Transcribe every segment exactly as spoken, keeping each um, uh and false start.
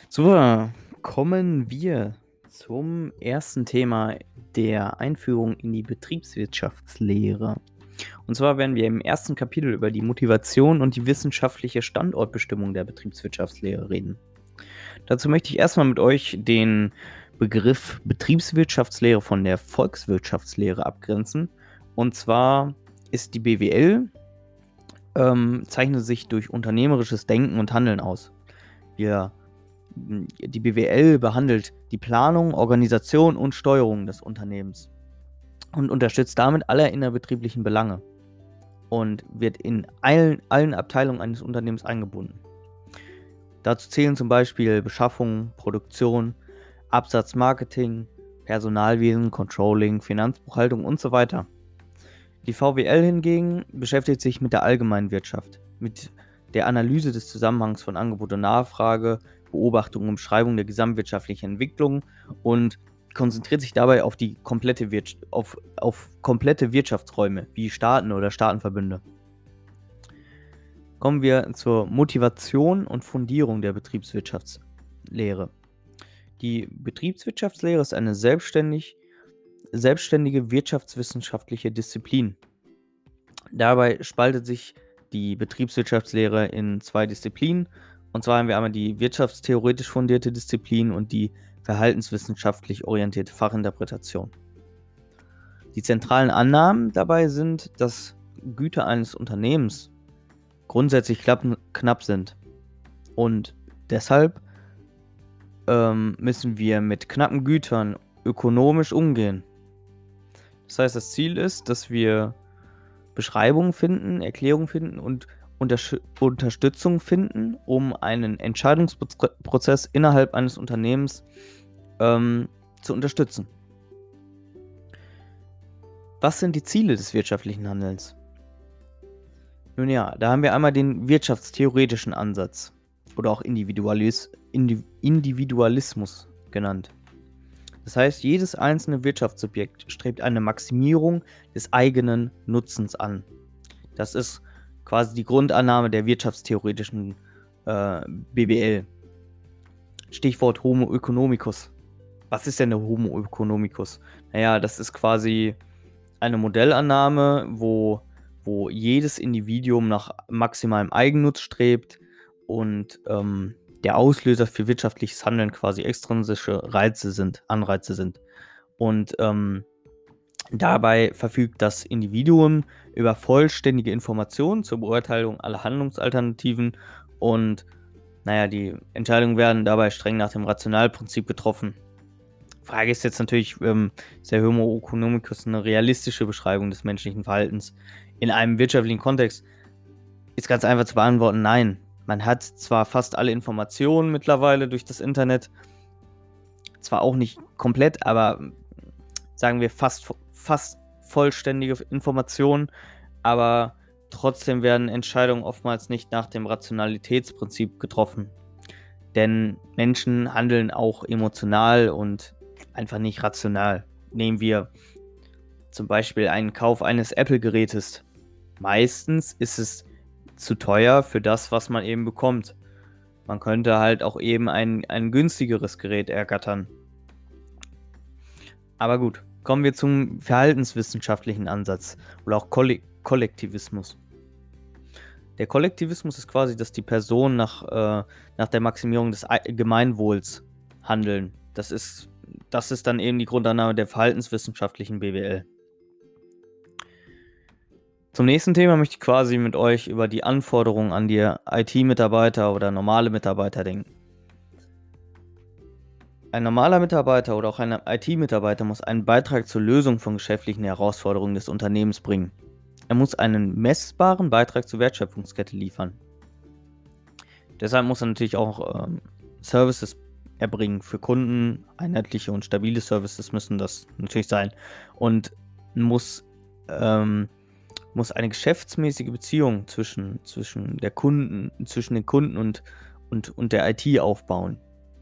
So, kommen wir zum ersten Thema der Einführung in die Betriebswirtschaftslehre. Und zwar werden wir im ersten Kapitel über die Motivation und die wissenschaftliche Standortbestimmung der Betriebswirtschaftslehre reden. Dazu möchte ich erstmal mit euch den Begriff Betriebswirtschaftslehre von der Volkswirtschaftslehre abgrenzen. Und zwar ist die B W L ähm, zeichnet sich durch unternehmerisches Denken und Handeln aus. Wir Die B W L behandelt die Planung, Organisation und Steuerung des Unternehmens und unterstützt damit alle innerbetrieblichen Belange und wird in allen, allen Abteilungen eines Unternehmens eingebunden. Dazu zählen zum Beispiel Beschaffung, Produktion, Absatz, Marketing, Personalwesen, Controlling, Finanzbuchhaltung und so weiter. Die V W L hingegen beschäftigt sich mit der allgemeinen Wirtschaft, mit der Analyse des Zusammenhangs von Angebot und Nachfrage, Beobachtung und Beschreibung der gesamtwirtschaftlichen Entwicklung und konzentriert sich dabei auf die komplette, Wir- auf, auf komplette Wirtschaftsräume wie Staaten oder Staatenverbünde. Kommen wir zur Motivation und Fundierung der Betriebswirtschaftslehre. Die Betriebswirtschaftslehre ist eine selbstständig, selbstständige wirtschaftswissenschaftliche Disziplin. Dabei spaltet sich die Betriebswirtschaftslehre in zwei Disziplinen. Und zwar haben wir einmal die wirtschaftstheoretisch fundierte Disziplin und die verhaltenswissenschaftlich orientierte Fachinterpretation. Die zentralen Annahmen dabei sind, dass Güter eines Unternehmens grundsätzlich knapp, knapp sind. Und deshalb ähm, müssen wir mit knappen Gütern ökonomisch umgehen. Das heißt, das Ziel ist, dass wir Beschreibungen finden, Erklärungen finden und Untersch- Unterstützung finden, um einen Entscheidungsprozess innerhalb eines Unternehmens ähm, zu unterstützen. Was sind die Ziele des wirtschaftlichen Handelns? Nun ja, da haben wir einmal den wirtschaftstheoretischen Ansatz oder auch Individualis- Indi- Individualismus genannt. Das heißt, jedes einzelne Wirtschaftssubjekt strebt eine Maximierung des eigenen Nutzens an. Das ist quasi die Grundannahme der wirtschaftstheoretischen äh, B W L. Stichwort Homo economicus. Was ist denn der Homo economicus? Naja, das ist quasi eine Modellannahme, wo, wo jedes Individuum nach maximalem Eigennutz strebt und ähm, der Auslöser für wirtschaftliches Handeln quasi extrinsische Reize sind, Anreize sind. Und ähm, dabei verfügt das Individuum über vollständige Informationen zur Beurteilung aller Handlungsalternativen und naja, die Entscheidungen werden dabei streng nach dem Rationalprinzip getroffen. Frage ist jetzt natürlich, ähm, ist der Homo economicus eine realistische Beschreibung des menschlichen Verhaltens in einem wirtschaftlichen Kontext? Ist ganz einfach zu beantworten, nein. Man hat zwar fast alle Informationen mittlerweile durch das Internet, zwar auch nicht komplett, aber sagen wir fast, fast vollständige Informationen, aber trotzdem werden Entscheidungen oftmals nicht nach dem Rationalitätsprinzip getroffen. Denn Menschen handeln auch emotional und einfach nicht rational. Nehmen wir zum Beispiel einen Kauf eines Apple-Gerätes. Meistens ist es zu teuer für das, was man eben bekommt. Man könnte halt auch eben ein, ein günstigeres Gerät ergattern. Aber gut, kommen wir zum verhaltenswissenschaftlichen Ansatz oder auch Koll- Kollektivismus. Der Kollektivismus ist quasi, dass die Personen nach, äh, nach der Maximierung des Gemeinwohls handeln. Das ist, das ist dann eben die Grundannahme der verhaltenswissenschaftlichen B W L. Zum nächsten Thema möchte ich quasi mit euch über die Anforderungen an die I T-Mitarbeiter oder normale Mitarbeiter denken. Ein normaler Mitarbeiter oder auch ein I T-Mitarbeiter muss einen Beitrag zur Lösung von geschäftlichen Herausforderungen des Unternehmens bringen. Er muss einen messbaren Beitrag zur Wertschöpfungskette liefern. Deshalb muss er natürlich auch ähm, Services erbringen für Kunden. Einheitliche und stabile Services müssen das natürlich sein. Und muss, ähm, muss eine geschäftsmäßige Beziehung zwischen, zwischen, der Kunden, zwischen den Kunden und, und, und der I T aufbauen.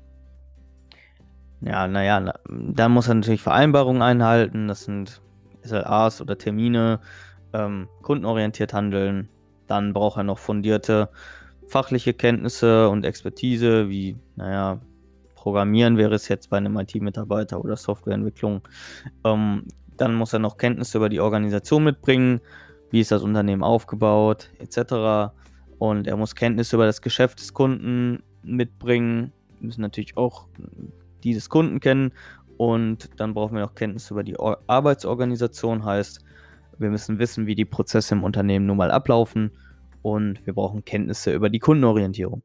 Ja, naja, na, da muss er natürlich Vereinbarungen einhalten. Das sind S L As oder Termine, ähm, kundenorientiert handeln. Dann braucht er noch fundierte fachliche Kenntnisse und Expertise, wie, naja, Programmieren wäre es jetzt bei einem I T-Mitarbeiter oder Softwareentwicklung. Ähm, dann muss er noch Kenntnisse über die Organisation mitbringen, wie ist das Unternehmen aufgebaut, et cetera. Und er muss Kenntnisse über das Geschäft des Kunden mitbringen. Wir müssen natürlich auch die des Kunden kennen. Und dann brauchen wir noch Kenntnisse über die Or- Arbeitsorganisation, heißt, wir müssen wissen, wie die Prozesse im Unternehmen nun mal ablaufen. Und wir brauchen Kenntnisse über die Kundenorientierung.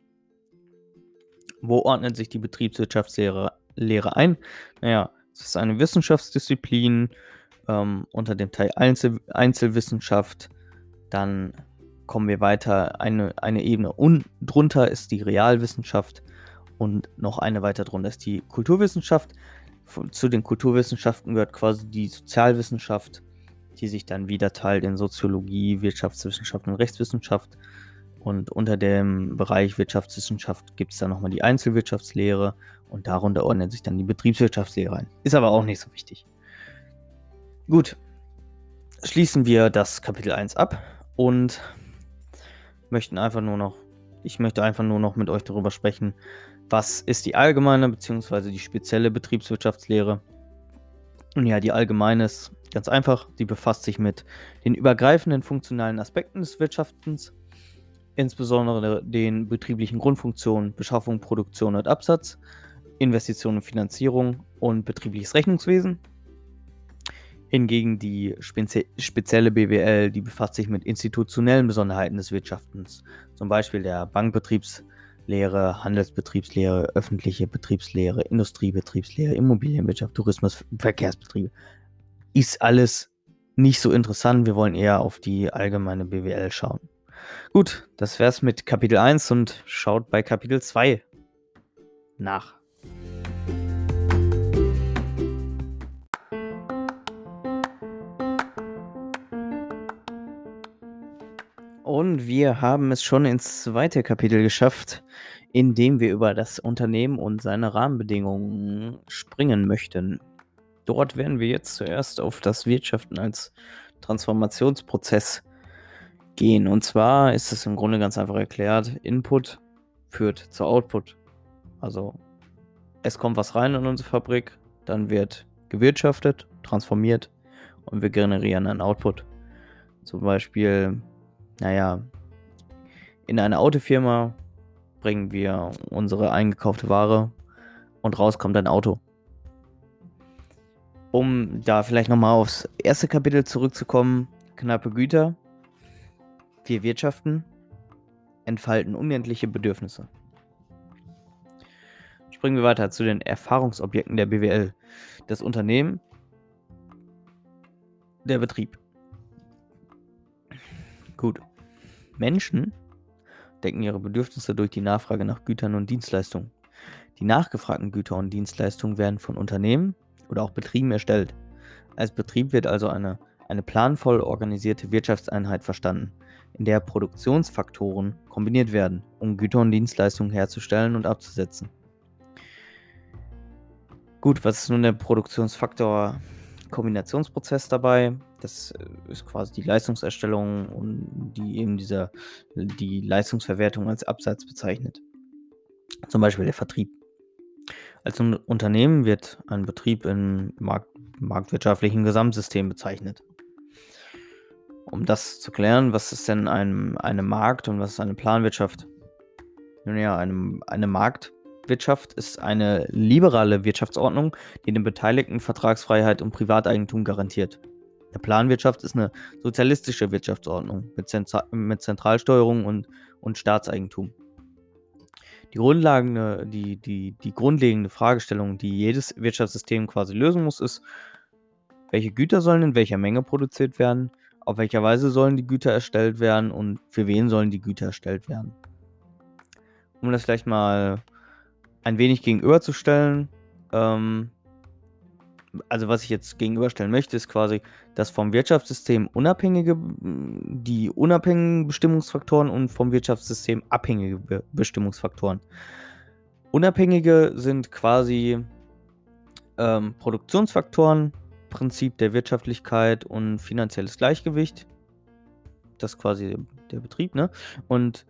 Wo ordnet sich die Betriebswirtschaftslehre Lehre ein? Naja, es ist eine Wissenschaftsdisziplin ähm, unter dem Teil Einzel Einzelwissenschaft. Dann kommen wir weiter, eine, eine Ebene und drunter ist die Realwissenschaft und noch eine weiter drunter ist die Kulturwissenschaft. Zu den Kulturwissenschaften gehört quasi die Sozialwissenschaft, die sich dann wieder teilt in Soziologie, Wirtschaftswissenschaft und Rechtswissenschaft. Und unter dem Bereich Wirtschaftswissenschaft gibt es dann nochmal die Einzelwirtschaftslehre und darunter ordnet sich dann die Betriebswirtschaftslehre ein. Ist aber auch nicht so wichtig. Gut, schließen wir das Kapitel eins ab und möchten einfach nur noch, ich möchte einfach nur noch mit euch darüber sprechen, was ist die allgemeine bzw. die spezielle Betriebswirtschaftslehre. Und ja, die allgemeine ist ganz einfach, sie befasst sich mit den übergreifenden funktionalen Aspekten des Wirtschaftens, insbesondere den betrieblichen Grundfunktionen, Beschaffung, Produktion und Absatz, Investitionen und Finanzierung und betriebliches Rechnungswesen. Hingegen die spezi- spezielle B W L, die befasst sich mit institutionellen Besonderheiten des Wirtschaftens, zum Beispiel der Bankbetriebslehre, Handelsbetriebslehre, öffentliche Betriebslehre, Industriebetriebslehre, Immobilienwirtschaft, Tourismus, Verkehrsbetriebe. Ist alles nicht so interessant, wir wollen eher auf die allgemeine B W L schauen. Gut, das wär's mit Kapitel eins und schaut bei Kapitel zwei nach. Und wir haben es schon ins zweite Kapitel geschafft, in dem wir über das Unternehmen und seine Rahmenbedingungen springen möchten. Dort werden wir jetzt zuerst auf das Wirtschaften als Transformationsprozess gehen. Und zwar ist es im Grunde ganz einfach erklärt, Input führt zu Output. Also es kommt was rein in unsere Fabrik, dann wird gewirtschaftet, transformiert und wir generieren einen Output. Zum Beispiel, naja, in eine Autofirma bringen wir unsere eingekaufte Ware und raus kommt ein Auto. Um da vielleicht nochmal aufs erste Kapitel zurückzukommen, knappe Güter. Wir wirtschaften, entfalten unendliche Bedürfnisse. Springen wir weiter zu den Erfahrungsobjekten der B W L. Das Unternehmen, der Betrieb. Gut. Menschen decken ihre Bedürfnisse durch die Nachfrage nach Gütern und Dienstleistungen. Die nachgefragten Güter und Dienstleistungen werden von Unternehmen oder auch Betrieben erstellt. Als Betrieb wird also eine, eine planvoll organisierte Wirtschaftseinheit verstanden, in der Produktionsfaktoren kombiniert werden, um Güter und Dienstleistungen herzustellen und abzusetzen. Gut, was ist nun der Produktionsfaktor-Kombinationsprozess dabei? Das ist quasi die Leistungserstellung und die eben dieser, die Leistungsverwertung als Absatz bezeichnet. Zum Beispiel der Vertrieb. Als ein Unternehmen wird ein Betrieb im Markt, marktwirtschaftlichen Gesamtsystem bezeichnet. Um das zu klären, was ist denn ein, eine Markt und was ist eine Planwirtschaft? Nun ja, eine, eine Marktwirtschaft ist eine liberale Wirtschaftsordnung, die den Beteiligten Vertragsfreiheit und Privateigentum garantiert. Eine Planwirtschaft ist eine sozialistische Wirtschaftsordnung mit, Zentra- mit Zentralsteuerung und, und Staatseigentum. Die, Grundlagende, die, die, die grundlegende Fragestellung, die jedes Wirtschaftssystem quasi lösen muss, ist, welche Güter sollen in welcher Menge produziert werden, auf welcher Weise sollen die Güter erstellt werden und für wen sollen die Güter erstellt werden. Um das vielleicht mal ein wenig gegenüberzustellen, ähm, also was ich jetzt gegenüberstellen möchte, ist quasi, dass vom Wirtschaftssystem unabhängige, die unabhängigen Bestimmungsfaktoren und vom Wirtschaftssystem abhängige Be- Bestimmungsfaktoren. Unabhängige sind quasi ähm, Produktionsfaktoren, Prinzip der Wirtschaftlichkeit und finanzielles Gleichgewicht. Das ist quasi der Betrieb, ne? Und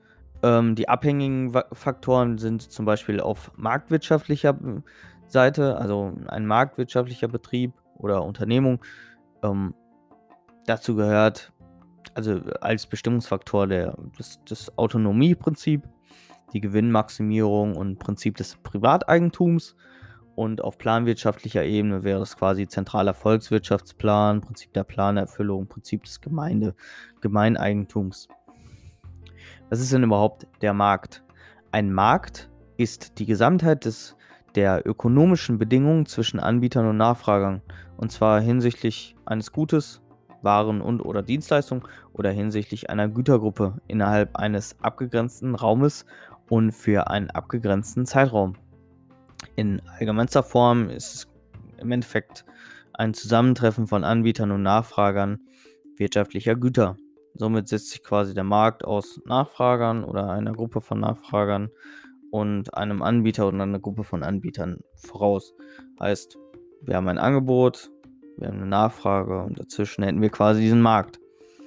Ähm, die abhängigen Wa- Faktoren sind zum Beispiel auf marktwirtschaftlicher äh, Seite, also ein marktwirtschaftlicher Betrieb oder Unternehmung. Ähm, dazu gehört also als Bestimmungsfaktor der, das, das Autonomieprinzip, die Gewinnmaximierung und Prinzip des Privateigentums. Und auf planwirtschaftlicher Ebene wäre das quasi zentraler Volkswirtschaftsplan, Prinzip der Planerfüllung, Prinzip des Gemeinde, Gemeineigentums. Was ist denn überhaupt der Markt? Ein Markt ist die Gesamtheit des, der ökonomischen Bedingungen zwischen Anbietern und Nachfragern. Und zwar hinsichtlich eines Gutes, Waren und oder Dienstleistungen oder hinsichtlich einer Gütergruppe innerhalb eines abgegrenzten Raumes und für einen abgegrenzten Zeitraum. In allgemeinster Form ist es im Endeffekt ein Zusammentreffen von Anbietern und Nachfragern wirtschaftlicher Güter. Somit setzt sich quasi der Markt aus Nachfragern oder einer Gruppe von Nachfragern und einem Anbieter oder einer Gruppe von Anbietern voraus. Heißt, wir haben ein Angebot, wir haben eine Nachfrage und dazwischen hätten wir quasi diesen Markt.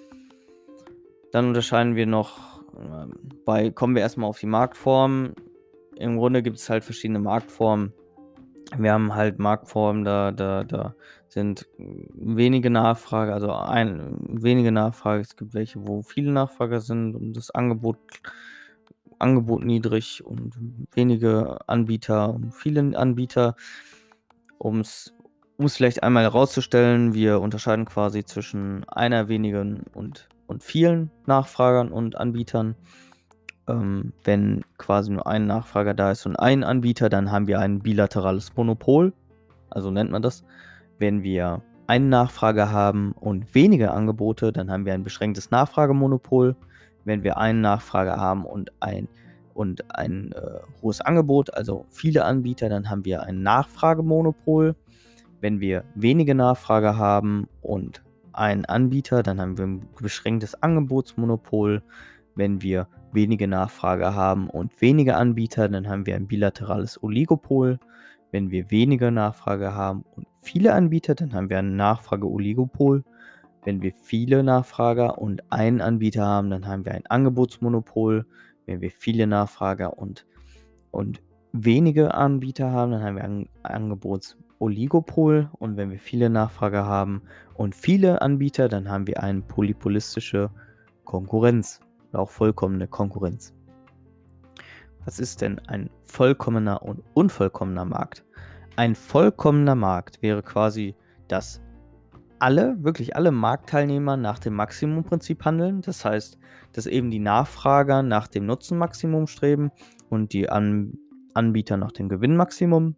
Dann unterscheiden wir noch, äh, bei, kommen wir erstmal auf die Marktformen. Im Grunde gibt es halt verschiedene Marktformen. Wir haben halt Marktformen, da, da, da sind wenige Nachfrage, also ein, wenige Nachfrage. Es gibt welche, wo viele Nachfrager sind und das Angebot, Angebot niedrig und wenige Anbieter und viele Anbieter. Um es vielleicht einmal herauszustellen, wir unterscheiden quasi zwischen einer wenigen und, und vielen Nachfragern und Anbietern. Ähm, wenn quasi nur ein Nachfrager da ist und ein Anbieter, dann haben wir ein bilaterales Monopol, also nennt man das. Wenn wir einen Nachfrager haben und wenige Angebote, dann haben wir ein beschränktes Nachfragemonopol. Wenn wir einen Nachfrager haben und ein, und ein äh, hohes Angebot, also viele Anbieter, dann haben wir ein Nachfragemonopol. Wenn wir wenige Nachfrager haben und einen Anbieter, dann haben wir ein beschränktes Angebotsmonopol. Wenn wir wenige Nachfrager haben und wenige Anbieter, dann haben wir ein bilaterales Oligopol. Wenn wir wenige Nachfrage haben und viele Anbieter, dann haben wir ein Nachfrage-Oligopol. Wenn wir viele Nachfrager und einen Anbieter haben, dann haben wir ein Angebotsmonopol. Wenn wir viele Nachfrager und, und wenige Anbieter haben, dann haben wir ein Angebotsoligopol. Und wenn wir viele Nachfrager haben und viele Anbieter, dann haben wir eine polypolistische Konkurrenz oder auch vollkommene Konkurrenz. Was ist denn ein vollkommener und unvollkommener Markt? Ein vollkommener Markt wäre quasi, dass alle, wirklich alle Marktteilnehmer nach dem Maximumprinzip handeln. Das heißt, dass eben die Nachfrager nach dem Nutzenmaximum streben und die An- Anbieter nach dem Gewinnmaximum.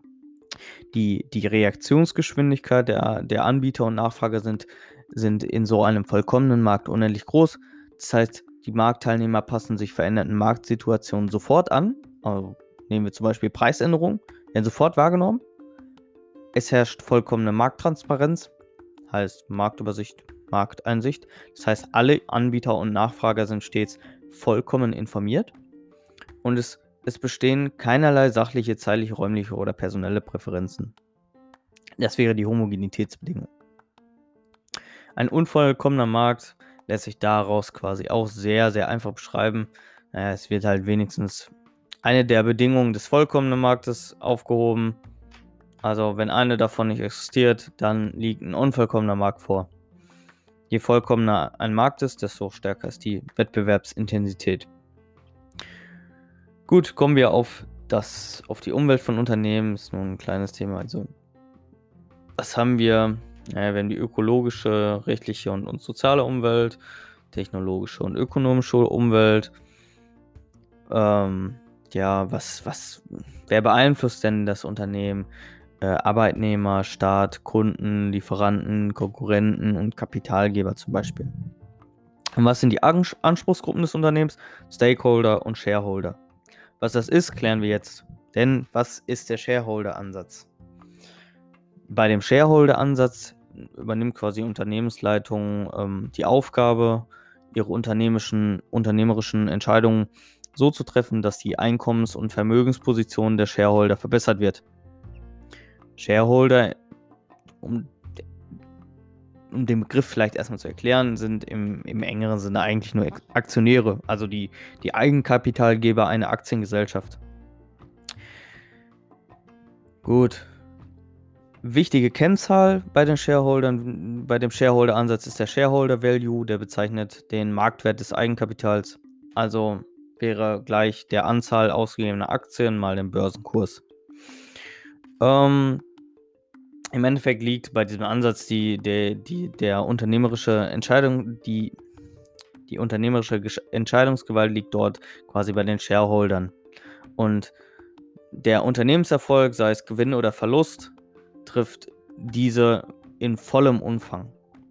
Die, die Reaktionsgeschwindigkeit der, der Anbieter und Nachfrager sind, sind in so einem vollkommenen Markt unendlich groß. Das heißt, die Marktteilnehmer passen sich veränderten Marktsituationen sofort an. Also nehmen wir zum Beispiel Preisänderungen, werden sofort wahrgenommen. Es herrscht vollkommene Markttransparenz, heißt Marktübersicht, Markteinsicht. Das heißt, alle Anbieter und Nachfrager sind stets vollkommen informiert. Und es, es bestehen keinerlei sachliche, zeitliche, räumliche oder personelle Präferenzen. Das wäre die Homogenitätsbedingung. Ein unvollkommener Markt lässt sich daraus quasi auch sehr, sehr einfach beschreiben. Naja, es wird halt wenigstens eine der Bedingungen des vollkommenen Marktes aufgehoben. Also wenn eine davon nicht existiert, dann liegt ein unvollkommener Markt vor. Je vollkommener ein Markt ist, desto stärker ist die Wettbewerbsintensität. Gut, kommen wir auf, das, auf die Umwelt von Unternehmen. Das ist nur ein kleines Thema. Also was haben wir? Naja, wir haben die ökologische, rechtliche und, und soziale Umwelt, technologische und ökonomische Umwelt. Ähm, ja, was, was, wer beeinflusst denn das Unternehmen? Äh, Arbeitnehmer, Staat, Kunden, Lieferanten, Konkurrenten und Kapitalgeber zum Beispiel. Und was sind die Ans- Anspruchsgruppen des Unternehmens? Stakeholder und Shareholder. Was das ist, klären wir jetzt. Denn was ist der Shareholder-Ansatz? Bei dem Shareholder-Ansatz übernimmt quasi Unternehmensleitung ähm, die Aufgabe, ihre unternehmerischen, unternehmerischen Entscheidungen so zu treffen, dass die Einkommens- und Vermögensposition der Shareholder verbessert wird. Shareholder um, um den Begriff vielleicht erstmal zu erklären, sind im, im engeren Sinne eigentlich nur Aktionäre, also die, die Eigenkapitalgeber einer Aktiengesellschaft. Gut. Wichtige Kennzahl bei den Shareholdern, bei dem Shareholder-Ansatz ist der Shareholder Value, der bezeichnet den Marktwert des Eigenkapitals. Also wäre gleich der Anzahl ausgegebener Aktien mal den Börsenkurs. Ähm, Im Endeffekt liegt bei diesem Ansatz die, der, die, der unternehmerische Entscheidung, die, die unternehmerische Entscheidungsgewalt liegt dort quasi bei den Shareholdern. Und der Unternehmenserfolg, sei es Gewinn oder Verlust, trifft diese in vollem Umfang.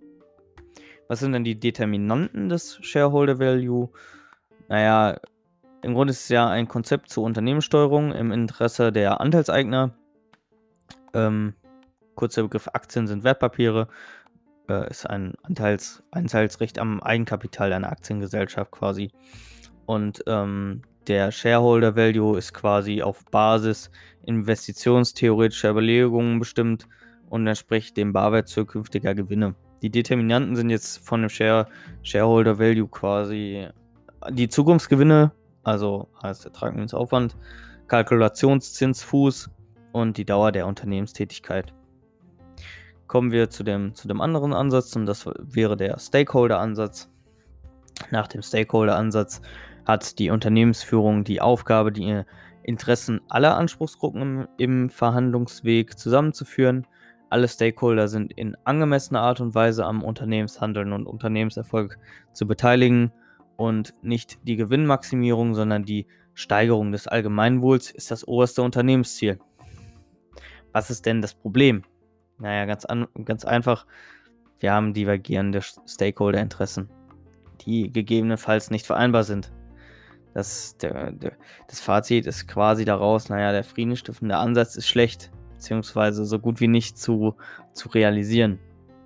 Was sind denn die Determinanten des Shareholder Value? Naja, im Grunde ist es ja ein Konzept zur Unternehmenssteuerung im Interesse der Anteilseigner. Ähm, kurzer Begriff: Aktien sind Wertpapiere, äh, ist ein Anteils, Anteilsrecht am Eigenkapital einer Aktiengesellschaft quasi. Und ähm, der Shareholder Value ist quasi auf Basis investitionstheoretischer Überlegungen bestimmt und entspricht dem Barwert zukünftiger Gewinne. Die Determinanten sind jetzt von dem Share, Shareholder Value quasi die Zukunftsgewinne, also heißt Ertragsaufwand, Kalkulationszinsfuß und die Dauer der Unternehmenstätigkeit. Kommen wir zu dem, zu dem anderen Ansatz, und das wäre der Stakeholder-Ansatz. Nach dem Stakeholder-Ansatz hat die Unternehmensführung die Aufgabe, die Interessen aller Anspruchsgruppen im, im Verhandlungsweg zusammenzuführen. Alle Stakeholder sind in angemessener Art und Weise am Unternehmenshandeln und Unternehmenserfolg zu beteiligen, und nicht die Gewinnmaximierung, sondern die Steigerung des Allgemeinwohls ist das oberste Unternehmensziel. Was ist denn das Problem? Naja, ganz, an, ganz einfach, wir haben divergierende Stakeholder-Interessen, die gegebenenfalls nicht vereinbar sind. Das, der, der, das Fazit ist quasi daraus, naja, der friedenstiftende Ansatz ist schlecht, beziehungsweise so gut wie nicht zu, zu realisieren.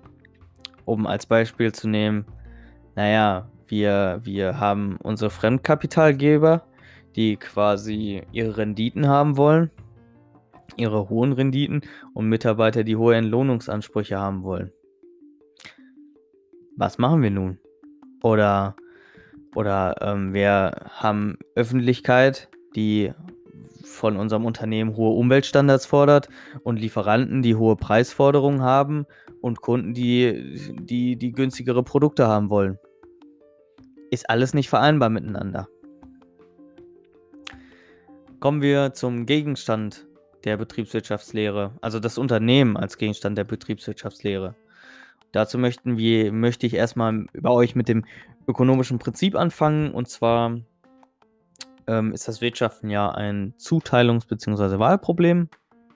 Um als Beispiel zu nehmen, naja, wir, wir haben unsere Fremdkapitalgeber, die quasi ihre Renditen haben wollen, ihre hohen Renditen, und Mitarbeiter, die hohe Entlohnungsansprüche haben wollen. Was machen wir nun? Oder, oder ähm, wir haben Öffentlichkeit, die von unserem Unternehmen hohe Umweltstandards fordert, und Lieferanten, die hohe Preisforderungen haben, und Kunden, die, die, die günstigere Produkte haben wollen. Ist alles nicht vereinbar miteinander. Kommen wir zum Gegenstand der Betriebswirtschaftslehre, also das Unternehmen als Gegenstand der Betriebswirtschaftslehre. Dazu möchten wir, möchte ich erstmal bei euch mit dem ökonomischen Prinzip anfangen, und zwar ähm, ist das Wirtschaften ja ein Zuteilungs- bzw. Wahlproblem.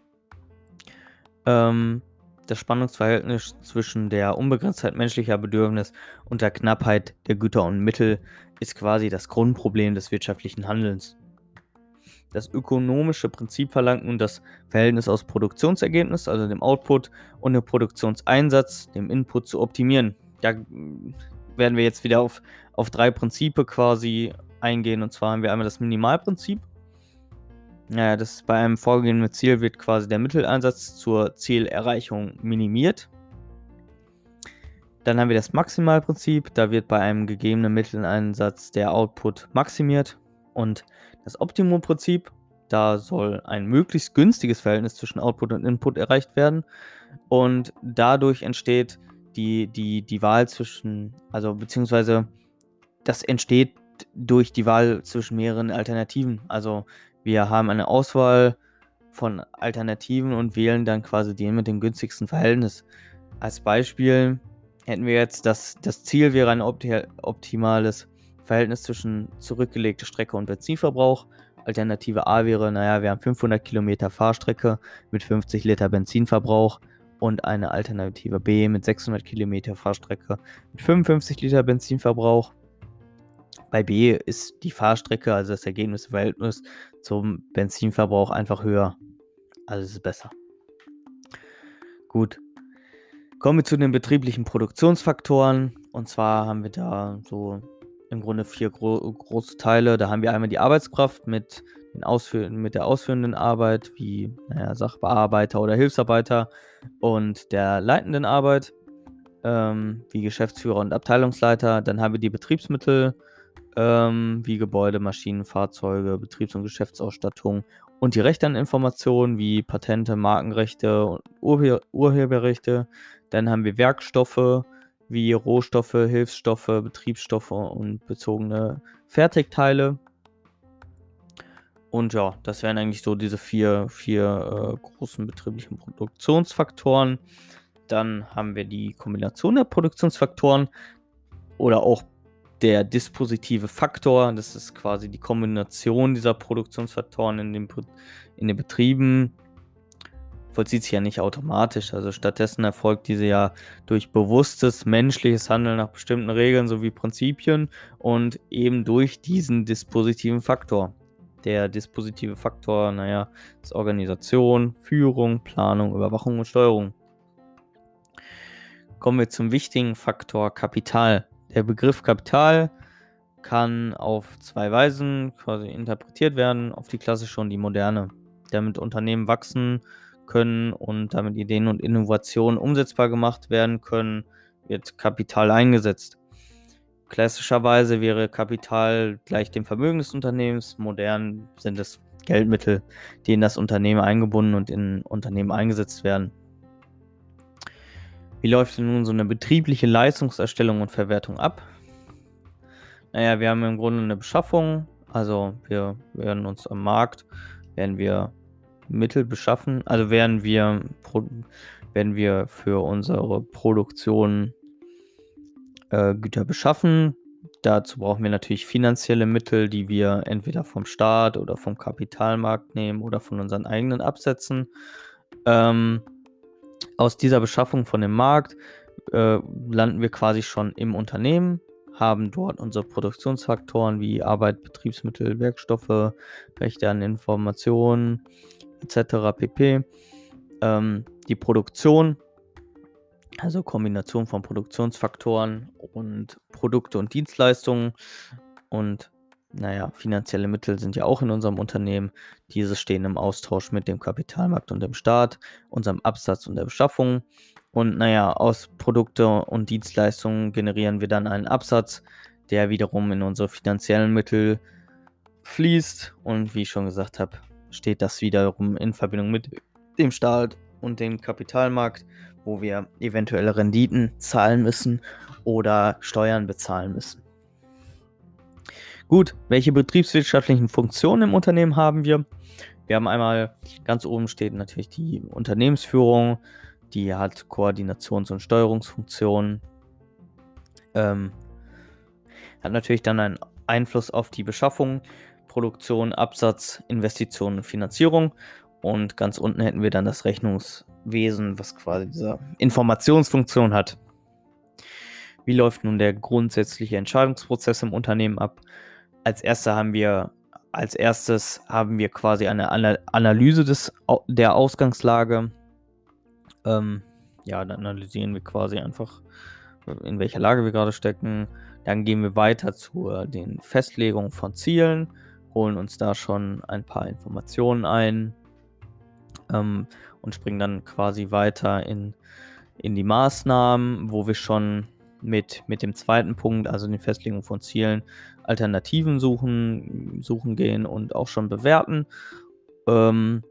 Ähm, das Spannungsverhältnis zwischen der Unbegrenztheit menschlicher Bedürfnisse und der Knappheit der Güter und Mittel ist quasi das Grundproblem des wirtschaftlichen Handelns. Das ökonomische Prinzip verlangt nun das Verhältnis aus Produktionsergebnis, also dem Output, und dem Produktionseinsatz, dem Input, zu optimieren. Da werden wir jetzt wieder auf, auf drei Prinzipe quasi eingehen, und zwar haben wir einmal das Minimalprinzip. Naja, das ist bei einem vorgegebenen Ziel wird quasi der Mitteleinsatz zur Zielerreichung minimiert. Dann haben wir das Maximalprinzip, da wird bei einem gegebenen Mitteleinsatz der Output maximiert. Und das Optimumprinzip, da soll ein möglichst günstiges Verhältnis zwischen Output und Input erreicht werden. Und dadurch entsteht die, die, die Wahl zwischen, also beziehungsweise das entsteht durch die Wahl zwischen mehreren Alternativen. Also wir haben eine Auswahl von Alternativen und wählen dann quasi den mit dem günstigsten Verhältnis. Als Beispiel hätten wir jetzt, das, das Ziel wäre ein opti- optimales Verhältnis zwischen zurückgelegter Strecke und Benzinverbrauch. Alternative A wäre, naja, wir haben fünfhundert Kilometer Fahrstrecke mit fünfzig Liter Benzinverbrauch, und eine Alternative B mit sechshundert Kilometer Fahrstrecke mit fünfundfünfzig Liter Benzinverbrauch. Bei B ist die Fahrstrecke, also das Ergebnisverhältnis zum Benzinverbrauch, einfach höher. Also es ist besser. Gut. Kommen wir zu den betrieblichen Produktionsfaktoren. Und zwar haben wir da so im Grunde vier gro- große Teile. Da haben wir einmal die Arbeitskraft mit, den Ausführ- mit der ausführenden Arbeit, wie naja, Sachbearbeiter oder Hilfsarbeiter, und der leitenden Arbeit. ähm, wie Geschäftsführer und Abteilungsleiter. Dann haben wir die Betriebsmittel, ähm, wie Gebäude, Maschinen, Fahrzeuge, Betriebs- und Geschäftsausstattung und die Rechte an Informationen wie Patente, Markenrechte und Urhe Urheberrechte. Dann haben wir Werkstoffe wie Rohstoffe, Hilfsstoffe, Betriebsstoffe und bezogene Fertigteile. Und ja, das wären eigentlich so diese vier, vier äh, großen betrieblichen Produktionsfaktoren. Dann haben wir die Kombination der Produktionsfaktoren oder auch der dispositive Faktor. Das ist quasi die Kombination dieser Produktionsfaktoren in den, in den Betrieben. Vollzieht sich ja nicht automatisch. Also stattdessen erfolgt diese ja durch bewusstes menschliches Handeln nach bestimmten Regeln sowie Prinzipien und eben durch diesen dispositiven Faktor. Der dispositive Faktor, naja, ist Organisation, Führung, Planung, Überwachung und Steuerung. Kommen wir zum wichtigen Faktor Kapital. Der Begriff Kapital kann auf zwei Weisen quasi interpretiert werden, auf die klassische und die moderne. Damit Unternehmen wachsen können und damit Ideen und Innovationen umsetzbar gemacht werden können, wird Kapital eingesetzt. Klassischerweise wäre Kapital gleich dem Vermögen des Unternehmens, modern sind es Geldmittel, die in das Unternehmen eingebunden und in Unternehmen eingesetzt werden. Wie läuft denn nun so eine betriebliche Leistungserstellung und Verwertung ab? Naja, wir haben im Grunde eine Beschaffung, also wir werden uns am Markt, werden wir Mittel beschaffen, also werden wir, werden wir für unsere Produktion äh, Güter beschaffen. Dazu brauchen wir natürlich finanzielle Mittel, die wir entweder vom Staat oder vom Kapitalmarkt nehmen oder von unseren eigenen Absätzen. Ähm, aus dieser Beschaffung von dem Markt äh, landen wir quasi schon im Unternehmen, haben dort unsere Produktionsfaktoren wie Arbeit, Betriebsmittel, Werkstoffe, Rechte an Informationen et cetera pp. Ähm, die Produktion, also Kombination von Produktionsfaktoren und Produkte und Dienstleistungen und naja, finanzielle Mittel sind ja auch in unserem Unternehmen. Diese stehen im Austausch mit dem Kapitalmarkt und dem Staat, unserem Absatz und der Beschaffung. Und naja, aus Produkte und Dienstleistungen generieren wir dann einen Absatz, der wiederum in unsere finanziellen Mittel fließt. Und wie ich schon gesagt habe, steht das wiederum in Verbindung mit dem Staat und dem Kapitalmarkt, wo wir eventuelle Renditen zahlen müssen oder Steuern bezahlen müssen. Gut, welche betriebswirtschaftlichen Funktionen im Unternehmen haben wir? Wir haben einmal, ganz oben steht natürlich die Unternehmensführung, die hat Koordinations- und Steuerungsfunktionen, ähm, hat natürlich dann einen Einfluss auf die Beschaffung, Produktion, Absatz, Investitionen und Finanzierung. Und ganz unten hätten wir dann das Rechnungswesen, was quasi diese Informationsfunktion hat. Wie läuft nun der grundsätzliche Entscheidungsprozess im Unternehmen ab? Als erster haben wir, als erstes haben wir quasi eine Analyse des, der Ausgangslage. Ähm, ja, dann analysieren wir quasi einfach, in welcher Lage wir gerade stecken. Dann gehen wir weiter zu den Festlegungen von Zielen, holen uns da schon ein paar Informationen ein ähm, und springen dann quasi weiter in, in die Maßnahmen, wo wir schon mit, mit dem zweiten Punkt, also den Festlegungen von Zielen, Alternativen suchen, suchen gehen und auch schon bewerten, ähm,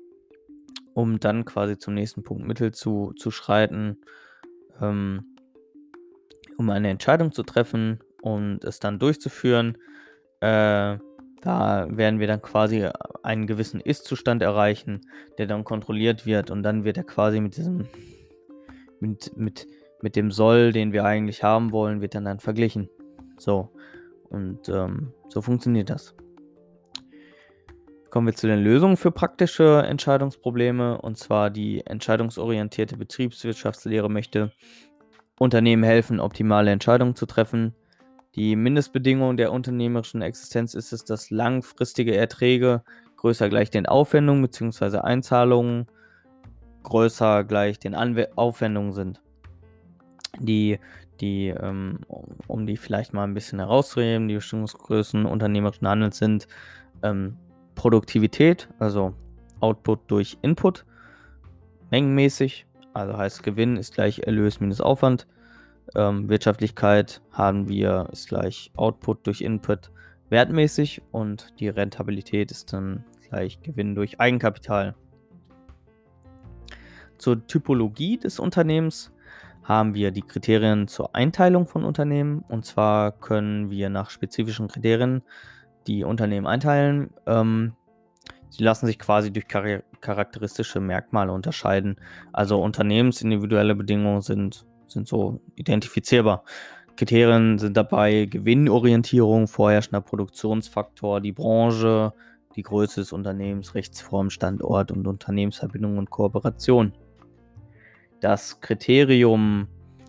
um dann quasi zum nächsten Punkt Mittel zu, zu schreiten, ähm, um eine Entscheidung zu treffen und es dann durchzuführen. Äh, da werden wir dann quasi einen gewissen Ist-Zustand erreichen, der dann kontrolliert wird und dann wird er quasi mit diesem, mit, mit, mit dem Soll, den wir eigentlich haben wollen, wird dann dann verglichen. So, und ähm, so funktioniert das. Kommen wir zu den Lösungen für praktische Entscheidungsprobleme, und zwar die entscheidungsorientierte Betriebswirtschaftslehre möchte Unternehmen helfen, optimale Entscheidungen zu treffen. Die Mindestbedingung der unternehmerischen Existenz ist es, dass langfristige Erträge größer gleich den Aufwendungen bzw. Einzahlungen größer gleich den Anw- Aufwendungen sind. Die, die ähm, um die vielleicht mal ein bisschen herauszuheben, die Bestimmungsgrößen unternehmerischen Handels sind ähm, Produktivität, also Output durch Input, mengenmäßig, also heißt Gewinn ist gleich Erlös minus Aufwand. Ähm, Wirtschaftlichkeit haben wir, ist gleich Output durch Input wertmäßig und die Rentabilität ist dann gleich Gewinn durch Eigenkapital. Zur Typologie des Unternehmens haben wir die Kriterien zur Einteilung von Unternehmen. Und zwar können wir nach spezifischen Kriterien die Unternehmen einteilen. Ähm, sie lassen sich quasi durch char- charakteristische Merkmale unterscheiden. Also unternehmensindividuelle Bedingungen sind, sind so identifizierbar. Kriterien sind dabei Gewinnorientierung, vorherrschender Produktionsfaktor, die Branche, die Größe des Unternehmens, Rechtsform, Standort und Unternehmensverbindung und Kooperation. Das Kriterium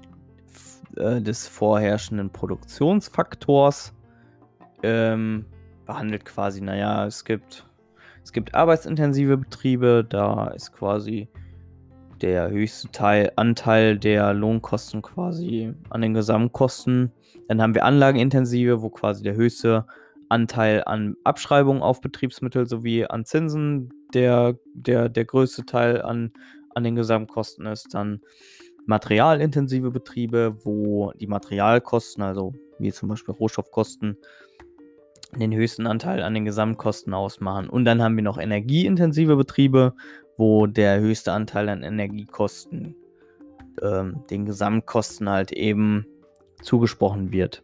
äh, des vorherrschenden Produktionsfaktors ähm, behandelt quasi, naja, es gibt, es gibt arbeitsintensive Betriebe, da ist quasi der höchste Teil, Anteil der Lohnkosten quasi an den Gesamtkosten. Dann haben wir anlagenintensive, wo quasi der höchste Anteil an Abschreibungen auf Betriebsmittel sowie an Zinsen der, der, der größte Teil an, an den Gesamtkosten ist. Dann materialintensive Betriebe, wo die Materialkosten, also wie zum Beispiel Rohstoffkosten, den höchsten Anteil an den Gesamtkosten ausmachen. Und dann haben wir noch energieintensive Betriebe, wo der höchste Anteil an Energiekosten ähm, den Gesamtkosten halt eben zugesprochen wird.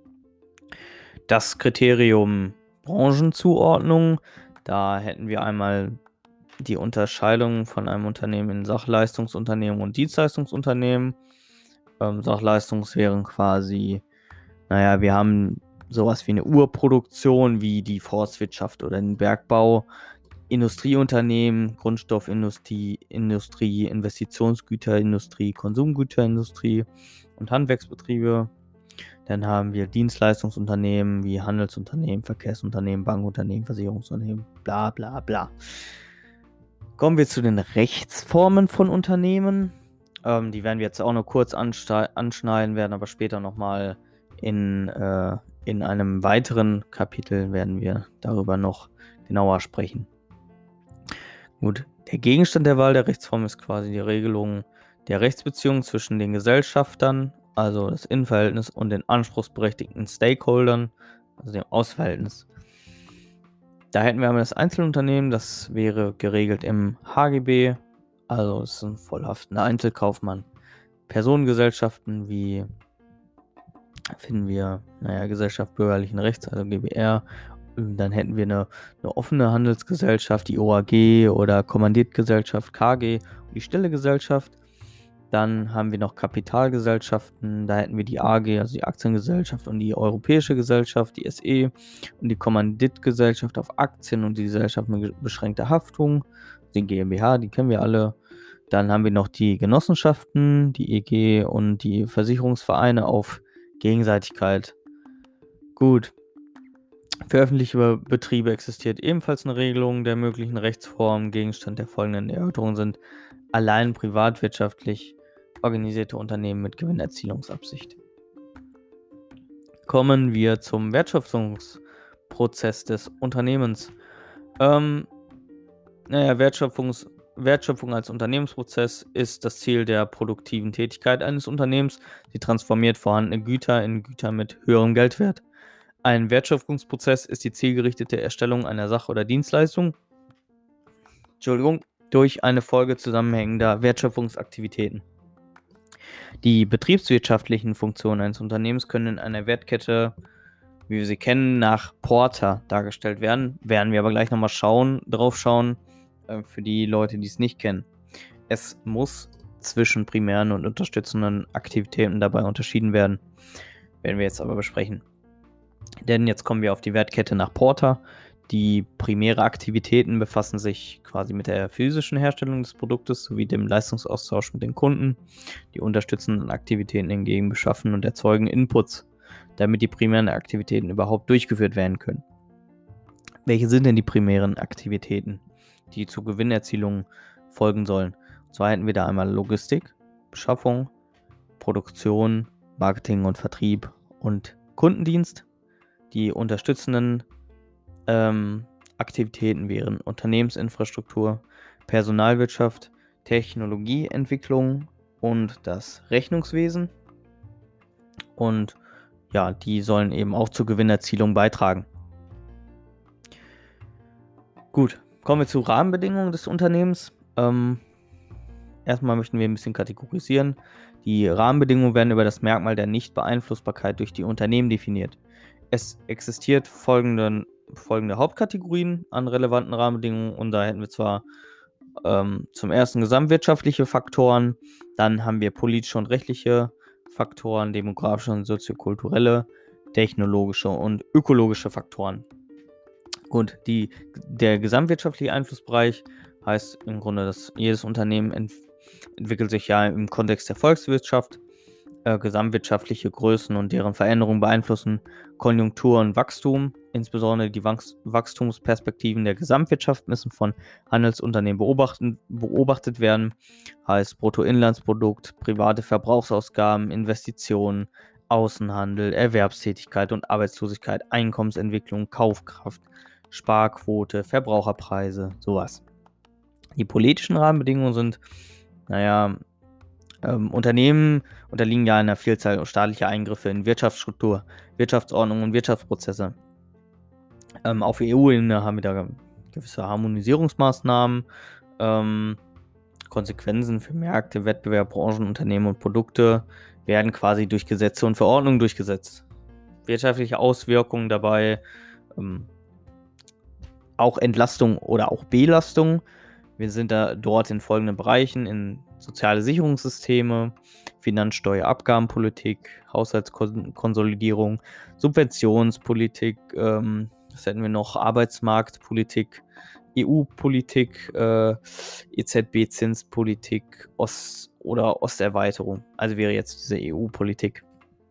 Das Kriterium Branchenzuordnung, da hätten wir einmal die Unterscheidung von einem Unternehmen in Sachleistungsunternehmen und Dienstleistungsunternehmen. Ähm, Sachleistungs wären quasi, naja, wir haben sowas wie eine Urproduktion wie die Forstwirtschaft oder den Bergbau, Industrieunternehmen, Grundstoffindustrie, Industrie, Investitionsgüterindustrie, Konsumgüterindustrie und Handwerksbetriebe. Dann haben wir Dienstleistungsunternehmen wie Handelsunternehmen, Verkehrsunternehmen, Bankunternehmen, Versicherungsunternehmen, bla bla bla. Kommen wir zu den Rechtsformen von Unternehmen. Ähm, die werden wir jetzt auch nur kurz anschneiden, werden aber später nochmal in, äh, in einem weiteren Kapitel werden wir darüber noch genauer sprechen. Gut, der Gegenstand der Wahl der Rechtsform ist quasi die Regelung der Rechtsbeziehung zwischen den Gesellschaftern, also das Innenverhältnis, und den anspruchsberechtigten Stakeholdern, also dem Außenverhältnis. Da hätten wir einmal das Einzelunternehmen, das wäre geregelt im H G B, also es ist ein vollhaftender Einzelkaufmann. Personengesellschaften wie finden wir, naja, Gesellschaft bürgerlichen Rechts, also G B R. Dann hätten wir eine, eine offene Handelsgesellschaft, die O A G, oder Kommanditgesellschaft K G und die stille Gesellschaft. Dann haben wir noch Kapitalgesellschaften, da hätten wir die A G, also die Aktiengesellschaft, und die Europäische Gesellschaft, die S E, und die Kommanditgesellschaft auf Aktien und die Gesellschaft mit beschränkter Haftung, die G m b H, die kennen wir alle. Dann haben wir noch die Genossenschaften, die E G und die Versicherungsvereine auf Gegenseitigkeit. Gut. Für öffentliche Betriebe existiert ebenfalls eine Regelung der möglichen Rechtsformen. Gegenstand der folgenden Erörterungen sind allein privatwirtschaftlich organisierte Unternehmen mit Gewinnerzielungsabsicht. Kommen wir zum Wertschöpfungsprozess des Unternehmens. Ähm, naja, Wertschöpfungs Wertschöpfung als Unternehmensprozess ist das Ziel der produktiven Tätigkeit eines Unternehmens. Sie transformiert vorhandene Güter in Güter mit höherem Geldwert. Ein Wertschöpfungsprozess ist die zielgerichtete Erstellung einer Sache oder Dienstleistung, Entschuldigung, durch eine Folge zusammenhängender Wertschöpfungsaktivitäten. Die betriebswirtschaftlichen Funktionen eines Unternehmens können in einer Wertkette, wie wir sie kennen, nach Porter dargestellt werden. Werden wir aber gleich nochmal schauen, drauf schauen, äh, für die Leute, die es nicht kennen. Es muss zwischen primären und unterstützenden Aktivitäten dabei unterschieden werden. Werden wir jetzt aber besprechen. Denn jetzt kommen wir auf die Wertkette nach Porter. Die primäre Aktivitäten befassen sich quasi mit der physischen Herstellung des Produktes sowie dem Leistungsaustausch mit den Kunden. Die unterstützenden Aktivitäten hingegen beschaffen und erzeugen Inputs, damit die primären Aktivitäten überhaupt durchgeführt werden können. Welche sind denn die primären Aktivitäten, die zur Gewinnerzielung folgen sollen? Und zwar hätten wir da einmal Logistik, Beschaffung, Produktion, Marketing und Vertrieb und Kundendienst. Die unterstützenden ähm, Aktivitäten wären Unternehmensinfrastruktur, Personalwirtschaft, Technologieentwicklung und das Rechnungswesen. Und ja, die sollen eben auch zur Gewinnerzielung beitragen. Gut, kommen wir zu Rahmenbedingungen des Unternehmens. Ähm, erstmal möchten wir ein bisschen kategorisieren. Die Rahmenbedingungen werden über das Merkmal der Nichtbeeinflussbarkeit durch die Unternehmen definiert. Es existiert folgende, folgende Hauptkategorien an relevanten Rahmenbedingungen, und da hätten wir zwar ähm, zum ersten gesamtwirtschaftliche Faktoren, dann haben wir politische und rechtliche Faktoren, demografische und soziokulturelle, technologische und ökologische Faktoren. Gut, die, der gesamtwirtschaftliche Einflussbereich heißt im Grunde, dass jedes Unternehmen ent, entwickelt sich ja im Kontext der Volkswirtschaft. Äh, gesamtwirtschaftliche Größen und deren Veränderungen beeinflussen Konjunktur und Wachstum. Insbesondere die Wachs- Wachstumsperspektiven der Gesamtwirtschaft müssen von Handelsunternehmen beobachten, beobachtet werden. Heißt Bruttoinlandsprodukt, private Verbrauchsausgaben, Investitionen, Außenhandel, Erwerbstätigkeit und Arbeitslosigkeit, Einkommensentwicklung, Kaufkraft, Sparquote, Verbraucherpreise, sowas. Die politischen Rahmenbedingungen sind, naja, ähm, Unternehmen unterliegen ja einer Vielzahl staatlicher Eingriffe in Wirtschaftsstruktur, Wirtschaftsordnung und Wirtschaftsprozesse. Ähm, auf E U-Ebene haben wir da gewisse Harmonisierungsmaßnahmen, ähm, Konsequenzen für Märkte, Wettbewerb, Branchen, Unternehmen und Produkte werden quasi durch Gesetze und Verordnungen durchgesetzt. Wirtschaftliche Auswirkungen dabei, ähm, auch Entlastung oder auch Belastung. Wir sind da dort in folgenden Bereichen: in soziale Sicherungssysteme, Finanzsteuer, Abgabenpolitik, Haushaltskonsolidierung, Subventionspolitik, ähm, was hätten wir noch, Arbeitsmarktpolitik, E U-Politik, äh, E Z B-Zinspolitik, Ost- oder Osterweiterung. Also wäre jetzt diese E U-Politik.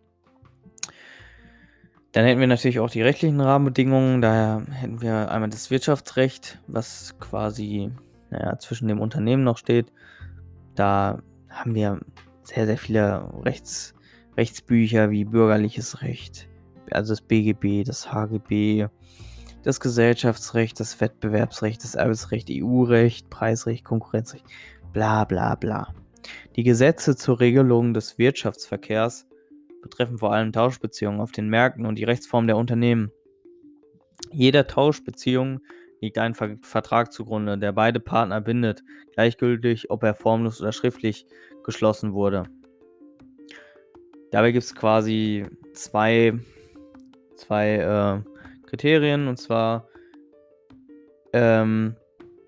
Dann hätten wir natürlich auch die rechtlichen Rahmenbedingungen. Daher hätten wir einmal das Wirtschaftsrecht, was quasi naja, zwischen dem Unternehmen noch steht. Da haben wir sehr, sehr viele Rechts, Rechtsbücher wie bürgerliches Recht, also das B G B, das H G B, das Gesellschaftsrecht, das Wettbewerbsrecht, das Arbeitsrecht, E U-Recht, Preisrecht, Konkurrenzrecht, bla bla bla. Die Gesetze zur Regelung des Wirtschaftsverkehrs betreffen vor allem Tauschbeziehungen auf den Märkten und die Rechtsform der Unternehmen. Jeder Tauschbeziehung liegt ein Ver- Vertrag zugrunde, der beide Partner bindet, gleichgültig, ob er formlos oder schriftlich geschlossen wurde. Dabei gibt es quasi zwei, zwei äh, Kriterien, und zwar ähm,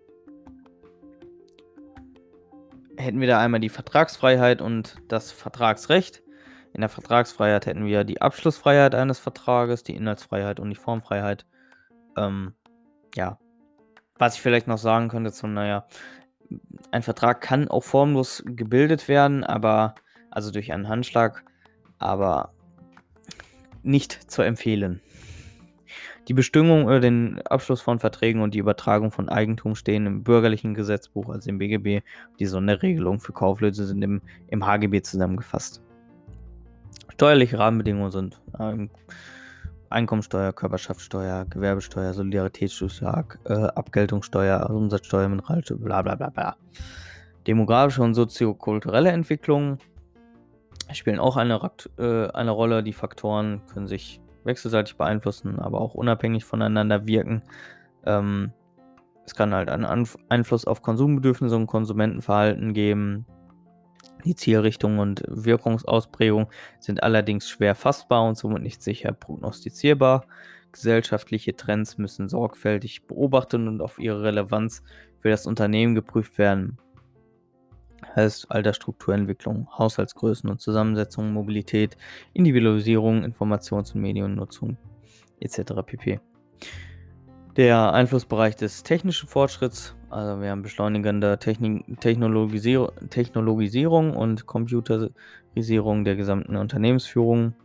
hätten wir da einmal die Vertragsfreiheit und das Vertragsrecht. In der Vertragsfreiheit hätten wir die Abschlussfreiheit eines Vertrages, die Inhaltsfreiheit und die Formfreiheit. Ähm, ja, was ich vielleicht noch sagen könnte zu, naja, ein Vertrag kann auch formlos gebildet werden, aber, also durch einen Handschlag, aber nicht zu empfehlen. Die Bestimmungen über den Abschluss von Verträgen und die Übertragung von Eigentum stehen im bürgerlichen Gesetzbuch, also im B G B. Die Sonderregelungen für Kauflöse sind im, im H G B zusammengefasst. Steuerliche Rahmenbedingungen sind ähm, Einkommensteuer, Körperschaftssteuer, Gewerbesteuer, Solidaritätszuschlag, äh, Abgeltungssteuer, Umsatzsteuer, Mineralsteuer, bla bla bla bla. Demografische und soziokulturelle Entwicklungen spielen auch eine, äh, eine Rolle. Die Faktoren können sich wechselseitig beeinflussen, aber auch unabhängig voneinander wirken. Ähm, es kann halt einen Anf- Einfluss auf Konsumbedürfnisse und Konsumentenverhalten geben. Die Zielrichtung und Wirkungsausprägung sind allerdings schwer fassbar und somit nicht sicher prognostizierbar. Gesellschaftliche Trends müssen sorgfältig beobachtet und auf ihre Relevanz für das Unternehmen geprüft werden. Heißt Altersstrukturentwicklung, Haushaltsgrößen und Zusammensetzung, Mobilität, Individualisierung, Informations- und Mediennutzung et cetera pp. Der Einflussbereich des technischen Fortschritts, also wir haben beschleunigende Technik, Technologisier Technologisierung und Computerisierung der gesamten Unternehmensführung.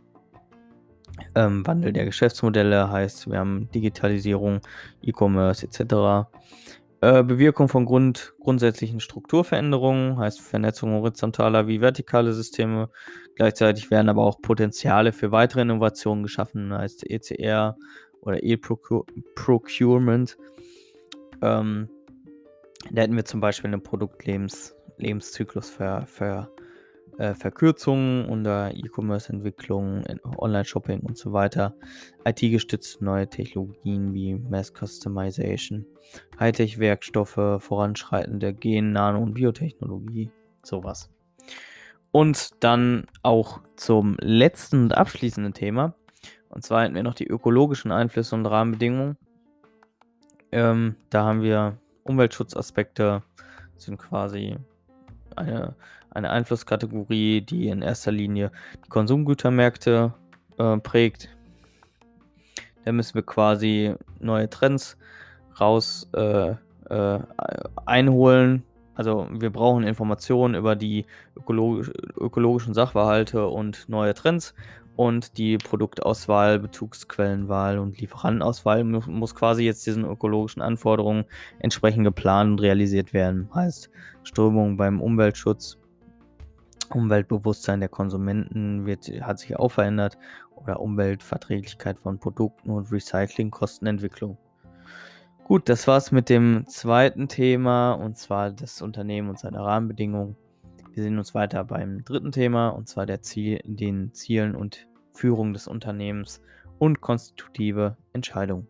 Ähm, Wandel der Geschäftsmodelle heißt, wir haben Digitalisierung, E-Commerce et cetera. Äh, Bewirkung von Grund, grundsätzlichen Strukturveränderungen, heißt Vernetzung horizontaler wie vertikaler Systeme. Gleichzeitig werden aber auch Potenziale für weitere Innovationen geschaffen, heißt E C R oder E-Procurement. Ähm, da hätten wir zum Beispiel eine Produktlebenszyklus ver, ver, äh, Verkürzungen unter E-Commerce-Entwicklung, in Online-Shopping und so weiter, I T-gestützte neue Technologien wie Mass Customization, Hightech-Werkstoffe, voranschreitende Gen-, Nano- und Biotechnologie, sowas. Und dann auch zum letzten und abschließenden Thema. Und zwar hätten wir noch die ökologischen Einflüsse und Rahmenbedingungen. Ähm, da haben wir Umweltschutzaspekte, sind quasi eine, eine Einflusskategorie, die in erster Linie die Konsumgütermärkte äh, prägt. Da müssen wir quasi neue Trends raus äh, äh, einholen. Also wir brauchen Informationen über die ökologisch, ökologischen Sachverhalte und neue Trends. Und die Produktauswahl, Bezugsquellenwahl und Lieferantenauswahl mu muss quasi jetzt diesen ökologischen Anforderungen entsprechend geplant und realisiert werden. Heißt, Strömungen beim Umweltschutz, Umweltbewusstsein der Konsumenten wird, hat sich auch verändert, oder Umweltverträglichkeit von Produkten und Recyclingkostenentwicklung. Gut, das war's mit dem zweiten Thema, und zwar das Unternehmen und seine Rahmenbedingungen. Wir sehen uns weiter beim dritten Thema, und zwar der Ziel, den Zielen und Führung des Unternehmens und konstitutive Entscheidungen.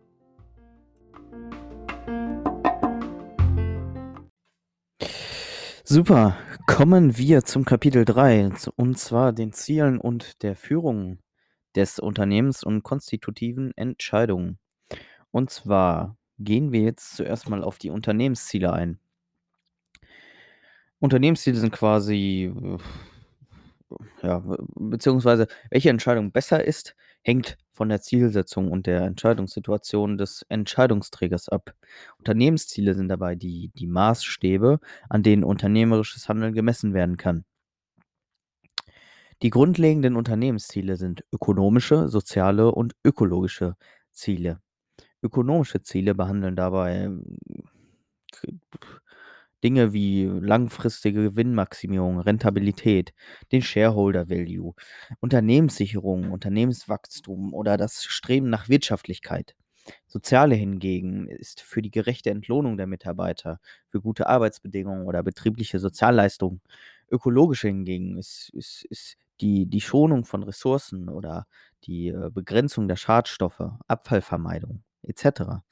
Super, kommen wir zum Kapitel drei, und zwar den Zielen und der Führung des Unternehmens und konstitutiven Entscheidungen. Und zwar gehen wir jetzt zuerst mal auf die Unternehmensziele ein. Unternehmensziele sind quasi, ja, beziehungsweise welche Entscheidung besser ist, hängt von der Zielsetzung und der Entscheidungssituation des Entscheidungsträgers ab. Unternehmensziele sind dabei die, die Maßstäbe, an denen unternehmerisches Handeln gemessen werden kann. Die grundlegenden Unternehmensziele sind ökonomische, soziale und ökologische Ziele. Ökonomische Ziele behandeln dabei ähm, Dinge wie langfristige Gewinnmaximierung, Rentabilität, den Shareholder Value, Unternehmenssicherung, Unternehmenswachstum oder das Streben nach Wirtschaftlichkeit. Soziale hingegen ist für die gerechte Entlohnung der Mitarbeiter, für gute Arbeitsbedingungen oder betriebliche Sozialleistungen. Ökologische hingegen ist, ist, ist die, die Schonung von Ressourcen oder die äh, Begrenzung der Schadstoffe, Abfallvermeidung et cetera.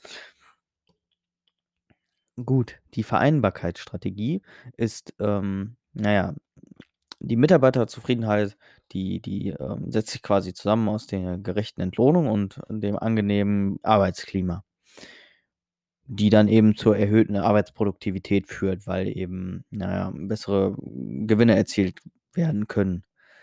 Gut, die Vereinbarkeitsstrategie ist, ähm, naja, die Mitarbeiterzufriedenheit, die, die ähm, setzt sich quasi zusammen aus der gerechten Entlohnung und dem angenehmen Arbeitsklima, die dann eben zur erhöhten Arbeitsproduktivität führt, weil eben, naja, bessere Gewinne erzielt werden können.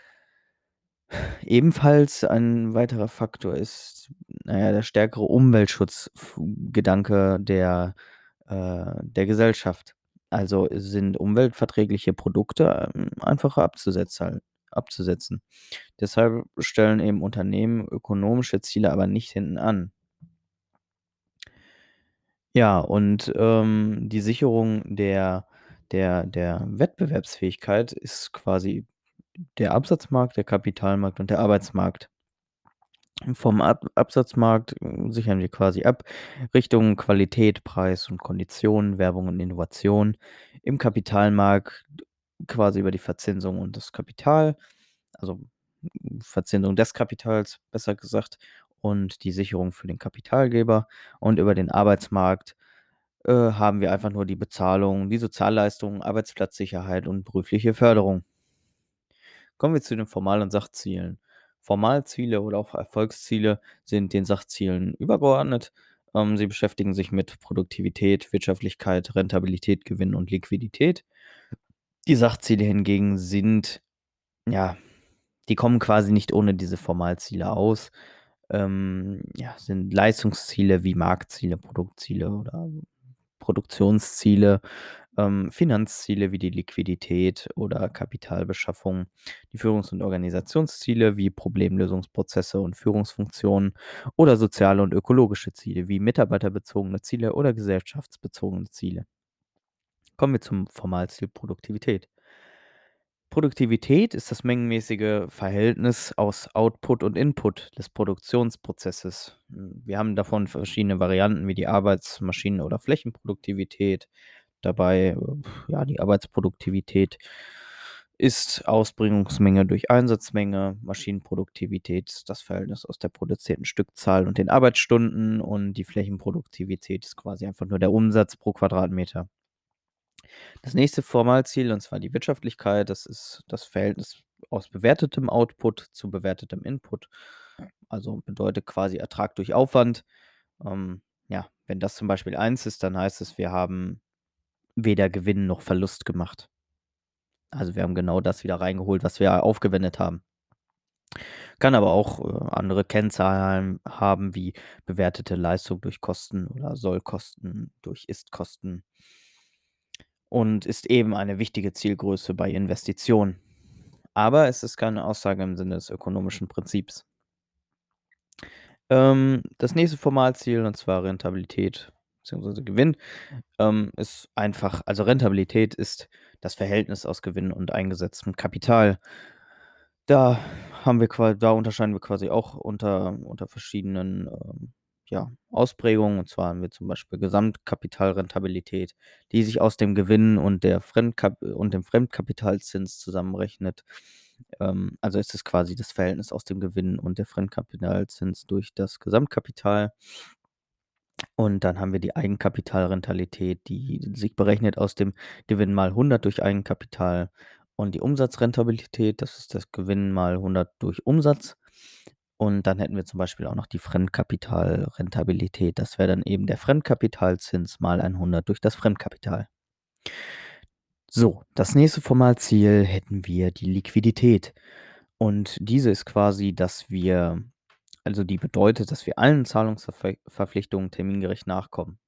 Ebenfalls ein weiterer Faktor ist, naja, der stärkere Umweltschutzgedanke der, äh, der Gesellschaft. Also sind umweltverträgliche Produkte ähm, einfacher abzusetzen, abzusetzen. Deshalb stellen eben Unternehmen ökonomische Ziele aber nicht hinten an. Ja, und ähm, die Sicherung der, der, der Wettbewerbsfähigkeit ist quasi der Absatzmarkt, der Kapitalmarkt und der Arbeitsmarkt. Vom Ab Absatzmarkt äh, sichern wir quasi ab Richtung Qualität, Preis und Konditionen, Werbung und Innovation. Im Kapitalmarkt quasi über die Verzinsung und das Kapital, also mm, Verzinsung des Kapitals, besser gesagt, und die Sicherung für den Kapitalgeber. Und über den Arbeitsmarkt äh, haben wir einfach nur die Bezahlung, die Sozialleistungen, Arbeitsplatzsicherheit und berufliche Förderung. Kommen wir zu den Formal- und Sachzielen. Formalziele oder auch Erfolgsziele sind den Sachzielen übergeordnet. Ähm, sie beschäftigen sich mit Produktivität, Wirtschaftlichkeit, Rentabilität, Gewinn und Liquidität. Die Sachziele hingegen sind, ja, die kommen quasi nicht ohne diese Formalziele aus. Ähm, ja, sind Leistungsziele wie Marktziele, Produktziele oder Produktionsziele, ähm, Finanzziele wie die Liquidität oder Kapitalbeschaffung, die Führungs- und Organisationsziele wie Problemlösungsprozesse und Führungsfunktionen oder soziale und ökologische Ziele wie mitarbeiterbezogene Ziele oder gesellschaftsbezogene Ziele. Kommen wir zum Formalziel Produktivität. Produktivität ist das mengenmäßige Verhältnis aus Output und Input des Produktionsprozesses. Hm, wir haben davon verschiedene Varianten wie die Arbeitsmaschinen- oder Flächenproduktivität. Dabei, äh, ja, die Arbeitsproduktivität ist Ausbringungsmenge durch Einsatzmenge, Maschinenproduktivität ist das Verhältnis aus der produzierten Stückzahl und den Arbeitsstunden und die Flächenproduktivität ist quasi einfach nur der Umsatz pro Quadratmeter. Das nächste Formalziel, und zwar die Wirtschaftlichkeit, das ist das Verhältnis aus bewertetem Output zu bewertetem Input. Also bedeutet quasi Ertrag durch Aufwand. Ähm, ja, wenn das zum Beispiel eins ist, dann heißt es, wir haben weder Gewinn noch Verlust gemacht. Also wir haben genau das wieder reingeholt, was wir aufgewendet haben. Kann aber auch äh, andere Kennzahlen haben, wie bewertete Leistung durch Kosten oder Sollkosten durch Istkosten und ist eben eine wichtige Zielgröße bei Investitionen. Aber es ist keine Aussage im Sinne des ökonomischen Prinzips. Ähm, das nächste Formalziel, und zwar Rentabilität bzw. Gewinn, ähm, ist einfach also Rentabilität ist das Verhältnis aus Gewinn und eingesetztem Kapital. Da haben wir qua da unterscheiden wir quasi auch unter unter verschiedenen, ähm, ja, Ausprägungen. Und zwar haben wir zum Beispiel Gesamtkapitalrentabilität, die sich aus dem Gewinn und der Fremdkap und dem Fremdkapitalzins zusammenrechnet. Ähm, also ist es quasi das Verhältnis aus dem Gewinn und der Fremdkapitalzins durch das Gesamtkapital. Und dann haben wir die Eigenkapitalrentabilität, die sich berechnet aus dem Gewinn mal hundert durch Eigenkapital und die Umsatzrentabilität, das ist das Gewinn mal hundert durch Umsatz. Und dann hätten wir zum Beispiel auch noch die Fremdkapitalrentabilität. Das wäre dann eben der Fremdkapitalzins mal hundert durch das Fremdkapital. So, das nächste Formalziel hätten wir die Liquidität. Und diese ist quasi, dass wir also die bedeutet, dass wir allen Zahlungsverpflichtungen termingerecht nachkommen.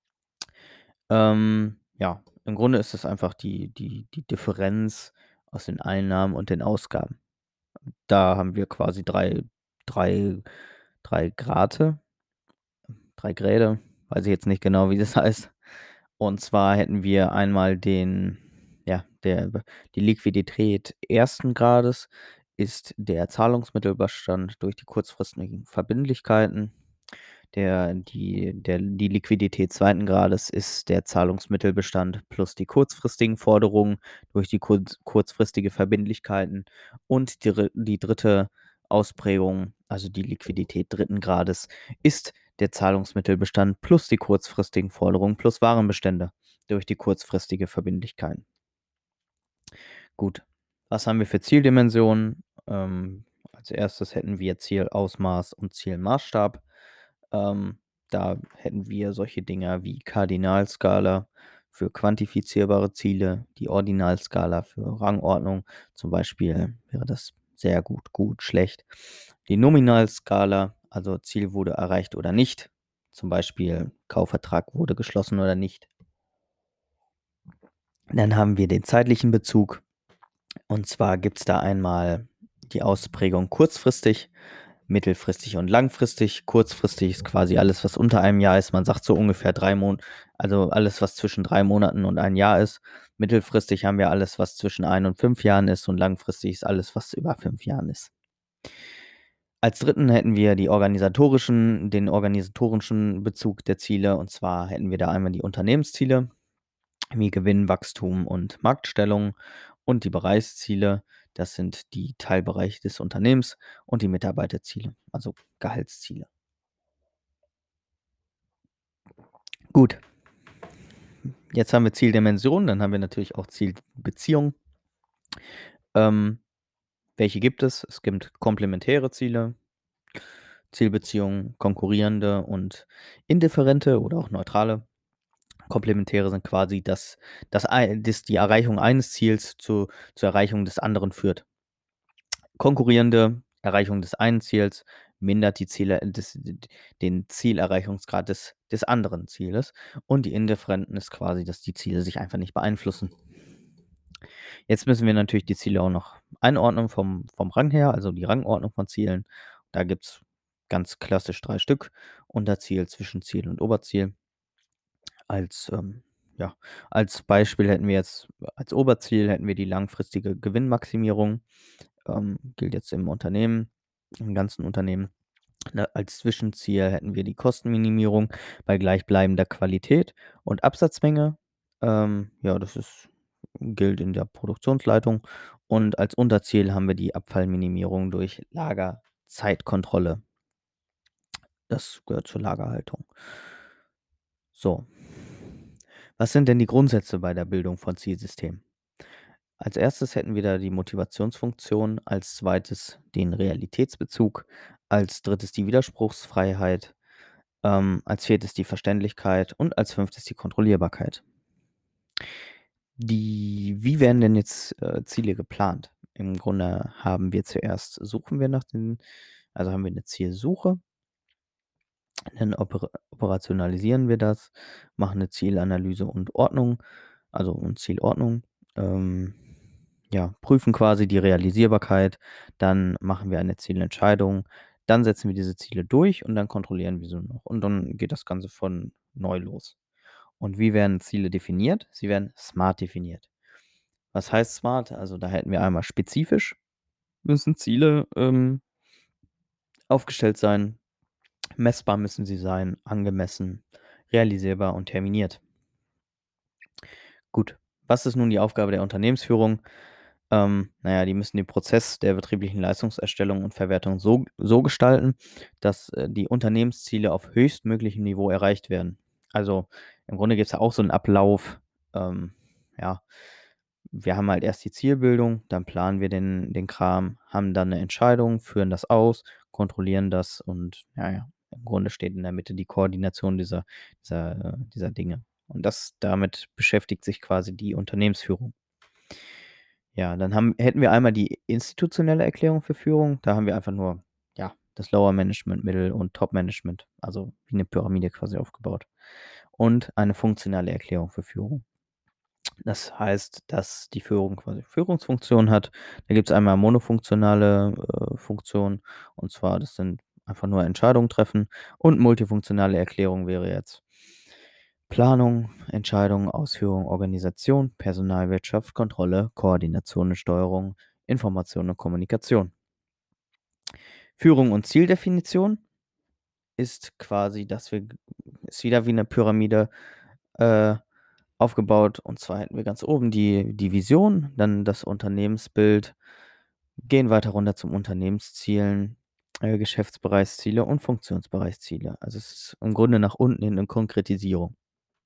Ähm, ja, im Grunde ist es einfach die die die Differenz aus den Einnahmen und den Ausgaben. Da haben wir quasi drei drei drei Grate, drei Gräde, weiß ich jetzt nicht genau, wie das heißt. Und zwar hätten wir einmal den ja, der die Liquidität ersten Grades ist der Zahlungsmittelbestand durch die kurzfristigen Verbindlichkeiten. Der die der die Liquidität zweiten Grades ist der Zahlungsmittelbestand plus die kurzfristigen Forderungen durch die kurz kurzfristige Verbindlichkeiten und die ri die dritte Ausprägung, also die Liquidität dritten Grades, ist der Zahlungsmittelbestand plus die kurzfristigen Forderungen plus Warenbestände durch die kurzfristige Verbindlichkeiten. Gut, was haben wir für Zieldimensionen? Ähm, als erstes hätten wir Zielausmaß und Zielmaßstab. Ähm, da hätten wir solche Dinger wie Kardinalskala für quantifizierbare Ziele, die Ordinalskala für Rangordnung. Zum Beispiel wäre das sehr gut, gut, schlecht. Die Nominalskala, also Ziel wurde erreicht oder nicht. Zum Beispiel Kaufvertrag wurde geschlossen oder nicht. Dann haben wir den zeitlichen Bezug. Und zwar gibt es da einmal die Ausprägung kurzfristig, mittelfristig und langfristig. Kurzfristig ist quasi alles, was unter einem Jahr ist. Man sagt so ungefähr drei Monate, also alles, was zwischen drei Monaten und ein Jahr ist. Mittelfristig haben wir alles, was zwischen ein und fünf Jahren ist. Und langfristig ist alles, was über fünf Jahren ist. Als dritten hätten wir die organisatorischen, den organisatorischen Bezug der Ziele. Und zwar hätten wir da einmal die Unternehmensziele, wie Gewinn, Wachstum und Marktstellung und die Bereichsziele. Das sind die Teilbereiche des Unternehmens und die Mitarbeiterziele, also Gehaltsziele. Gut. Jetzt haben wir Zieldimensionen, dann haben wir natürlich auch Zielbeziehungen. Ähm, welche gibt es? Es gibt komplementäre Ziele, Zielbeziehungen, konkurrierende und indifferente oder auch neutrale. Komplementäre sind quasi, dass, dass, ei- dass die Erreichung eines Ziels zu, zur Erreichung des anderen führt. Konkurrierende Erreichung des einen Ziels mindert die Ziele des den Zielerreichungsgrad des des anderen Zieles und die Indifferenten ist quasi, dass die Ziele sich einfach nicht beeinflussen. Jetzt müssen wir natürlich die Ziele auch noch einordnen vom vom Rang her, also die Rangordnung von Zielen. Da gibt's ganz klassisch drei Stück: Unterziel, Zwischenziel und Oberziel. Als, ähm ja, als Beispiel hätten wir jetzt als Oberziel hätten wir die langfristige Gewinnmaximierung. Ähm, gilt jetzt im Unternehmen im ganzen Unternehmen. Ne, als Zwischenziel hätten wir die Kostenminimierung bei gleichbleibender Qualität und Absatzmenge. Ähm, ja, das ist gilt in der Produktionsleitung. Und als Unterziel haben wir die Abfallminimierung durch Lagerzeitkontrolle. Das gehört zur Lagerhaltung. So. Was sind denn die Grundsätze bei der Bildung von Zielsystemen? Als erstes hätten wir da die Motivationsfunktion, als zweites den Realitätsbezug, als drittes die Widerspruchsfreiheit, ähm, als viertes die Verständlichkeit und als fünftes die Kontrollierbarkeit. Die wie werden denn jetzt, äh, Ziele geplant? Im Grunde haben wir zuerst suchen wir nach den also haben wir 'ne Zielsuche, dann opera operationalisieren wir das, machen 'ne Zielanalyse und Ordnung, also und Zielordnung, ähm, ja, prüfen quasi die Realisierbarkeit, dann machen wir eine Zielentscheidung, dann setzen wir diese Ziele durch und dann kontrollieren wir sie noch und dann geht das Ganze von neu los. Und wie werden Ziele definiert? Sie werden smart definiert. Was heißt smart? Also, da hätten wir einmal spezifisch müssen Ziele, ähm, aufgestellt sein, messbar müssen sie sein, angemessen, realisierbar und terminiert. Gut, was ist nun die Aufgabe der Unternehmensführung? Ähm, na ja, die müssen den Prozess der betrieblichen Leistungserstellung und Verwertung so so gestalten, dass, äh, die Unternehmensziele auf höchstmöglichem Niveau erreicht werden. Also, im Grunde gibt's ja auch so 'n Ablauf, ähm, ja. Wir haben halt erst die Zielbildung, dann planen wir den den Kram, haben dann 'ne Entscheidung, führen das aus, kontrollieren das und ja, ja, im Grunde steht in der Mitte die Koordination dieser dieser dieser Dinge. Und das damit beschäftigt sich quasi die Unternehmensführung. Ja, dann haben hätten wir einmal die institutionelle Erklärung für Führung. Da haben wir einfach nur, ja, das Lower Management, Middle und Top Management, also wie 'ne Pyramide quasi aufgebaut. Und eine funktionale Erklärung für Führung. Das heißt, dass die Führung quasi Führungsfunktion hat. Da gibt's einmal monofunktionale, äh, Funktionen, und zwar das sind einfach nur Entscheidungen treffen und multifunktionale Erklärung wäre jetzt Planung, Entscheidung, Ausführung, Organisation, Personalwirtschaft, Kontrolle, Koordination und Steuerung, Information und Kommunikation. Führung und Zieldefinition ist quasi, dass wir g ist wieder wie 'ne Pyramide, äh, aufgebaut. Und zwar hätten wir ganz oben die die Vision, dann das Unternehmensbild, gehen weiter runter zum Unternehmenszielen, äh, Geschäftsbereichsziele und Funktionsbereichsziele. Also, es ist im Grunde nach unten hin 'ne Konkretisierung.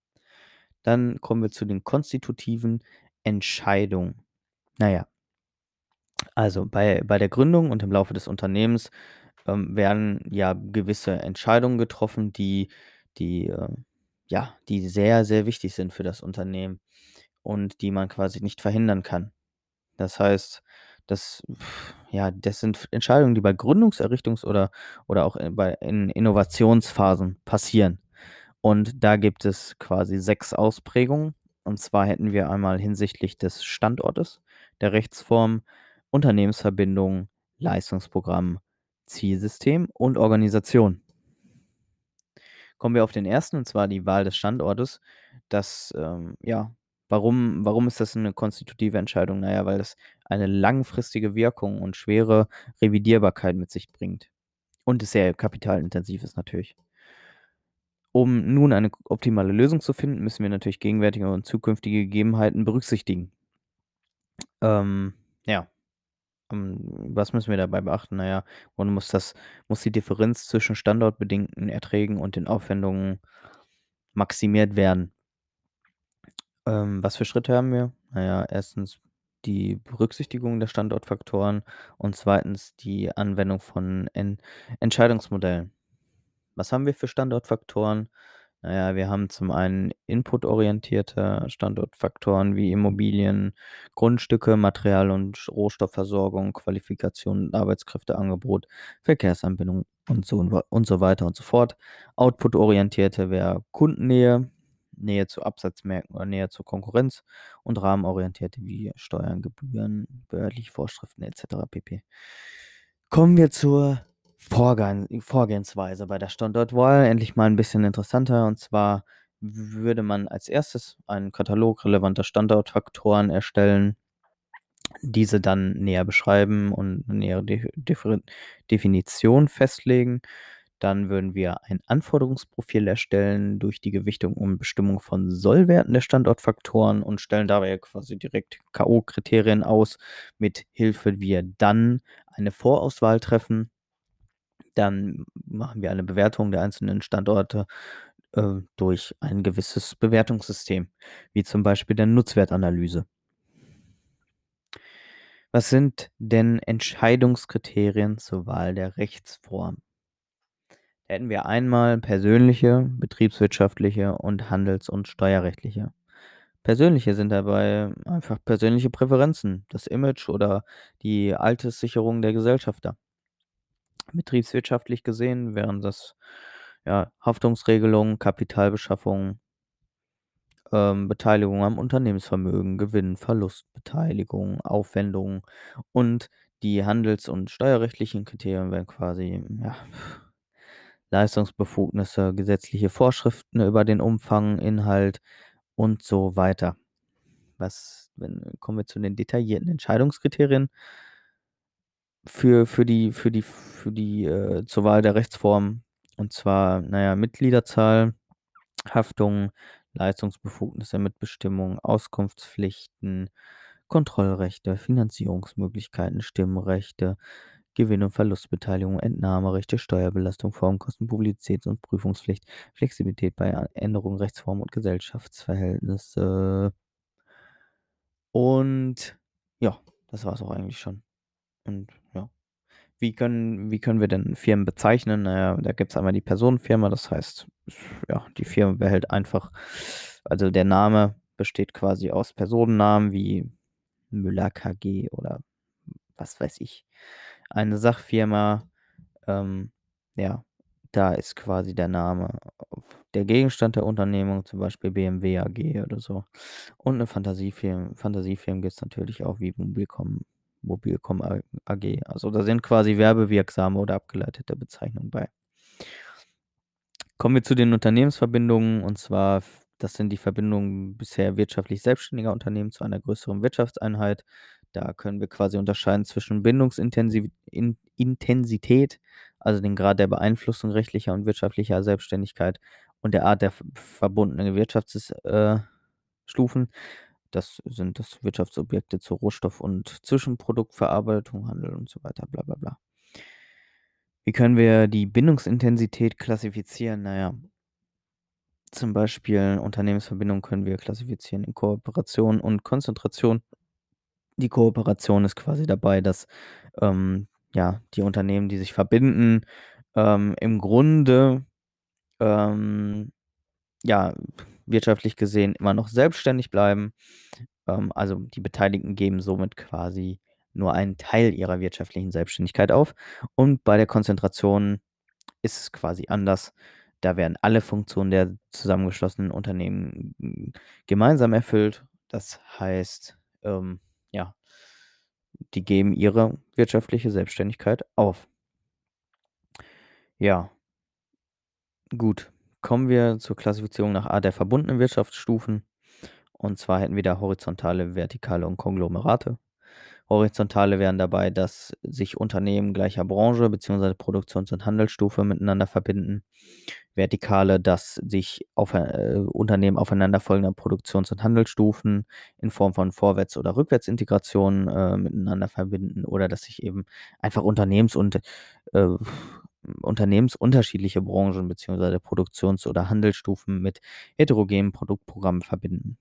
Dann kommen wir zu den konstitutiven Entscheidungen. Na ja also, bei bei der Gründung und im Laufe des Unternehmens, ähm, werden ja gewisse Entscheidungen getroffen, die die, äh ja, die sehr, sehr wichtig sind für das Unternehmen und die man quasi nicht verhindern kann. Das heißt, das ja, das sind Entscheidungen, die bei Gründungs-, Errichtungs oder oder auch, äh, bei in Innovationsphasen passieren. Und da gibt es quasi sechs Ausprägungen. Und zwar hätten wir einmal hinsichtlich des Standortes, der Rechtsform, Unternehmensverbindung, Leistungsprogramm, Zielsystem und Organisation. Kommen wir auf den ersten, und zwar die Wahl des Standortes. Das, ähm, ja warum warum ist das 'ne konstitutive Entscheidung? Na ja, weil das eine langfristige Wirkung und schwere Revidierbarkeit mit sich bringt und es sehr kapitalintensiv ist natürlich. Um nun eine k optimale Lösung zu finden, müssen wir natürlich gegenwärtige und zukünftige Gegebenheiten berücksichtigen. Ähm, ja. Ähm, was müssen wir dabei beachten? Na ja, und muss das muss die Differenz zwischen standortbedingten Erträgen und den Aufwendungen maximiert werden. Ähm, was für Schritte haben wir? Na ja, erstens die Berücksichtigung der Standortfaktoren und zweitens die Anwendung von En Entscheidungsmodellen. Was haben wir für Standortfaktoren? Na ja, wir haben zum einen inputorientierte Standortfaktoren wie Immobilien, Grundstücke, Material und Sch Rohstoffversorgung, Qualifikation, Arbeitskräfteangebot, Verkehrsanbindung und so und wa und so weiter und so fort. Outputorientierte wäre Kundennähe, Nähe zu Absatzmärkten oder Nähe zur Konkurrenz und rahmenorientierte wie Steuern, Gebühren, behördliche Vorschriften et cetera pp. Kommen wir zur Vorgang Vorgehensweise bei der Standortwahl, endlich mal 'n bisschen interessanter. Und zwar w würde man als erstes einen Katalog relevanter Standortfaktoren erstellen, diese dann näher beschreiben und 'ne nähere Defi Differen Definition festlegen. Dann würden wir ein Anforderungsprofil erstellen durch die Gewichtung und Bestimmung von Sollwerten der Standortfaktoren und stellen dabei quasi direkt K O-Kriterien aus, mit Hilfe wir dann eine Vorauswahl treffen. Dann machen wir eine Bewertung der einzelnen Standorte äh, durch ein gewisses Bewertungssystem, wie zum Beispiel der Nutzwertanalyse. Was sind denn Entscheidungskriterien zur Wahl der Rechtsform? Da hätten wir einmal persönliche, betriebswirtschaftliche und handels- und steuerrechtliche. Persönliche sind dabei einfach persönliche Präferenzen, das Image oder die Alterssicherung der Gesellschafter. Betriebswirtschaftlich gesehen wären das ja, Haftungsregelungen, Kapitalbeschaffung, ähm, Beteiligung am Unternehmensvermögen, Gewinn, Verlust, Beteiligung, Aufwendungen und die handels- und steuerrechtlichen Kriterien wären quasi ja, Leistungsbefugnisse, gesetzliche Vorschriften über den Umfang, Inhalt und so weiter. Was, wenn, kommen wir zu den detaillierten Entscheidungskriterien für, für die, für die, für die äh, zur Wahl der Rechtsform. Und zwar, naja, Mitgliederzahl, Haftung, Leistungsbefugnisse, Mitbestimmung, Auskunftspflichten, Kontrollrechte, Finanzierungsmöglichkeiten, Stimmrechte, Gewinn- und Verlustbeteiligung, Entnahmerechte, Steuerbelastung, Formkosten, Publizitäts- und Prüfungspflicht, Flexibilität bei Änderung Rechtsform und Gesellschaftsverhältnisse. Und ja, das war es auch eigentlich schon. Und ja. Wie können wie können wir denn Firmen bezeichnen? Na ja, da gibt's einmal die Personenfirma, das heißt, ja, die Firma behält einfach also der Name besteht quasi aus Personennamen wie Müller K G oder was weiß ich. Eine Sachfirma, ähm, ja, da ist quasi der Name der Gegenstand der Unternehmung, zum Beispiel B M W A G oder so. Und 'ne Fantasiefirm Fantasiefirmen gibt's natürlich auch wie Mobilcom Mobilcom A AG. Also, da sind quasi werbewirksame oder abgeleitete Bezeichnungen bei. Kommen wir zu den Unternehmensverbindungen und zwar f das sind die Verbindungen bisher wirtschaftlich selbstständiger Unternehmen zu einer größeren Wirtschaftseinheit. Da können wir quasi unterscheiden zwischen Bindungsintensiv In Intensität, also den Grad der Beeinflussung rechtlicher und wirtschaftlicher Selbstständigkeit und der Art der v verbundenen Wirtschafts äh, Stufen. Das sind das Wirtschaftsobjekte zur Rohstoff- und Zwischenproduktverarbeitung, Handel und so weiter, bla bla bla. Wie können wir die Bindungsintensität klassifizieren? Na ja, zum Beispiel Unternehmensverbindungen können wir klassifizieren in Kooperation und Konzentration. Die Kooperation ist quasi dabei, dass, ähm, ja, die Unternehmen, die sich verbinden, ähm, im Grunde, ähm, ja, wirtschaftlich gesehen immer noch selbstständig bleiben. Ähm, also, die Beteiligten geben somit quasi nur einen Teil ihrer wirtschaftlichen Selbstständigkeit auf. Und bei der Konzentration ist es quasi anders. Da werden alle Funktionen der zusammengeschlossenen Unternehmen hm, gemeinsam erfüllt. Das heißt, ähm, ja, die geben ihre wirtschaftliche Selbstständigkeit auf. Ja, gut. Kommen wir zur Klassifizierung nach Art der verbundenen Wirtschaftsstufen. Und zwar hätten wir da horizontale, vertikale und Konglomerate. Horizontale wären dabei, dass sich Unternehmen gleicher Branche beziehungsweise Produktions- und Handelsstufe miteinander verbinden. Vertikale, dass sich auf, äh, Unternehmen aufeinanderfolgender Produktions- und Handelsstufen in Form von Vorwärts- oder Rückwärtsintegration äh, miteinander verbinden oder dass sich eben einfach Unternehmens- und äh, unternehmensunterschiedliche Branchen beziehungsweise Produktions- oder Handelsstufen mit heterogenen Produktprogrammen verbinden.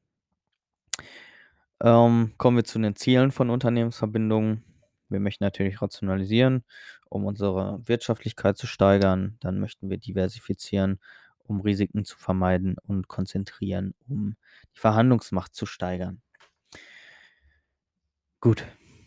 Ähm, kommen wir zu den Zielen von Unternehmensverbindungen. Wir möchten natürlich rationalisieren, um unsere Wirtschaftlichkeit zu steigern. Dann möchten wir diversifizieren, um Risiken zu vermeiden und konzentrieren, um die Verhandlungsmacht zu steigern. Gut.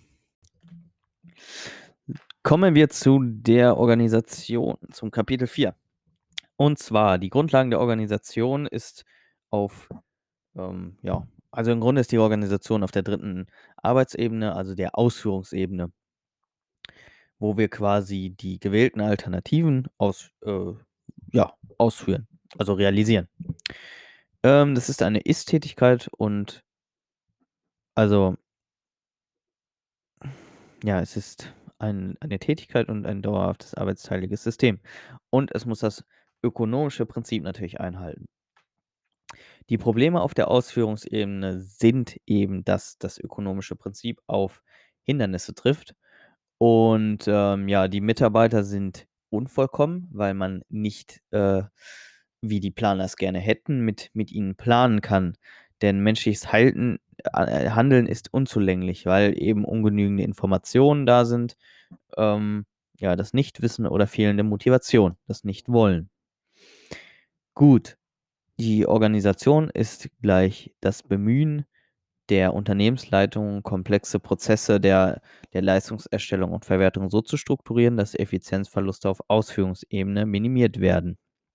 Kommen wir zu der Organisation, zum Kapitel vier. Und zwar die Grundlagen der Organisation ist auf, ähm, ja, also im Grunde ist die Organisation auf der dritten Arbeitsebene, also der Ausführungsebene, wo wir quasi die gewählten Alternativen aus, äh, ja, ausführen, also realisieren. Ähm, das ist eine Ist-Tätigkeit und also ja, es ist ein eine Tätigkeit und ein dauerhaftes arbeitsteiliges System. Und es muss das ökonomische Prinzip natürlich einhalten. Die Probleme auf der Ausführungsebene sind eben, dass das ökonomische Prinzip auf Hindernisse trifft und, ähm, ja, die Mitarbeiter sind unvollkommen, weil man nicht, äh, wie die Planer es gerne hätten, mit mit ihnen planen kann. Denn menschliches Halten äh, Handeln ist unzulänglich, weil eben ungenügende Informationen da sind, ähm, ja, das Nichtwissen oder fehlende Motivation, das Nichtwollen. Gut, die Organisation ist gleich das Bemühen der Unternehmensleitung, komplexe Prozesse der der Leistungserstellung und Verwertung so zu strukturieren, dass Effizienzverluste auf Ausführungsebene minimiert werden.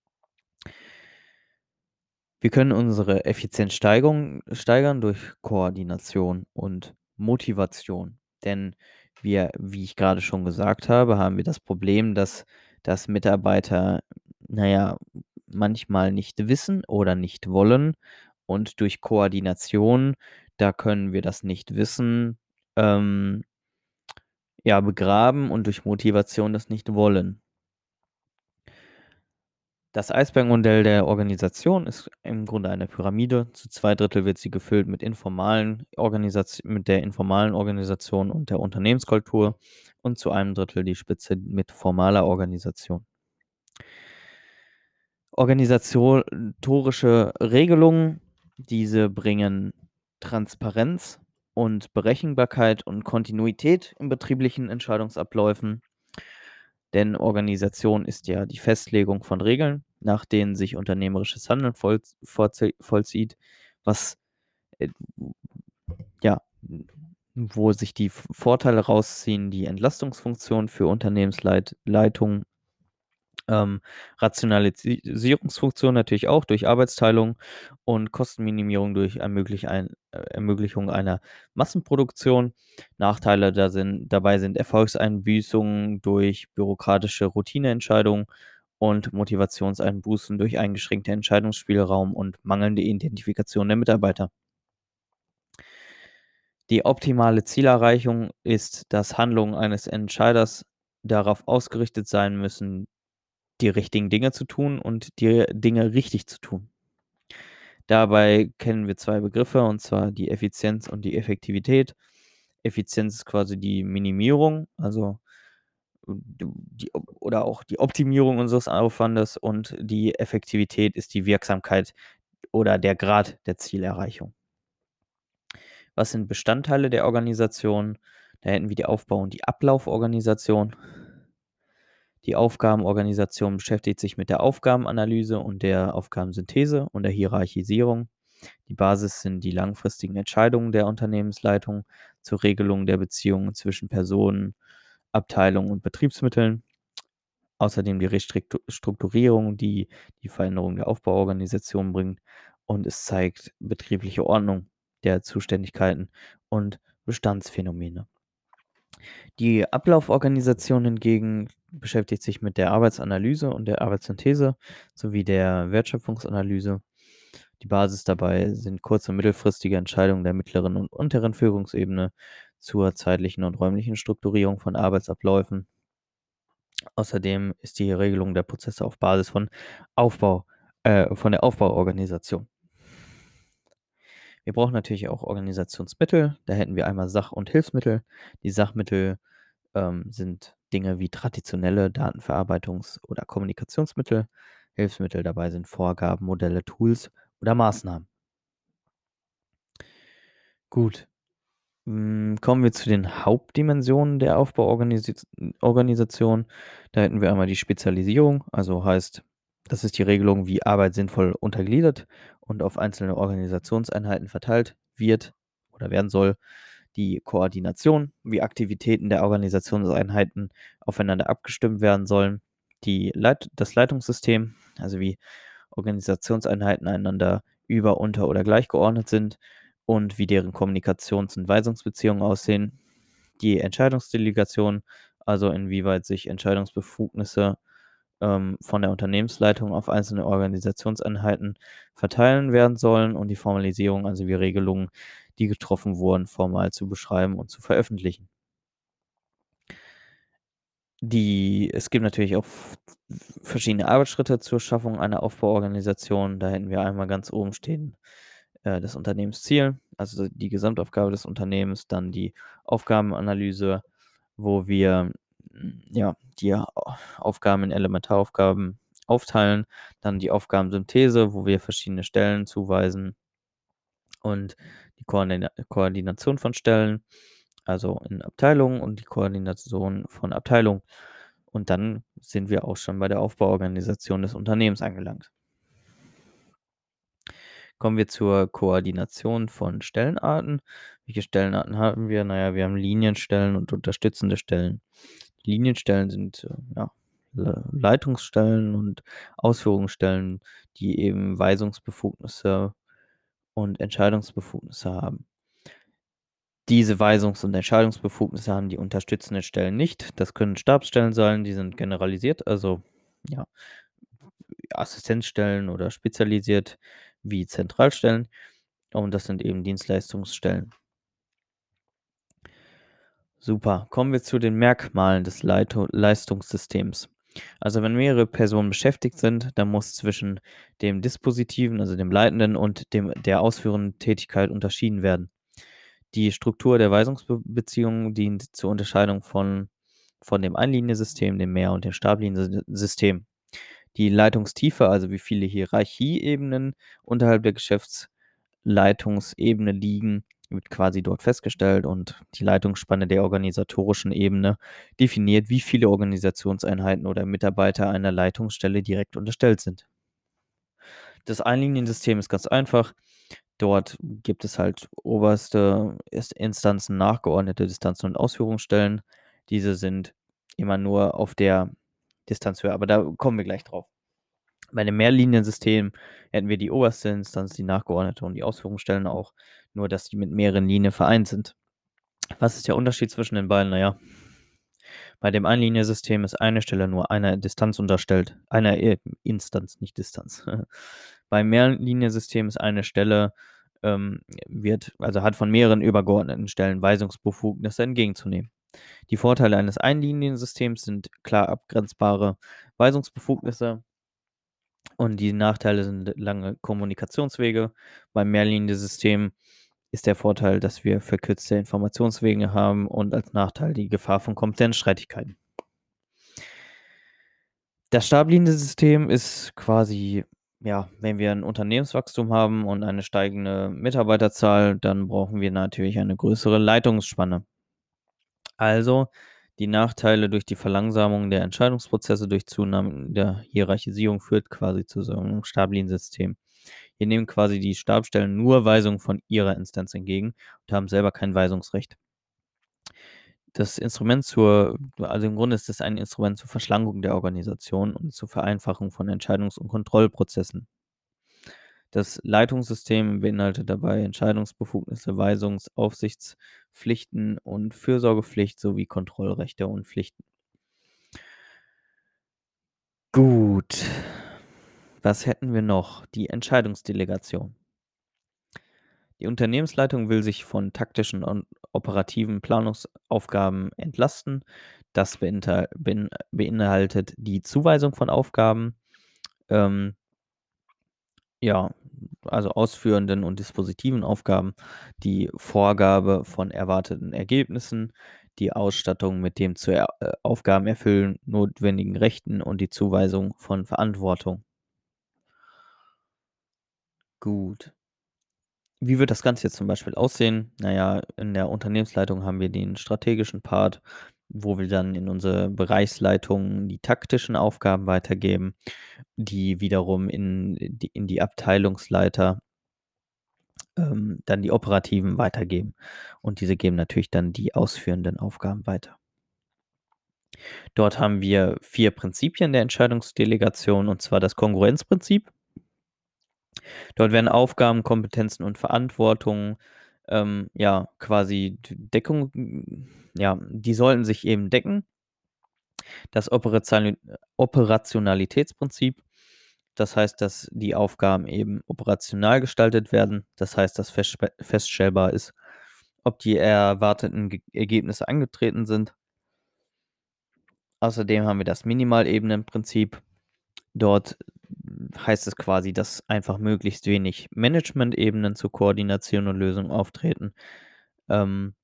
Wir können unsere Effizienzsteigerung steigern durch Koordination und Motivation. Denn wir, wie ich gerade schon gesagt habe, haben wir das Problem, dass dass Mitarbeiter, na ja, manchmal nicht wissen oder nicht wollen und durch Koordination, da können wir das Nicht-Wissen, ähm, ja, begraben und durch Motivation das Nicht-Wollen. Das Eisbergmodell der Organisation ist im Grunde eine Pyramide. Zu zwei Drittel wird sie gefüllt mit informalen Organisat mit der informalen Organisation und der Unternehmenskultur und zu einem Drittel die Spitze mit formaler Organisation. Organisatorische Regelungen, diese bringen Transparenz und Berechenbarkeit und Kontinuität in betrieblichen Entscheidungsabläufen. Denn Organisation ist ja die Festlegung von Regeln, nach denen sich unternehmerisches Handeln voll vollzie vollzieht, was, äh, ja, wo sich die V Vorteile rausziehen, die Entlastungsfunktion für Unternehmensleit Leitung, ähm, Rationalisierungsfunktion natürlich auch durch Arbeitsteilung und Kostenminimierung durch ermöglich ein äh, Ermöglichung einer Massenproduktion. Nachteile da sind dabei sind Erfolgseinbüßungen durch bürokratische Routineentscheidungen und Motivationseinbußen durch eingeschränkte Entscheidungsspielraum und mangelnde Identifikation der Mitarbeiter. Die optimale Zielerreichung ist, dass Handlungen eines Entscheiders darauf ausgerichtet sein müssen, die richtigen Dinge zu tun und die Dinge richtig zu tun. Dabei kennen wir zwei Begriffe, und zwar die Effizienz und die Effektivität. Effizienz ist quasi die Minimierung, also du die oder auch die Optimierung unseres Aufwandes und die Effektivität ist die Wirksamkeit oder der Grad der Zielerreichung. Was sind Bestandteile der Organisation? Da hätten wir die Aufbau und die Ablauforganisation. Die Aufgabenorganisation beschäftigt sich mit der Aufgabenanalyse und der Aufgabensynthese und der Hierarchisierung. Die Basis sind die langfristigen Entscheidungen der Unternehmensleitung zur Regelung der Beziehungen zwischen Personen, Abteilungen und Betriebsmitteln. Außerdem die Restrukturierung, die die Veränderung der Aufbauorganisation bringt, und es zeigt betriebliche Ordnung der Zuständigkeiten und Bestandsphänomene. Die Ablauforganisation hingegen beschäftigt sich mit der Arbeitsanalyse und der Arbeitssynthese sowie der Wertschöpfungsanalyse. Die Basis dabei sind kurz- und mittelfristige Entscheidungen der mittleren und unteren Führungsebene zur zeitlichen und räumlichen Strukturierung von Arbeitsabläufen. Außerdem ist die Regelung der Prozesse auf Basis von Aufbau äh, von der Aufbauorganisation. Wir brauchen natürlich auch Organisationsmittel. Da hätten wir einmal Sach und Hilfsmittel. Die Sachmittel, ähm, sind Dinge wie traditionelle Datenverarbeitungs oder Kommunikationsmittel. Hilfsmittel dabei sind Vorgaben, Modelle, Tools oder Maßnahmen. Gut, hm, kommen wir zu den Hauptdimensionen der Aufbauorganisis Organisation. Da hätten wir einmal die Spezialisierung, also heißt, das ist die Regelung, wie Arbeit sinnvoll untergliedert und auf einzelne Organisationseinheiten verteilt wird oder werden soll. Die Koordination, wie Aktivitäten der Organisationseinheiten aufeinander abgestimmt werden sollen. Die Leit das Leitungssystem, also wie Organisationseinheiten einander über, unter oder gleichgeordnet sind und wie deren Kommunikations- und Weisungsbeziehungen aussehen. Die Entscheidungsdelegation, also inwieweit sich Entscheidungsbefugnisse, ähm, von der Unternehmensleitung auf einzelne Organisationseinheiten verteilen werden sollen, und die Formalisierung, also wie Regelungen, die getroffen wurden, formal zu beschreiben und zu veröffentlichen. Die es gibt natürlich auch v verschiedene Arbeitsschritte zur Schaffung einer Aufbauorganisation. Da hätten wir einmal ganz oben stehen, äh, das Unternehmensziel, also die Gesamtaufgabe des Unternehmens, dann die Aufgabenanalyse, wo wir, hm, ja, die A Aufgaben in Elementaraufgaben aufteilen, dann die Aufgabensynthese, wo wir verschiedene Stellen zuweisen und die Koordina Koordination von Stellen, also in Abteilungen und die Koordination von Abteilungen. Und dann sind wir auch schon bei der Aufbauorganisation des Unternehmens angelangt. Kommen wir zur Koordination von Stellenarten. Welche Stellenarten haben wir? Na ja, wir haben Linienstellen und unterstützende Stellen. Linienstellen sind, äh, ja, Le Leitungsstellen und Ausführungsstellen, die eben Weisungsbefugnisse und Entscheidungsbefugnisse haben. Diese Weisungs und Entscheidungsbefugnisse haben die unterstützenden Stellen nicht. Das können Stabsstellen sein, die sind generalisiert, also, ja, Assistenzstellen oder spezialisiert wie Zentralstellen und das sind eben Dienstleistungsstellen. Super. Kommen wir zu den Merkmalen des Leito Leistungssystems. Also, wenn mehrere Personen beschäftigt sind, dann muss zwischen dem Dispositiven, also dem Leitenden und dem der ausführenden Tätigkeit unterschieden werden. Die Struktur der Weisungsbe Beziehungen dient zur Unterscheidung von von dem Einliniensystem, dem Mehr und dem Stablinie-System. Die Leitungstiefe, also wie viele Hierarchieebenen unterhalb der Geschäftsleitungsebene liegen, wird quasi dort festgestellt und die Leitungsspanne der organisatorischen Ebene definiert, wie viele Organisationseinheiten oder Mitarbeiter einer Leitungsstelle direkt unterstellt sind. Das Einliniensystem ist ganz einfach. Dort gibt es halt oberste Ist Instanzen, nachgeordnete Distanzen und Ausführungsstellen. Diese sind immer nur auf der Distanzhöhe, aber da kommen wir gleich drauf. Bei dem Mehrliniensystem hätten wir die oberste Instanz, die nachgeordnete und die Ausführungsstellen auch, nur dass die mit mehreren Linien vereint sind. Was ist der Unterschied zwischen den beiden? Na ja, bei dem Einliniensystem ist eine Stelle nur einer Distanz unterstellt, einer äh, Instanz, nicht Distanz. Beim Mehrliniensystem ist eine Stelle, ähm, wird also hat von mehreren übergeordneten Stellen Weisungsbefugnisse entgegenzunehmen. Die Vorteile eines Einliniensystems sind klar abgrenzbare Weisungsbefugnisse und die Nachteile sind lange Kommunikationswege. Beim Mehrliniensystem ist der Vorteil, dass wir verkürzte Informationswege haben und als Nachteil die Gefahr von Kompetenzstreitigkeiten. Das Stablinie-System ist quasi, ja, wenn wir 'n Unternehmenswachstum haben und eine steigende Mitarbeiterzahl, dann brauchen wir natürlich eine größere Leitungsspanne. Also, die Nachteile durch die Verlangsamung der Entscheidungsprozesse durch Zunahme der Hierarchisierung führt quasi zu so 'nem Stabliensystem. Hier nehmen quasi die Stabsstellen nur Weisungen von ihrer Instanz entgegen und haben selber kein Weisungsrecht. Das Instrument zur also im Grunde ist es ein Instrument zur Verschlankung der Organisation und zur Vereinfachung von Entscheidungs und Kontrollprozessen. Das Leitungssystem beinhaltet dabei Entscheidungsbefugnisse, Weisungs Aufsichtspflichten und Fürsorgepflicht sowie Kontrollrechte und Pflichten. Gut. Was hätten wir noch? Die Entscheidungsdelegation. Die Unternehmensleitung will sich von taktischen und operativen Planungsaufgaben entlasten. Das beintal bein beinhaltet die Zuweisung von Aufgaben, ähm ja, also ausführenden und dispositiven Aufgaben, die Vorgabe von erwarteten Ergebnissen, die Ausstattung mit dem zur er äh, Aufgabenerfüllung notwendigen Rechten und die Zuweisung von Verantwortung. Gut. Wie wird das Ganze jetzt zum Beispiel aussehen? Na ja, in der Unternehmensleitung haben wir den strategischen Part, wo wir dann in unsere Bereichsleitungen die taktischen Aufgaben weitergeben, die wiederum in die in die Abteilungsleiter ähm, dann die operativen weitergeben. Und diese geben natürlich dann die ausführenden Aufgaben weiter. Dort haben wir vier Prinzipien der Entscheidungsdelegation, und zwar das Kongruenzprinzip. Dort werden Aufgaben, Kompetenzen und Verantwortung, ähm, ja, quasi D Deckung hm, ja, die sollten sich eben decken. Das Operazali Operationalitätsprinzip, das heißt, dass die Aufgaben eben operational gestaltet werden. Das heißt, dass festspä feststellbar ist, ob die erwarteten Ge Ergebnisse angetreten sind. Außerdem haben wir das Minimalebenen-Prinzip. Dort heißt es quasi, dass einfach möglichst wenig Management-Ebenen zur Koordination und Lösung auftreten. Ähm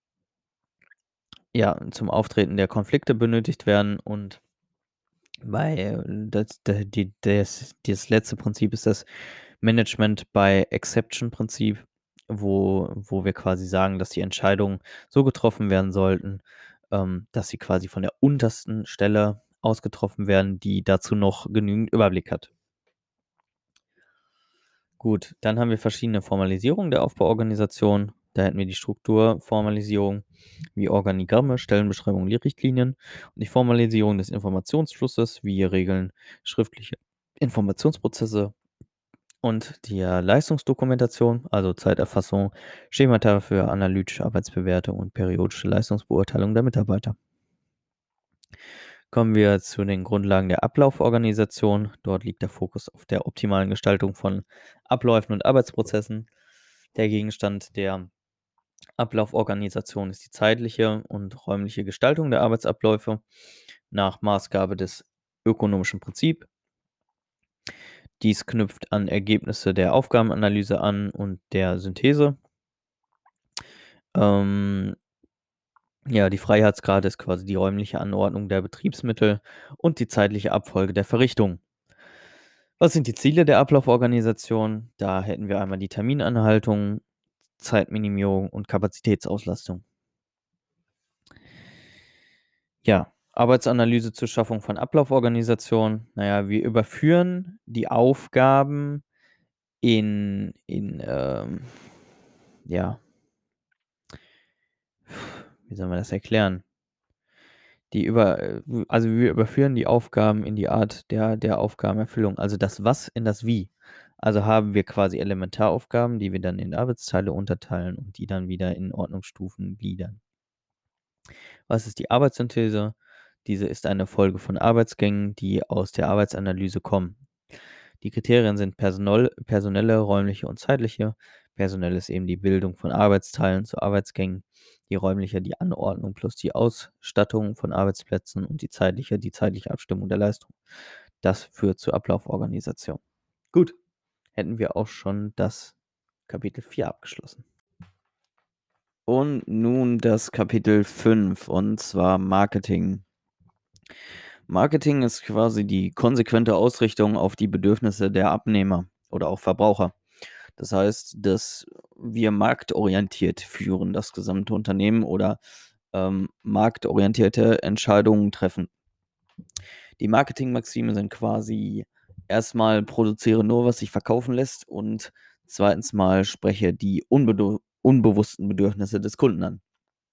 ja, zum Auftreten der Konflikte benötigt werden und bei das d die das das letzte Prinzip ist das Management by Exception Prinzip, wo wo wir quasi sagen, dass die Entscheidungen so getroffen werden sollten, ähm, dass sie quasi von der untersten Stelle aus getroffen werden, die dazu noch genügend Überblick hat. Gut, dann haben wir verschiedene Formalisierungen der Aufbauorganisation. Da hätten wir die Strukturformalisierung wie Organigramme, Stellenbeschreibungen, die Richtlinien und die Formalisierung des Informationsflusses wie Regeln, schriftliche Informationsprozesse und die äh, Leistungsdokumentation, also Zeiterfassung, Schemata für analytische Arbeitsbewertung und periodische Leistungsbeurteilung der Mitarbeiter. Kommen wir zu den Grundlagen der Ablauforganisation. Dort liegt der Fokus auf der optimalen Gestaltung von Abläufen und Arbeitsprozessen. Der Gegenstand der Ablauforganisation ist die zeitliche und räumliche Gestaltung der Arbeitsabläufe nach Maßgabe des ökonomischen Prinzips. Dies knüpft an Ergebnisse der Aufgabenanalyse an und der Synthese. Ähm, ja, die Freiheitsgrade ist quasi die räumliche Anordnung der Betriebsmittel und die zeitliche Abfolge der Verrichtung. Was sind die Ziele der Ablauforganisation? Da hätten wir einmal die Terminanhaltung, Zeitminimierung und Kapazitätsauslastung. Ja, Arbeitsanalyse zur Schaffung von Ablauforganisation. Naja, wir überführen die Aufgaben in, in ähm, ja, wie soll man das erklären? Die über, äh, also wir überführen die Aufgaben in die Art der, der Aufgabenerfüllung, also das Was in das Wie. Also haben wir quasi Elementaraufgaben, die wir dann in Arbeitsteile unterteilen und die dann wieder in Ordnungsstufen gliedern. Was ist die Arbeitssynthese? Diese ist eine Folge von Arbeitsgängen, die aus der Arbeitsanalyse kommen. Die Kriterien sind Personal, personelle, räumliche und zeitliche. Personell ist eben die Bildung von Arbeitsteilen zu Arbeitsgängen, die räumliche die Anordnung plus die Ausstattung von Arbeitsplätzen und die zeitliche die zeitliche Abstimmung der Leistung. Das führt zur Ablauforganisation. Gut, hätten wir auch schon das Kapitel vier abgeschlossen. Und nun das Kapitel fünf, und zwar Marketing. Marketing ist quasi die konsequente Ausrichtung auf die Bedürfnisse der Abnehmer oder auch Verbraucher. Das heißt, dass wir marktorientiert führen, das gesamte Unternehmen oder ähm, marktorientierte Entscheidungen treffen. Die Marketingmaxime sind quasi erstmal produziere nur, was sich verkaufen lässt und zweitens mal spreche die unbedu unbewussten Bedürfnisse des Kunden an.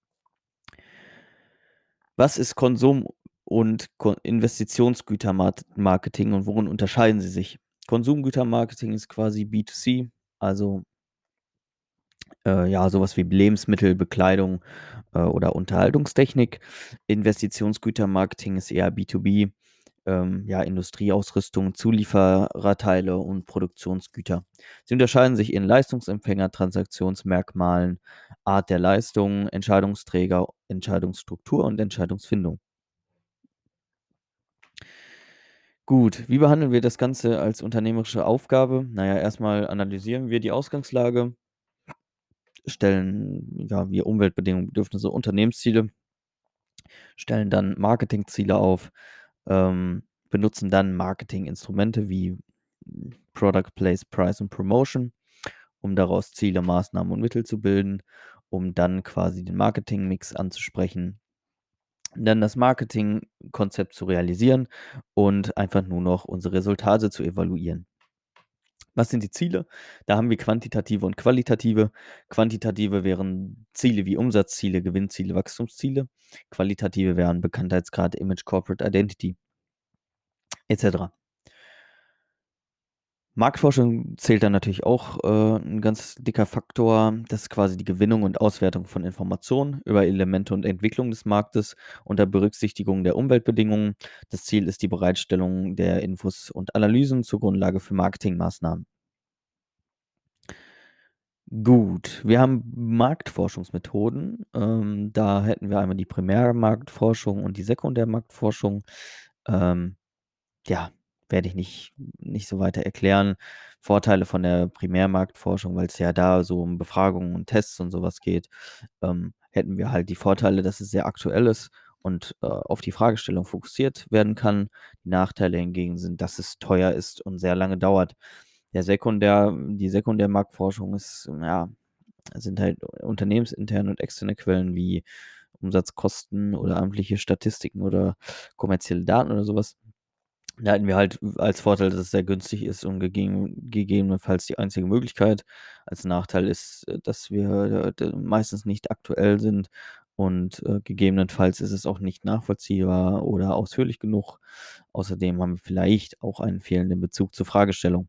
Was ist Konsum und Ko Investitionsgütermarketing und worin unterscheiden sie sich? Konsumgütermarketing ist quasi B zwei C, also äh, ja, sowas wie Lebensmittel, Bekleidung äh, oder Unterhaltungstechnik. Investitionsgütermarketing ist eher B zwei B, ähm, ja, Industrieausrüstung, Zuliefererteile und Produktionsgüter. Sie unterscheiden sich in Leistungsempfänger, Transaktionsmerkmalen, Art der Leistung, Entscheidungsträger, Entscheidungsstruktur und Entscheidungsfindung. Gut, wie behandeln wir das Ganze als unternehmerische Aufgabe? Naja, erstmal analysieren wir die Ausgangslage, stellen ja, wir Umweltbedingungen, Bedürfnisse, Unternehmensziele, stellen dann Marketingziele auf, ähm, benutzen dann Marketinginstrumente wie hm, Product Place, Price und Promotion, um daraus Ziele, Maßnahmen und Mittel zu bilden, um dann quasi den Marketingmix anzusprechen, dann das Marketingkonzept zu realisieren und einfach nur noch unsere Resultate zu evaluieren. Was sind die Ziele? Da haben wir quantitative und qualitative. Quantitative wären Ziele wie Umsatzziele, Gewinnziele, Wachstumsziele. Qualitative wären Bekanntheitsgrad, Image, Corporate Identity et cetera. Marktforschung zählt dann natürlich auch äh, ein ganz dicker Faktor. Das ist quasi die Gewinnung und Auswertung von Informationen über Elemente und Entwicklung des Marktes unter Berücksichtigung der Umweltbedingungen. Das Ziel ist die Bereitstellung der Infos und Analysen zur Grundlage für Marketingmaßnahmen. Gut, wir haben Marktforschungsmethoden. Ähm, da hätten wir einmal die Primärmarktforschung und die Sekundärmarktforschung. Ähm, ja, werde ich nicht nicht so weiter erklären. Vorteile von der Primärmarktforschung, weil's ja da so um Befragungen und Tests und so was geht, ähm, hätten wir halt die Vorteile, dass es sehr aktuell ist und, äh, auf die Fragestellung fokussiert werden kann. Die Nachteile hingegen sind, dass es teuer ist und sehr lange dauert. Der Sekundär die Sekundärmarktforschung ist, ja sind halt unternehmensinterne und externe Quellen wie Umsatzkosten oder amtliche Statistiken oder kommerzielle Daten oder so was. Da hätten wir halt als Vorteil, dass es sehr günstig ist und gegeben gegebenenfalls die einzige Möglichkeit. Als Nachteil ist, äh, dass wir, äh, d meistens nicht aktuell sind und, äh, gegebenenfalls ist es auch nicht nachvollziehbar oder ausführlich genug. Außerdem haben wir vielleicht auch einen fehlenden Bezug zur Fragestellung.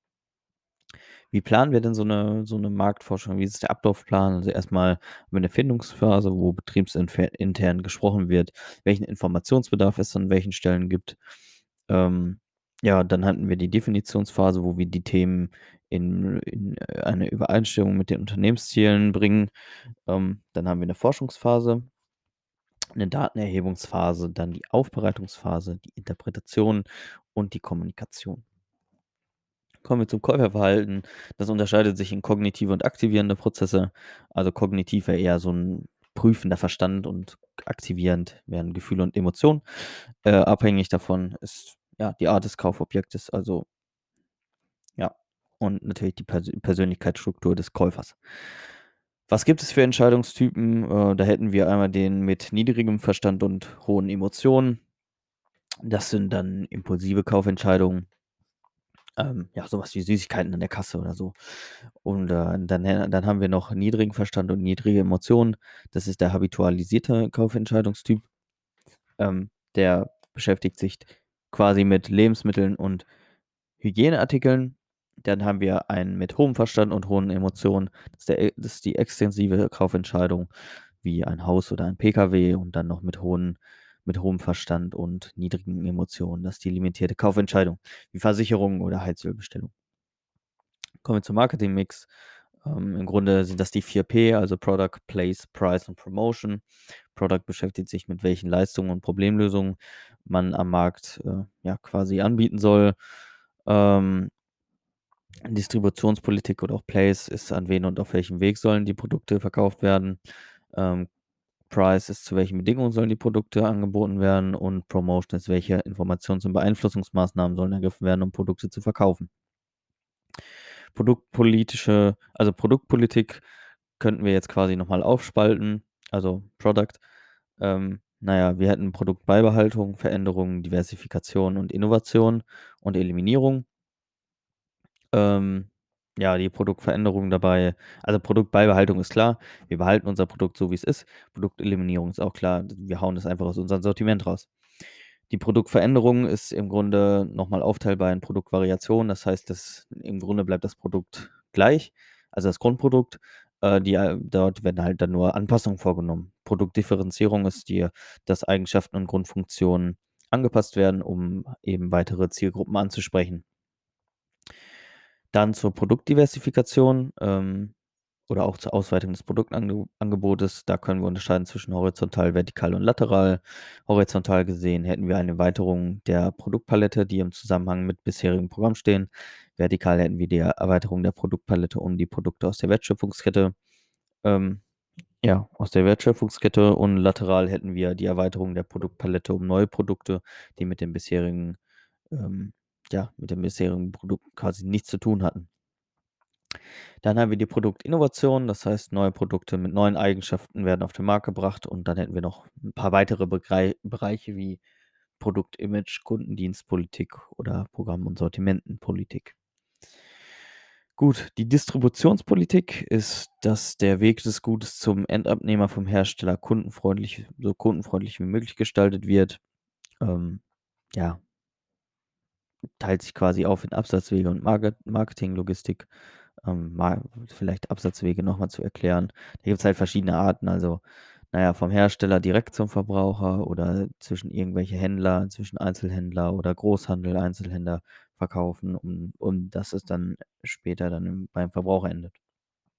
Wie planen wir denn so 'ne so 'ne Marktforschung? Wie ist der Ablaufplan? Also, erst mal haben wir 'ne Findungsphase, wo betriebsintfe intern gesprochen wird, welchen Informationsbedarf es an welchen Stellen gibt. Ähm, ja, dann hatten wir die Definitionsphase, wo wir die Themen in in, äh, eine Übereinstimmung mit den Unternehmenszielen bringen. Ähm, dann haben wir 'ne Forschungsphase, 'ne Datenerhebungsphase, dann die Aufbereitungsphase, die Interpretation und die Kommunikation. Kommen wir zum Käuferverhalten. Das unterscheidet sich in kognitive und aktivierende Prozesse. Also, kognitiv wäre eher so 'n prüfender Verstand und aktivierend wären Gefühle und Emotionen. Äh, abhängig davon ist, ja, die Art des Kaufobjektes, also ja, und natürlich die Persö Persönlichkeitsstruktur des Käufers. Was gibt es für Entscheidungstypen? Äh, da hätten wir einmal den mit niedrigem Verstand und hohen Emotionen. Das sind dann impulsive Kaufentscheidungen. Ähm, ja, so was wie Süßigkeiten an der Kasse oder so. Und, äh, dann hä dann haben wir noch niedrigen Verstand und niedrige Emotionen. Das ist der habitualisierte Kaufentscheidungstyp. Ähm, der beschäftigt sich quasi mit Lebensmitteln und Hygieneartikeln. Dann haben wir einen mit hohem Verstand und hohen Emotionen. Das ist der e das ist die extensive Kaufentscheidung wie ein Haus oder ein PKW und dann noch mit hohen mit hohem Verstand und niedrigen Emotionen. Das ist die limitierte Kaufentscheidung, wie Versicherung oder Heizölbestellung. Kommen wir zum Marketingmix. Ähm, im Grunde sind das die vier P, also Product, Place, Price und Promotion. Product beschäftigt sich mit welchen Leistungen und Problemlösungen man am Markt, äh, ja, quasi anbieten soll. Ähm Distributionspolitik oder auch Place ist an wen und auf welchem Weg sollen die Produkte verkauft werden. Ähm, Price ist, zu welchen Bedingungen sollen die Produkte angeboten werden und Promotion ist, welche Informations und Beeinflussungsmaßnahmen sollen ergriffen werden, um Produkte zu verkaufen. Produktpolitische also, Produktpolitik könnten wir jetzt quasi noch mal aufspalten, also, Product. Ähm, na ja, wir hätten Produktbeibehaltung, Veränderung, Diversifikation und Innovation und Eliminierung. Ähm, ja, die Produktveränderung dabei also, Produktbeibehaltung ist klar. Wir behalten unser Produkt so, wie's ist. Produkteliminierung ist auch klar. D wir hauen das einfach aus unserem Sortiment raus. Die Produktveränderung ist im Grunde noch mal aufteilbar in Produktvariationen. Das heißt, das im Grunde bleibt das Produkt gleich, also, das Grundprodukt. Äh, die äh, dort werden halt dann nur Anpassungen vorgenommen. Produktdifferenzierung ist die dass Eigenschaften und Grundfunktionen angepasst werden, um eben weitere Zielgruppen anzusprechen. Dann zur Produktdiversifikation, ähm, oder auch zur Ausweitung des Produktangebo Angebotes. Da können wir unterscheiden zwischen horizontal, vertikal und lateral. Horizontal gesehen hätten wir eine Erweiterung der Produktpalette, die im Zusammenhang mit bisherigem Programm stehen. Vertikal hätten wir die Erweiterung der Produktpalette um die Produkte aus der Wertschöpfungskette. Ähm, ja, aus der Wertschöpfungskette und lateral hätten wir die Erweiterung der Produktpalette um neue Produkte, die mit dem bisherigen ähm, ja, mit dem bisherigen Produkt quasi nichts zu tun hatten. Dann haben wir die Produktinnovation, das heißt, neue Produkte mit neuen Eigenschaften werden auf den Markt gebracht und dann hätten wir noch 'n paar weitere Begrei Bereiche wie Produktimage, Kundendienstpolitik oder Programm und Sortimentenpolitik. Gut, die Distributionspolitik ist, dass der Weg des Gutes zum Endabnehmer vom Hersteller kundenfreundlich so kundenfreundlich wie möglich gestaltet wird. Ähm, ja teilt sich quasi auf in Absatzwege und Market Marketinglogistik. Ähm, mal vielleicht Absatzwege noch mal zu erklären. Da gibt's halt verschiedene Arten, also, na ja, vom Hersteller direkt zum Verbraucher oder zwischen irgendwelche Händler, zwischen Einzelhändler oder Großhandel, Einzelhändler verkaufen, um um dass es dann später dann im beim Verbraucher endet.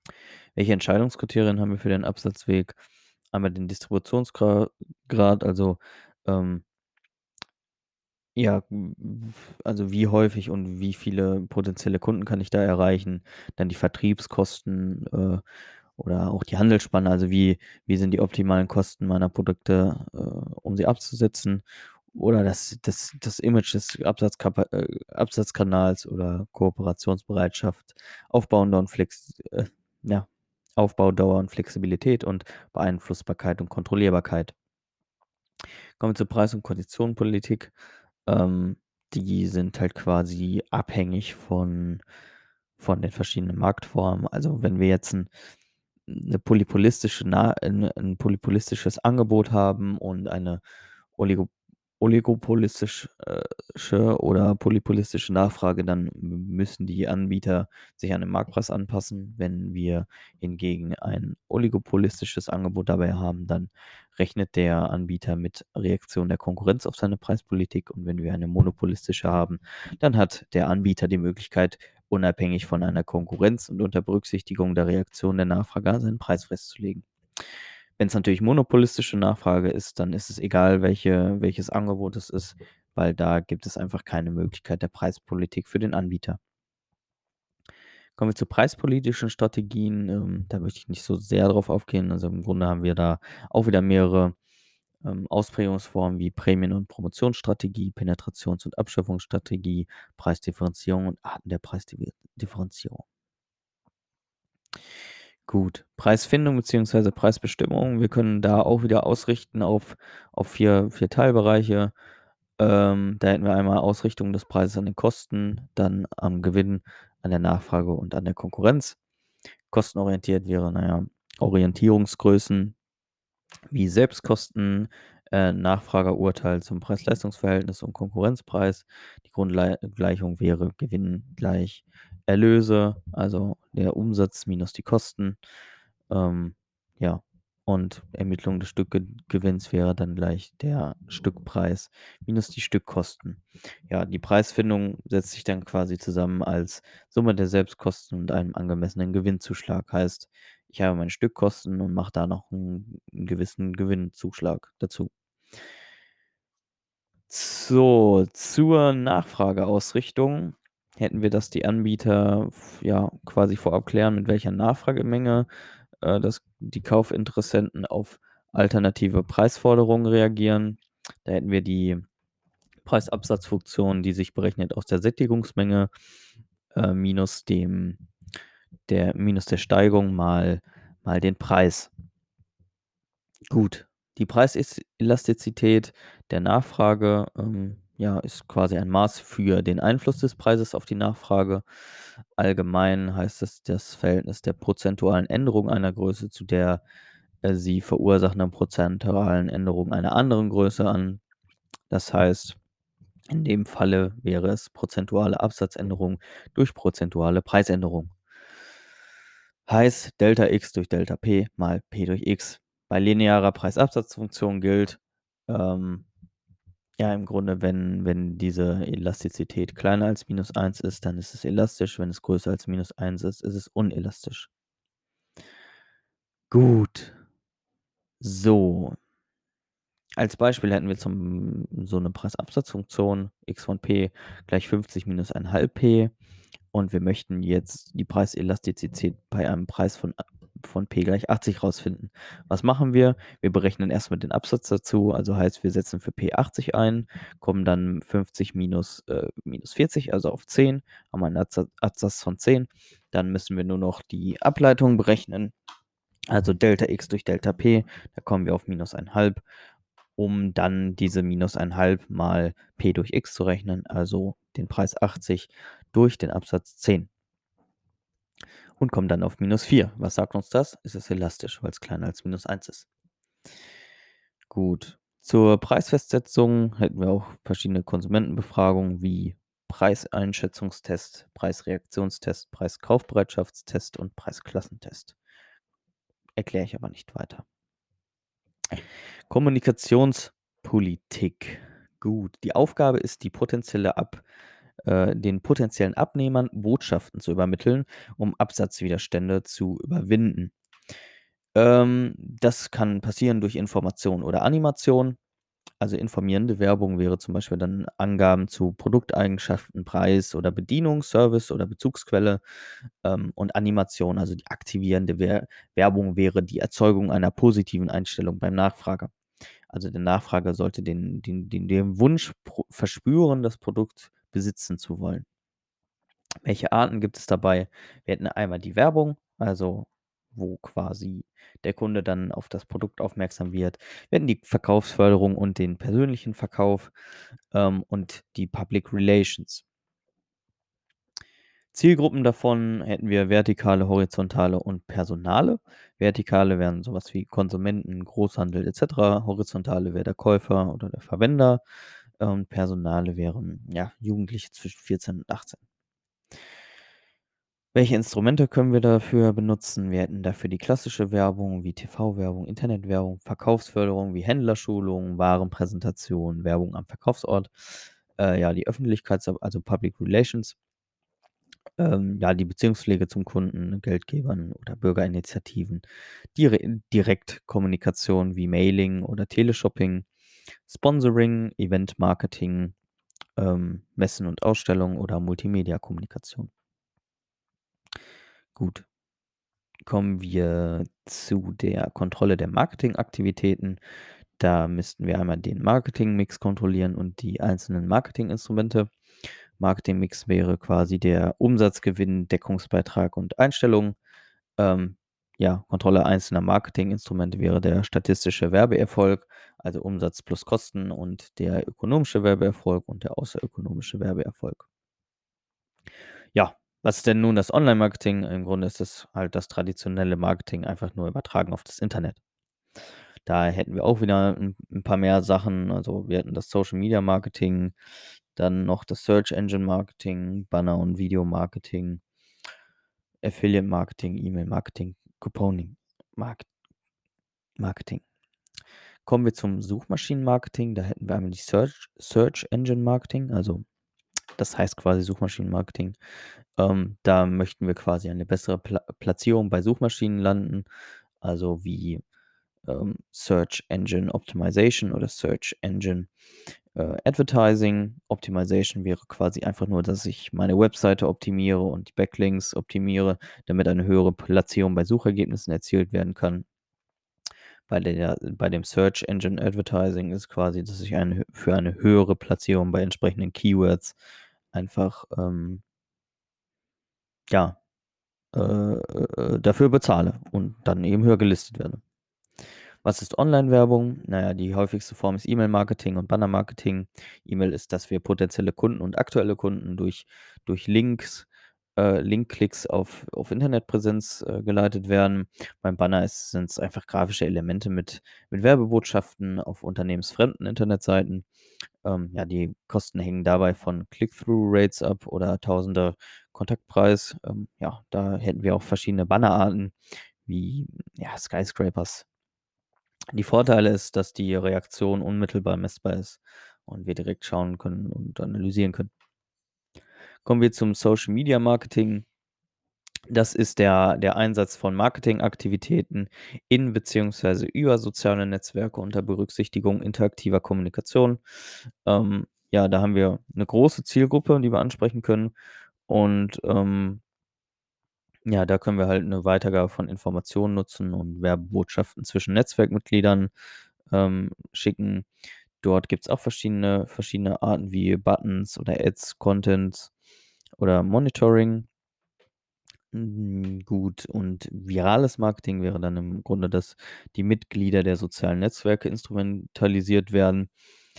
Welche Entscheidungskriterien haben wir für den Absatzweg? Einmal den Distributionsgrad, also, ähm ja, w w also wie häufig und wie viele potenzielle Kunden kann ich da erreichen? Dann die Vertriebskosten, äh, oder auch die Handelsspanne, also wie wie sind die optimalen Kosten meiner Produkte, äh, um sie abzusetzen? Oder das das das Image des Absatzkapa äh, Absatzkanals oder Kooperationsbereitschaft, Aufbauender und Flex äh, ja, Aufbaudauer und Flexibilität und Beeinflussbarkeit und Kontrollierbarkeit. Kommen wir zur Preis und Konditionenpolitik. Ähm, die sind halt quasi abhängig von von den verschiedenen Marktformen. Also, wenn wir jetzt 'n 'ne polypolistische na 'n 'n polypolistisches Angebot haben und eine oligo oligopolistisch äh, sche oder polypolistische Nachfrage, dann m müssen die Anbieter sich an den Marktpreis anpassen. Wenn wir hingegen ein oligopolistisches Angebot dabei haben, dann rechnet der Anbieter mit Reaktion der Konkurrenz auf seine Preispolitik. Und wenn wir eine monopolistische haben, dann hat der Anbieter die Möglichkeit, unabhängig von einer Konkurrenz und unter Berücksichtigung der Reaktion der Nachfrage seinen Preis festzulegen. Wenn's natürlich monopolistische Nachfrage ist, dann ist es egal, welche welches Angebot es ist, weil da gibt es einfach keine Möglichkeit der Preispolitik für den Anbieter. Kommen wir zu preispolitischen Strategien. Ähm, da möchte ich nicht so sehr drauf aufgehen. Also, im Grunde haben wir da auch wieder mehrere, ähm, Ausprägungsformen wie Prämien und Promotionsstrategie, Penetrations und Abschöpfungsstrategie, Preisdifferenzierung und Arten der Preisdive Differenzierung. Gut, Preisfindung beziehungsweise Preisbestimmung. Wir können da auch wieder ausrichten auf auf vier vier Teilbereiche. Ähm, da hätten wir einmal Ausrichtung des Preises an den Kosten, dann am Gewinn, an der Nachfrage und an der Konkurrenz. Kostenorientiert wäre, na ja, Orientierungsgrößen wie Selbstkosten, äh, Nachfrageurteil zum Preis-Leistungs-Verhältnis und Konkurrenzpreis. Die Grundlei Gleichung wäre Gewinn gleich Erlöse, also der Umsatz minus die Kosten. Ähm, ja, und Ermittlung des Stücke Gewinns wäre dann gleich der Stückpreis minus die Stückkosten. Ja, die Preisfindung setzt sich dann quasi zusammen als Summe der Selbstkosten und einem angemessenen Gewinnzuschlag. Heißt, ich habe meine Stückkosten und mache da noch 'n 'n gewissen Gewinnzuschlag dazu. So, zur Nachfrageausrichtung hätten wir, dass die Anbieter f ja, quasi vorab klären, mit welcher Nachfragemenge, äh, das die Kaufinteressenten auf alternative Preisforderungen reagieren. Da hätten wir die Preisabsatzfunktion, die sich berechnet aus der Sättigungsmenge, äh, minus dem der minus der Steigung mal mal den Preis. Gut, die Preises Elastizität der Nachfrage, ähm, ja, ist quasi ein Maß für den Einfluss des Preises auf die Nachfrage. Allgemein heißt es das Verhältnis der prozentualen Änderung einer Größe zu der, äh, sie verursachenden prozentualen Änderung einer anderen Größe an. Das heißt, in dem Falle wäre es prozentuale Absatzänderung durch prozentuale Preisänderung. Heißt Delta X durch Delta P mal P durch X. Bei linearer Preisabsatzfunktion gilt, ähm, ja, im Grunde, wenn wenn diese Elastizität kleiner als minus eins ist, dann ist es elastisch. Wenn es größer als minus eins ist, ist es unelastisch. Gut. So. Als Beispiel hätten wir zum so 'ne Preisabsatzfunktion x von P gleich fünfzig minus ein halb P und wir möchten jetzt die Preiselastizität bei einem Preis von a von P gleich achtzig rausfinden. Was machen wir? Wir berechnen erst mal den Absatz dazu, also heißt, wir setzen für P achtzig ein, kommen dann fünfzig minus, äh, minus vierzig, also auf zehn, haben einen Absa Absatz von zehn. Dann müssen wir nur noch die Ableitung berechnen, also Delta X durch Delta P, da kommen wir auf minus ein halb, um dann diese minus ein halb mal P durch X zu rechnen, also den Preis achtzig durch den Absatz zehn. Und kommen dann auf minus vier. Was sagt uns das? Es ist elastisch, weil's kleiner als minus eins ist. Gut. Zur Preisfestsetzung hätten wir auch verschiedene Konsumentenbefragungen wie Preiseinschätzungstest, Preisreaktionstest, Preiskaufbereitschaftstest und Preisklassentest. Erkläre ich aber nicht weiter. Kommunikationspolitik. Gut, die Aufgabe ist die potenzielle Ab äh, den potenziellen Abnehmern Botschaften zu übermitteln, um Absatzwiderstände zu überwinden. Ähm, das kann passieren durch Information oder Animation. Also informierende Werbung wäre zum Beispiel dann Angaben zu Produkteigenschaften, Preis oder Bedienung, Service oder Bezugsquelle. Ähm, und Animation, also die aktivierende Wer Werbung wäre die Erzeugung einer positiven Einstellung beim Nachfrager. Also der Nachfrager sollte den den den den Wunsch pro verspüren, das Produkt besitzen zu wollen. Welche Arten gibt es dabei? Wir hätten einmal die Werbung, also wo quasi der Kunde dann auf das Produkt aufmerksam wird. Wir hätten die Verkaufsförderung und den persönlichen Verkauf, ähm, und die Public Relations. Zielgruppen davon hätten wir vertikale, horizontale und personale. Vertikale wären sowas wie Konsumenten, Großhandel et cetera. Horizontale wäre der Käufer oder der Verwender. Und personale wären, ja, Jugendliche zwischen vierzehn und achtzehn. Welche Instrumente können wir dafür benutzen? Wir hätten dafür die klassische Werbung wie T V-Werbung, Internetwerbung, Verkaufsförderung wie Händlerschulungen, Warenpräsentation, Werbung am Verkaufsort, äh, ja, die Öffentlichkeits also Public Relations, ähm, ja, die Beziehungspflege zum Kunden, Geldgebern oder Bürgerinitiativen, Dire Direktkommunikation wie Mailing oder Teleshopping, Sponsoring, Eventmarketing, ähm, Messen und Ausstellungen oder Multimediakommunikation. Gut. Kommen wir zu der Kontrolle der Marketingaktivitäten. Da müssten wir einmal den Marketingmix kontrollieren und die einzelnen Marketinginstrumente. Marketingmix wäre quasi der Umsatzgewinn, Deckungsbeitrag und Einstellungen. Ähm, ja, Kontrolle einzelner Marketinginstrumente wäre der statistische Werbeerfolg, also Umsatz plus Kosten und der ökonomische Werbeerfolg und der außerökonomische Werbeerfolg. Ja, was ist denn nun das Online-Marketing? Im Grunde ist es halt das traditionelle Marketing einfach nur übertragen auf das Internet. Da hätten wir auch wieder 'n 'n paar mehr Sachen. Also, wir hätten das Social Media Marketing, dann noch das Search Engine Marketing, Banner und Video Marketing, Affiliate Marketing, E-Mail Marketing, Couponing Mark Marketing. Kommen wir zum Suchmaschinenmarketing. Da hätten wir einmal die Search Search Engine Marketing, also das heißt quasi Suchmaschinenmarketing. Ähm, da möchten wir quasi eine bessere Pla Platzierung bei Suchmaschinen landen, also wie, ähm, Search Engine Optimization oder Search Engine, äh, Advertising. Optimization wäre quasi einfach nur, dass ich meine Webseite optimiere und die Backlinks optimiere, damit eine höhere Platzierung bei Suchergebnissen erzielt werden kann. Bei der bei dem Search Engine Advertising ist quasi, dass ich eine für eine höhere Platzierung bei entsprechenden Keywords einfach, ähm ja, äh, äh, dafür bezahle und dann eben höher gelistet werde. Was ist Online-Werbung? Na ja, die häufigste Form ist E-Mail-Marketing und Banner-Marketing. E-Mail ist, dass wir potenzielle Kunden und aktuelle Kunden durch durch Links äh, Linkklicks auf auf Internetpräsenz, äh, geleitet werden. Beim Banner sind es einfach grafische Elemente mit mit Werbebotschaften auf unternehmensfremden Internetseiten. Ähm, ja, die Kosten hängen dabei von Click-Through-Rates ab oder Tausender Kontaktpreis. Ähm, ja, da hätten wir auch verschiedene Bannerarten wie, ja, Skyscrapers. Die Vorteile ist, dass die Reaktion unmittelbar messbar ist und wir direkt schauen können und analysieren können. Kommen wir zum Social Media Marketing. Das ist der der Einsatz von Marketingaktivitäten in beziehungsweise über soziale Netzwerke unter Berücksichtigung interaktiver Kommunikation. Ähm, ja, da haben wir eine große Zielgruppe, die wir ansprechen können und, ähm, ja, da können wir halt eine Weitergabe von Informationen nutzen und Werbebotschaften zwischen Netzwerkmitgliedern, ähm, schicken. Dort gibt's auch verschiedene verschiedene Arten wie Buttons oder Ads, Content oder Monitoring. Hm, gut, und virales Marketing wäre dann im Grunde, dass die Mitglieder der sozialen Netzwerke instrumentalisiert werden.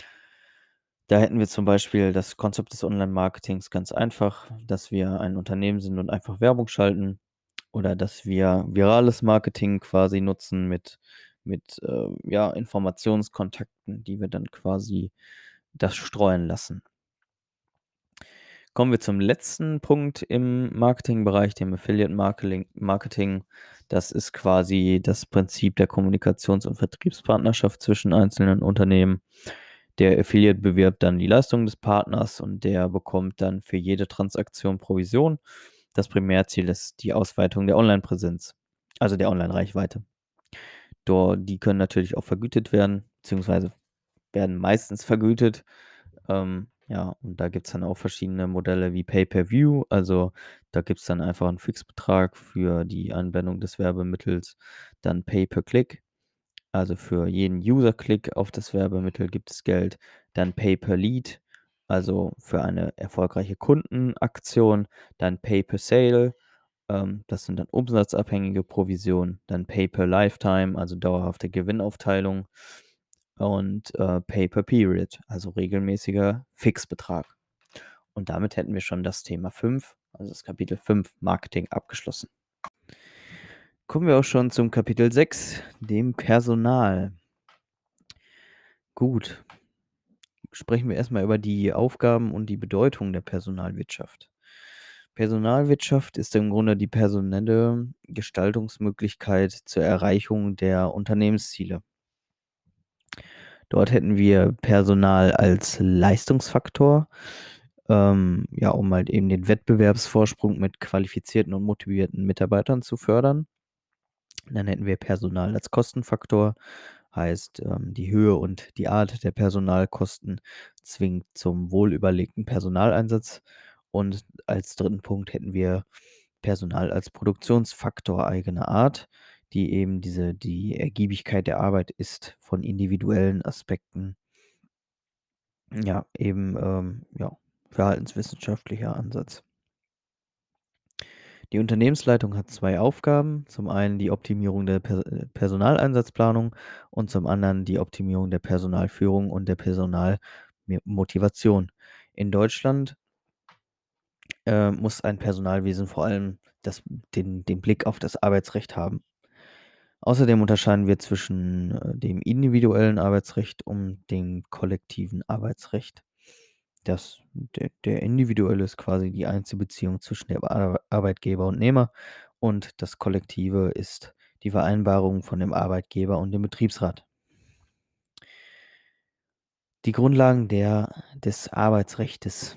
Da hätten wir zum Beispiel das Konzept des Online-Marketings ganz einfach, dass wir ein Unternehmen sind und einfach Werbung schalten oder dass wir virales Marketing quasi nutzen mit mit, äh, ja, Informationskontakten, die wir dann quasi das streuen lassen. Kommen wir zum letzten Punkt im Marketingbereich, dem Affiliate Marketing Marketing. Das ist quasi das Prinzip der Kommunikations und Vertriebspartnerschaft zwischen einzelnen Unternehmen. Der Affiliate bewirbt dann die Leistung des Partners und der bekommt dann für jede Transaktion Provision. Das Primärziel ist die Ausweitung der Onlinepräsenz, also der Online-Reichweite. Dor die können natürlich auch vergütet werden, beziehungsweise werden meistens vergütet. Ähm, ja, und da gibt's dann auch verschiedene Modelle wie Pay-per-View. Also, da gibt's dann einfach 'n Fixbetrag für die Anwendung des Werbemittels, dann Pay-per-Click. Also, für jeden User-Klick auf das Werbemittel gibt es Geld, dann Pay-per-Lead, also für eine erfolgreiche Kundenaktion, dann Pay-per-Sale, ähm, das sind dann umsatzabhängige Provisionen, dann Pay-per-Lifetime, also dauerhafte Gewinnaufteilung und, äh, Pay-per-Period, also regelmäßiger Fixbetrag. Und damit hätten wir schon das Thema fünf, also das Kapitel fünf Marketing abgeschlossen. Kommen wir auch schon zum Kapitel sechs, dem Personal. Gut. Sprechen wir erst mal über die Aufgaben und die Bedeutung der Personalwirtschaft. Personalwirtschaft ist im Grunde die personelle Gestaltungsmöglichkeit zur Erreichung der Unternehmensziele. Dort hätten wir Personal als Leistungsfaktor, ähm, ja, um halt eben den Wettbewerbsvorsprung mit qualifizierten und motivierten Mitarbeitern zu fördern. Dann hätten wir Personal als Kostenfaktor, heißt, ähm, die Höhe und die Art der Personalkosten zwingt zum wohlüberlegten Personaleinsatz. Und als dritten Punkt hätten wir Personal als Produktionsfaktor eigener Art, die eben diese die Ergiebigkeit der Arbeit ist von individuellen Aspekten ja, eben, ähm, ja, verhaltenswissenschaftlicher Ansatz. Die Unternehmensleitung hat zwei Aufgaben. Zum einen die Optimierung der Per äh, Personaleinsatzplanung und zum anderen die Optimierung der Personalführung und der Personal mi Motivation. In Deutschland äh, muss ein Personalwesen vor allem das den den Blick auf das Arbeitsrecht haben. Außerdem unterscheiden wir zwischen, äh, dem individuellen Arbeitsrecht und dem kollektiven Arbeitsrecht. Das der der individuelle ist quasi die Einzelbeziehung zwischen dem Ar Arbeitgeber und Nehmer und das Kollektive ist die Vereinbarung von dem Arbeitgeber und dem Betriebsrat. Die Grundlagen der des Arbeitsrechtes.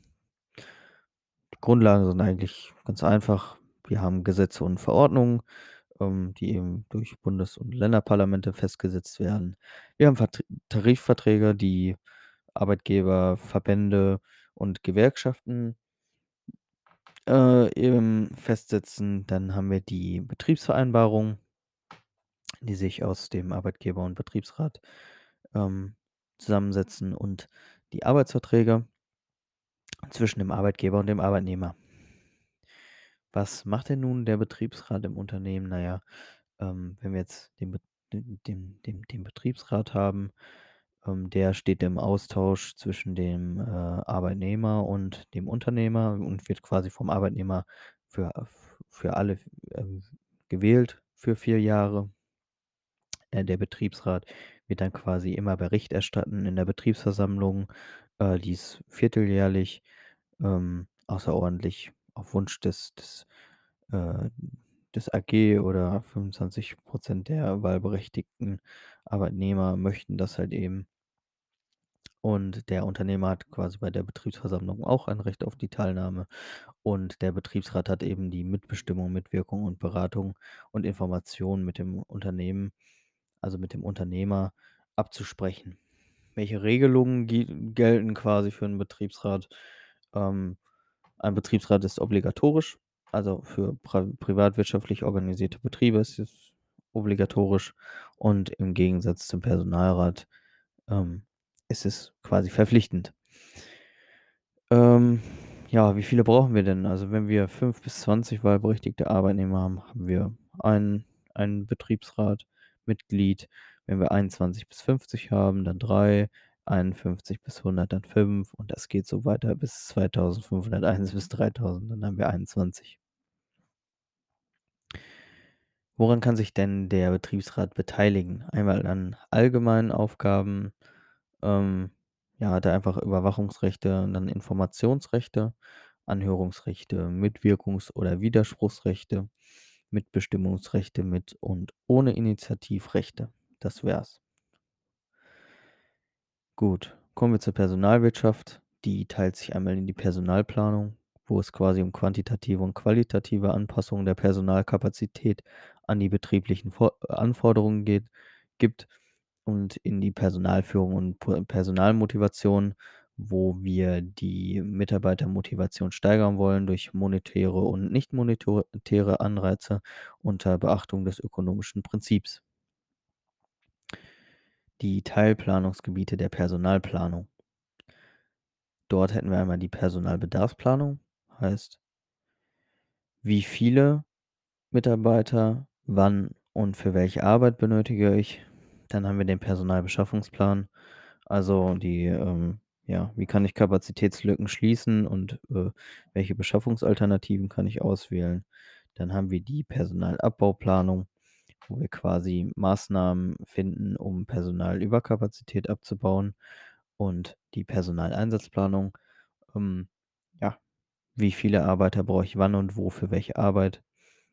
Die Grundlagen sind eigentlich ganz einfach. Wir haben Gesetze und Verordnungen, ähm, die eben durch Bundes und Länderparlamente festgesetzt werden. Wir haben Vert Tarifverträge, die Arbeitgeber, Verbände und Gewerkschaften äh, eben festsetzen. Dann haben wir die Betriebsvereinbarung, die sich aus dem Arbeitgeber und Betriebsrat, ähm, zusammensetzen und die Arbeitsverträge zwischen dem Arbeitgeber und dem Arbeitnehmer. Was macht denn nun der Betriebsrat im Unternehmen? Na ja, ähm, wenn wir jetzt den Bet den den den den Betriebsrat haben, ähm, der steht im Austausch zwischen dem, äh, Arbeitnehmer und dem Unternehmer und wird quasi vom Arbeitnehmer für f für alle, ähm, gewählt für vier Jahre. Äh, der Betriebsrat wird dann quasi immer Bericht erstatten in der Betriebsversammlung, äh, die ist vierteljährlich, ähm, außerordentlich auf Wunsch des des, äh des A G oder fünfundzwanzig Prozent der wahlberechtigten Arbeitnehmer möchten das halt eben. Und der Unternehmer hat quasi bei der Betriebsversammlung auch ein Recht auf die Teilnahme und der Betriebsrat hat eben die Mitbestimmung, Mitwirkung und Beratung und Information mit dem Unternehmen, also mit dem Unternehmer abzusprechen. Welche Regelungen gi gelten quasi für 'n Betriebsrat? Ähm, ein Betriebsrat ist obligatorisch, also für pra privatwirtschaftlich organisierte Betriebe ist es obligatorisch und im Gegensatz zum Personalrat, ähm, ist es quasi verpflichtend. Ähm, ja, wie viele brauchen wir denn? Also, wenn wir fünf bis zwanzig wahlberechtigte Arbeitnehmer haben, haben wir ein ein Betriebsratmitglied. Wenn wir einundzwanzig bis fünfzig haben, dann drei, einundfünfzig bis hundert, dann fünf und das geht so weiter bis zweitausendfünfhunderteins bis dreitausend, dann haben wir einundzwanzig. Woran kann sich denn der Betriebsrat beteiligen? Einmal an allgemeinen Aufgaben, ähm, ja, hat er einfach Überwachungsrechte und dann Informationsrechte, Anhörungsrechte, Mitwirkungs oder Widerspruchsrechte, Mitbestimmungsrechte mit und ohne Initiativrechte. Das wär's. Gut, kommen wir zur Personalwirtschaft. Die teilt sich einmal in die Personalplanung, wo es quasi um quantitative und qualitative Anpassungen der Personalkapazität an die betrieblichen Vor Anforderungen geht gibt und in die Personalführung und Po Personalmotivation, wo wir die Mitarbeitermotivation steigern wollen durch monetäre und nicht monetäre Anreize unter Beachtung des ökonomischen Prinzips. Die Teilplanungsgebiete der Personalplanung. Dort hätten wir einmal die Personalbedarfsplanung, heißt, wie viele Mitarbeiter, wann und für welche Arbeit benötige ich? Dann haben wir den Personalbeschaffungsplan, also die, ähm ja, wie kann ich Kapazitätslücken schließen und, äh, welche Beschaffungsalternativen kann ich auswählen? Dann haben wir die Personalabbauplanung, wo wir quasi Maßnahmen finden, um Personalüberkapazität abzubauen und die Personaleinsatzplanung, ähm, ja, wie viele Arbeiter brauche ich wann und wo für welche Arbeit?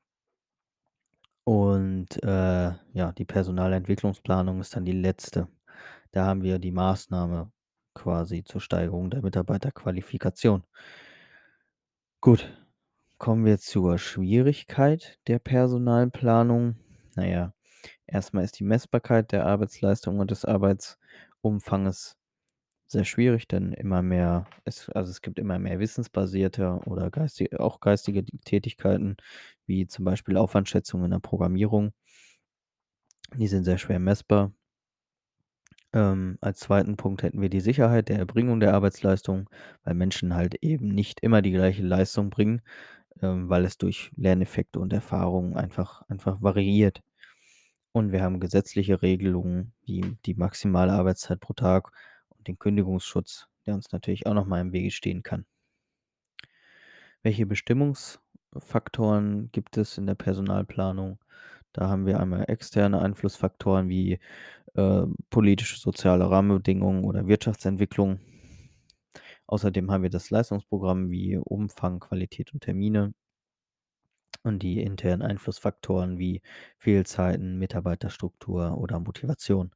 Und, äh, ja, die Personalentwicklungsplanung ist dann die letzte. Da haben wir die Maßnahme quasi zur Steigerung der Mitarbeiterqualifikation. Gut, kommen wir zur Schwierigkeit der Personalplanung. Na ja, erst ist die Messbarkeit der Arbeitsleistung und des Arbeitsumfanges sehr schwierig, denn immer mehr es also, es gibt immer mehr wissensbasierte oder geisti auch geistige Tätigkeiten, wie zum Beispiel Aufwandschätzung in der Programmierung. Die sind sehr schwer messbar. Ähm, als zweiten Punkt hätten wir die Sicherheit der Erbringung der Arbeitsleistung, weil Menschen halt eben nicht immer die gleiche Leistung bringen, ähm, weil es durch Lerneffekte und Erfahrungen einfach einfach variiert. Und wir haben gesetzliche Regelungen wie die maximale Arbeitszeit pro Tag und den Kündigungsschutz, der uns natürlich auch noch mal im Wege stehen kann. Welche Bestimmungsfaktoren gibt es in der Personalplanung? Da haben wir einmal externe Einflussfaktoren wie, äh, politische, soziale Rahmenbedingungen oder Wirtschaftsentwicklung. Außerdem haben wir das Leistungsprogramm wie Umfang, Qualität und Termine und die internen Einflussfaktoren wie Fehlzeiten, Mitarbeiterstruktur oder Motivation.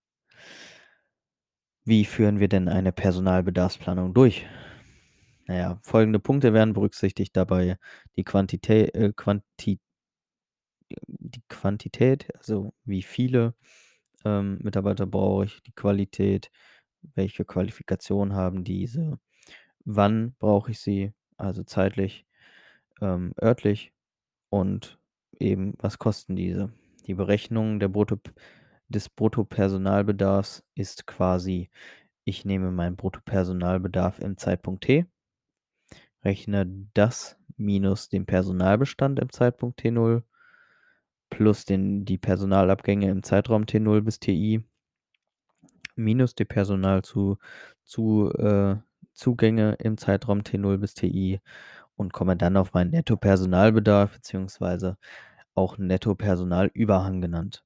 Wie führen wir denn eine Personalbedarfsplanung durch? Na ja, folgende Punkte werden berücksichtigt dabei: die Quantitä äh, Quanti die Quantität, also wie viele, ähm, Mitarbeiter brauche ich, die Qualität, welche Qualifikation haben diese, wann brauche ich sie, also zeitlich, ähm, örtlich und eben, was kosten diese? Die Berechnung der Brutto des Bruttopersonalbedarfs ist quasi, ich nehme meinen Bruttopersonalbedarf im Zeitpunkt T, rechne das minus den Personalbestand im Zeitpunkt T null plus den die Personalabgänge im Zeitraum T null bis Ti minus die Personal zu zu äh, Zugänge im Zeitraum T null bis Ti und komme dann auf meinen Nettopersonalbedarf beziehungsweise auch Nettopersonalüberhang genannt.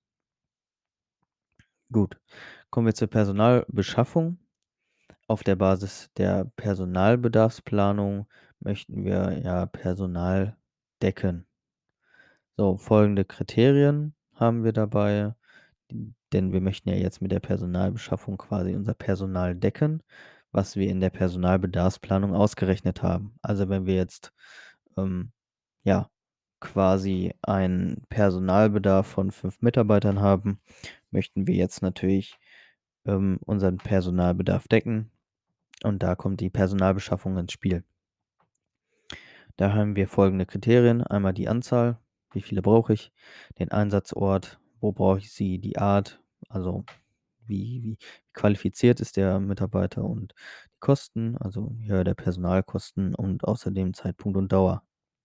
Gut, kommen wir zur Personalbeschaffung. Auf der Basis der Personalbedarfsplanung möchten wir ja Personal decken. So, folgende Kriterien haben wir dabei, denn wir möchten ja jetzt mit der Personalbeschaffung quasi unser Personal decken, was wir in der Personalbedarfsplanung ausgerechnet haben. Also, wenn wir jetzt, ähm, ja, quasi einen Personalbedarf von fünf Mitarbeitern haben, möchten wir jetzt natürlich, ähm, unseren Personalbedarf decken und da kommt die Personalbeschaffung ins Spiel. Da haben wir folgende Kriterien: einmal die Anzahl, wie viele brauche ich, den Einsatzort, wo brauche ich sie, die Art, also wie wie qualifiziert ist der Mitarbeiter und die Kosten, also Höhe der Personalkosten und außerdem Zeitpunkt und Dauer.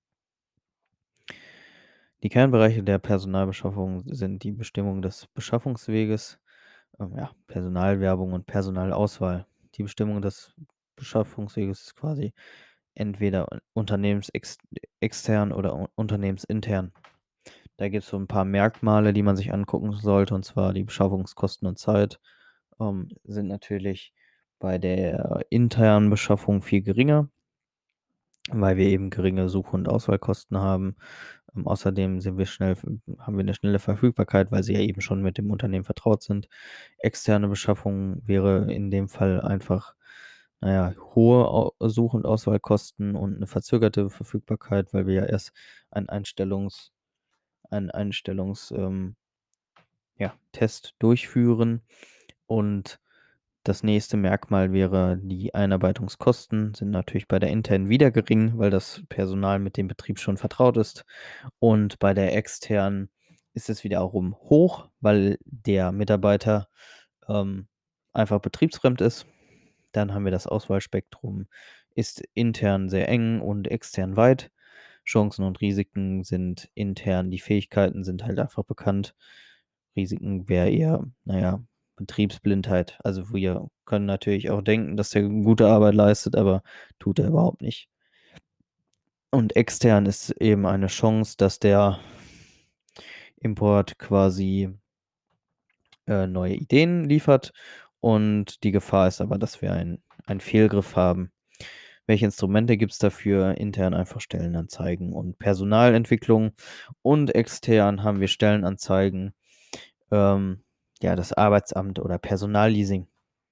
Die Kernbereiche der Personalbeschaffung sind die Bestimmung des Beschaffungsweges, ähm, ja, Personalwerbung und Personalauswahl. Die Bestimmung des Beschaffungsweges ist quasi entweder unternehmensex extern oder u unternehmensintern. Da gibt's so 'n paar Merkmale, die man sich angucken sollte, und zwar die Beschaffungskosten und Zeit, ähm, sind natürlich bei der internen Beschaffung viel geringer, weil wir eben geringe Such und Auswahlkosten haben. Ähm, außerdem sind wir schnell haben wir 'ne schnelle Verfügbarkeit, weil sie ja eben schon mit dem Unternehmen vertraut sind. Externe Beschaffung wäre in dem Fall einfach, na ja, hohe Au Such und Auswahlkosten und 'ne verzögerte Verfügbarkeit, weil wir ja erst ein Einstellungs einen Einstellungs ähm, ja, Test durchführen. Und das nächste Merkmal wäre, die Einarbeitungskosten sind natürlich bei der internen wieder gering, weil das Personal mit dem Betrieb schon vertraut ist. Und bei der externen ist es wiederum hoch, weil der Mitarbeiter, ähm, einfach betriebsfremd ist. Dann haben wir das Auswahlspektrum ist intern sehr eng und extern weit. Chancen und Risiken sind intern die Fähigkeiten sind halt einfach bekannt. Risiken wäre eher, na ja, Betriebsblindheit. Also, wir können natürlich auch denken, dass der gute Arbeit leistet, aber tut er überhaupt nicht. Und extern ist eben eine Chance, dass der Import quasi äh, neue Ideen liefert und die Gefahr ist aber, dass wir einen einen Fehlgriff haben. Welche Instrumente gibt's dafür? Intern einfach Stellenanzeigen und Personalentwicklung und extern haben wir Stellenanzeigen, ähm, ja, das Arbeitsamt oder Personalleasing.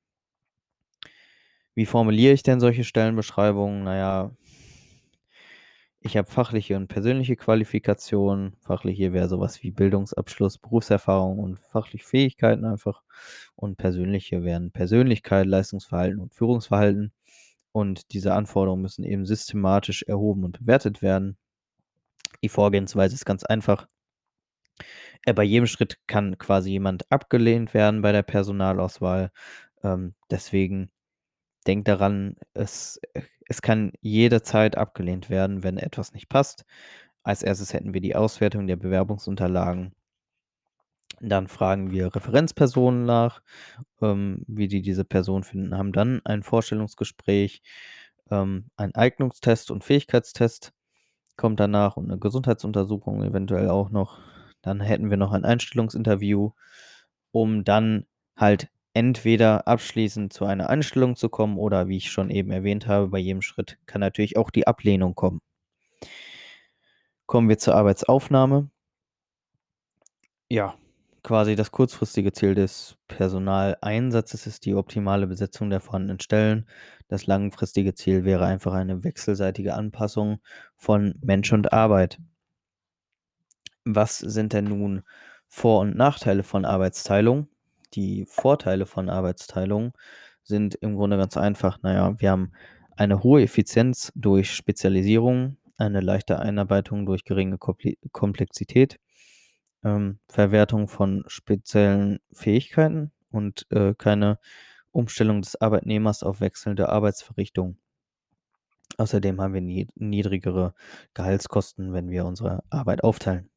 Wie formuliere ich denn solche Stellenbeschreibungen? Na ja ich habe fachliche und persönliche Qualifikationen. Fachliche wäre so was wie Bildungsabschluss, Berufserfahrung und fachliche Fähigkeiten einfach. Und persönliche wären Persönlichkeit, Leistungsverhalten und Führungsverhalten. Und diese Anforderungen müssen eben systematisch erhoben und bewertet werden. Die Vorgehensweise ist ganz einfach. Äh, bei jedem Schritt kann quasi jemand abgelehnt werden bei der Personalauswahl. Ähm, deswegen denkt daran, es äh, es kann jederzeit abgelehnt werden, wenn etwas nicht passt. Als Erstes hätten wir die Auswertung der Bewerbungsunterlagen. Dann fragen wir Referenzpersonen nach, ähm, wie die diese Person finden, haben dann ein Vorstellungsgespräch, ähm, ein Eignungstest und Fähigkeitstest kommt danach und 'ne Gesundheitsuntersuchung eventuell auch noch. Dann hätten wir noch ein Einstellungsinterview, um dann halt entweder abschließend zu einer Einstellung zu kommen oder wie ich schon eben erwähnt habe, bei jedem Schritt kann natürlich auch die Ablehnung kommen. Kommen wir zur Arbeitsaufnahme. Ja, quasi das kurzfristige Ziel des Personaleinsatzes ist die optimale Besetzung der vorhandenen Stellen. Das langfristige Ziel wäre einfach eine wechselseitige Anpassung von Mensch und Arbeit. Was sind denn nun Vor und Nachteile von Arbeitsteilung? Die Vorteile von Arbeitsteilung sind im Grunde ganz einfach. Na ja, wir haben eine hohe Effizienz durch Spezialisierung, eine leichte Einarbeitung durch geringe Kompli Komplexität, ähm, Verwertung von speziellen Fähigkeiten und, äh, keine Umstellung des Arbeitnehmers auf wechselnde Arbeitsverrichtung. Außerdem haben wir nied niedrigere Gehaltskosten, wenn wir unsere Arbeit aufteilen.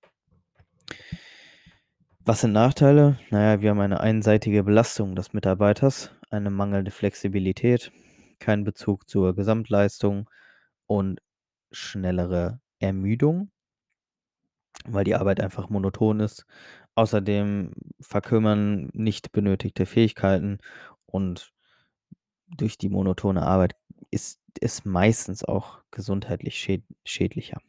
Was sind Nachteile? Na ja, wir haben eine einseitige Belastung des Mitarbeiters, eine mangelnde Flexibilität, keinen Bezug zur Gesamtleistung und schnellere Ermüdung weil die Arbeit einfach monoton ist. Außerdem verkümmern nicht benötigte Fähigkeiten und durch die monotone Arbeit ist es meistens auch gesundheitlich schäd schädlicher.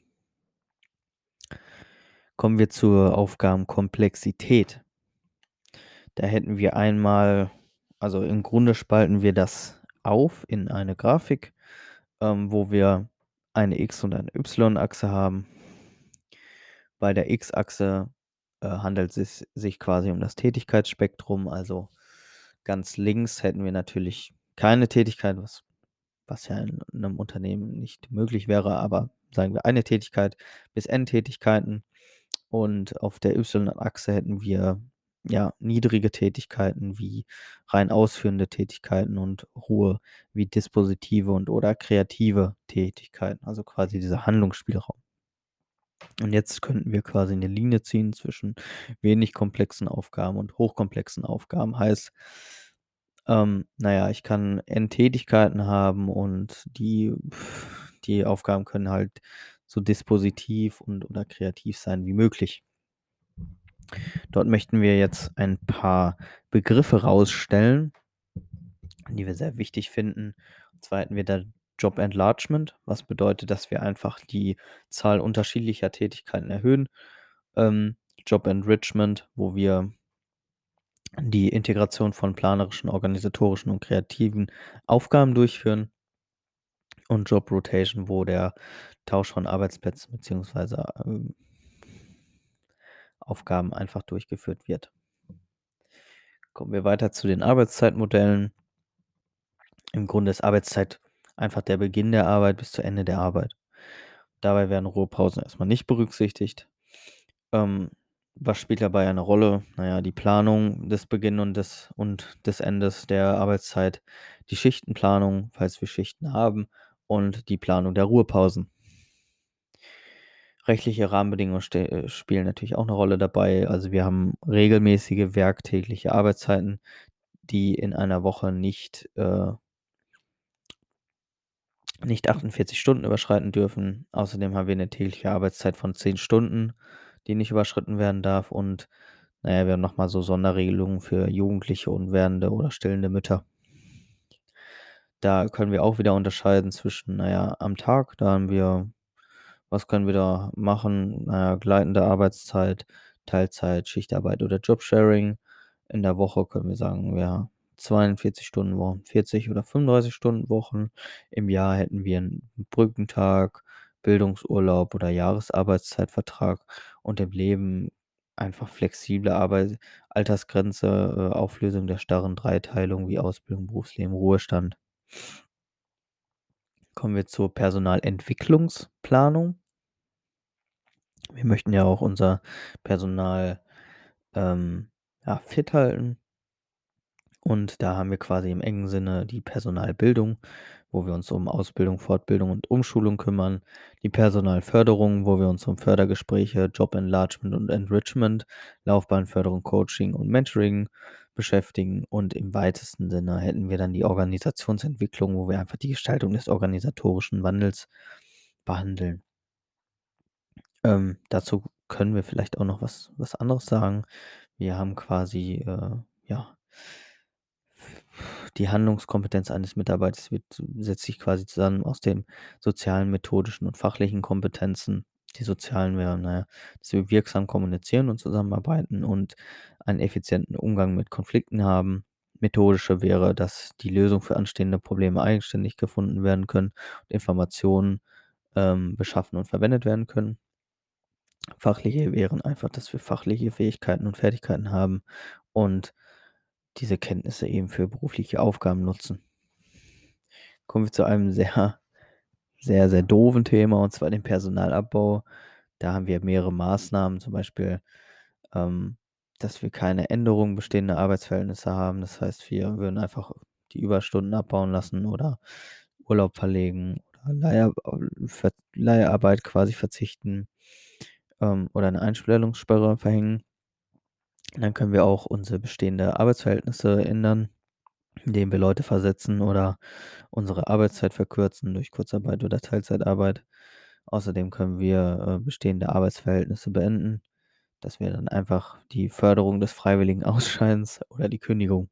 Kommen wir zur Aufgabenkomplexität. Da hätten wir einmal also, im Grunde spalten wir das auf in eine Grafik, ähm, wo wir eine X und eine Y-Achse haben. Bei der X-Achse, äh, handelt es sich quasi um das Tätigkeitsspektrum. Also, ganz links hätten wir natürlich keine Tätigkeit, was was ja in 'nem Unternehmen nicht möglich wäre, aber sagen wir eine Tätigkeit bis N-Tätigkeiten. Und auf der Y-Achse hätten wir, ja, niedrige Tätigkeiten wie rein ausführende Tätigkeiten und hohe wie dispositive und oder kreative Tätigkeiten, also quasi dieser Handlungsspielraum. Und jetzt könnten wir quasi 'ne Linie ziehen zwischen wenig komplexen Aufgaben und hochkomplexen Aufgaben. Heißt ähm, na ja, ich kann N-Tätigkeiten haben und die die Aufgaben können halt so dispositiv und oder kreativ sein wie möglich. Dort möchten wir jetzt ein paar Begriffe rausstellen, die wir sehr wichtig finden. Und zwar hätten wir da Job Enlargement, was bedeutet, dass wir einfach die Zahl unterschiedlicher Tätigkeiten erhöhen. Ähm, Job Enrichment, wo wir die Integration von planerischen, organisatorischen und kreativen Aufgaben durchführen. Und Job Rotation, wo der Tausch von Arbeitsplätzen beziehungsweise, ähm Aufgaben einfach durchgeführt wird. Kommen wir weiter zu den Arbeitszeitmodellen. Im Grunde ist Arbeitszeit einfach der Beginn der Arbeit bis zu Ende der Arbeit. Dabei werden Ruhepausen erstmal nicht berücksichtigt. Ähm, was spielt dabei eine Rolle? Na ja, die Planung des Beginn und des und des Endes der Arbeitszeit, die Schichtenplanung, falls wir Schichten haben, und die Planung der Ruhepausen. Rechtliche Rahmenbedingungen ste äh, spielen natürlich auch 'ne Rolle dabei. Also, wir haben regelmäßige werktägliche Arbeitszeiten, die in einer Woche nicht, äh nicht achtundvierzig Stunden überschreiten dürfen. Außerdem haben wir 'ne tägliche Arbeitszeit von zehn Stunden, die nicht überschritten werden darf. Und, na ja, wir haben noch mal so Sonderregelungen für Jugendliche und werdende oder stillende Mütter. Da können wir auch wieder unterscheiden zwischen, na ja, am Tag, da haben wir was können wir da machen? Na ja, gleitende Arbeitszeit, Teilzeit, Schichtarbeit oder Jobsharing. In der Woche können wir sagen, ja, zweiundvierzig Stunden Wochen, vierzig oder fünfunddreißig Stunden Wochen. Im Jahr hätten wir 'n Brückentag, Bildungsurlaub oder Jahresarbeitszeitvertrag und im Leben einfach flexible Arbeit Altersgrenze, äh, Auflösung der starren Dreiteilung wie Ausbildung, Berufsleben, Ruhestand. Kommen wir zur Personalentwicklungsplanung. Wir möchten ja auch unser Personal, ähm, ja, fit halten. Und da haben wir quasi im engen Sinne die Personalbildung, wo wir uns um Ausbildung, Fortbildung und Umschulung kümmern. Die Personalförderung, wo wir uns um Fördergespräche, Job Enlargement und Enrichment, Laufbahnförderung, Coaching und Mentoring beschäftigen. Und im weitesten Sinne hätten wir dann die Organisationsentwicklung, wo wir einfach die Gestaltung des organisatorischen Wandels behandeln. Ähm, dazu können wir vielleicht auch noch was was anderes sagen. Wir haben quasi, äh, ja die Handlungskompetenz eines Mitarbeiters wird setzt sich quasi zusammen aus den sozialen, methodischen und fachlichen Kompetenzen. Die sozialen wären, na ja, dass wir wirksam kommunizieren und zusammenarbeiten und einen effizienten Umgang mit Konflikten haben. Methodische wäre, dass die Lösung für anstehende Probleme eigenständig gefunden werden können und Informationen, ähm, beschaffen und verwendet werden können. Fachliche wären einfach, dass wir fachliche Fähigkeiten und Fertigkeiten haben und diese Kenntnisse eben für berufliche Aufgaben nutzen. Kommen wir zu einem sehr, sehr, sehr doofen Thema, und zwar dem Personalabbau. Da haben wir mehrere Maßnahmen, zum Beispiel, ähm, dass wir keine Änderung bestehender Arbeitsverhältnisse haben. Das heißt, wir würden einfach die Überstunden abbauen lassen oder Urlaub verlegen oder Leiha Ver Leiharbeit quasi verzichten, ähm, oder 'ne Einstellungssperre verhängen. Dann können wir auch unsere bestehende Arbeitsverhältnisse ändern, indem wir Leute versetzen oder unsere Arbeitszeit verkürzen durch Kurzarbeit oder Teilzeitarbeit. Außerdem können wir, äh, bestehende Arbeitsverhältnisse beenden. Das wäre dann einfach die Förderung des freiwilligen Ausscheidens oder die Kündigung.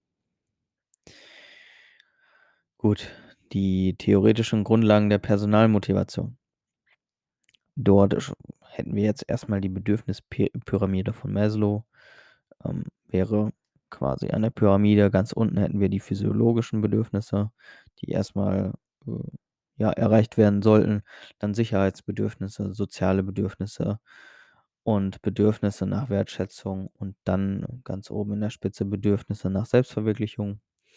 Gut, die theoretischen Grundlagen der Personalmotivation. Dort sch hätten wir jetzt erst mal die Bedürfnispy Pyramide von Maslow. Ähm, wäre quasi eine Pyramide. Ganz unten hätten wir die physiologischen Bedürfnisse, die erst mal, äh, ja, erreicht werden sollten. Dann Sicherheitsbedürfnisse, soziale Bedürfnisse und Bedürfnisse nach Wertschätzung und dann ganz oben in der Spitze Bedürfnisse nach Selbstverwirklichung.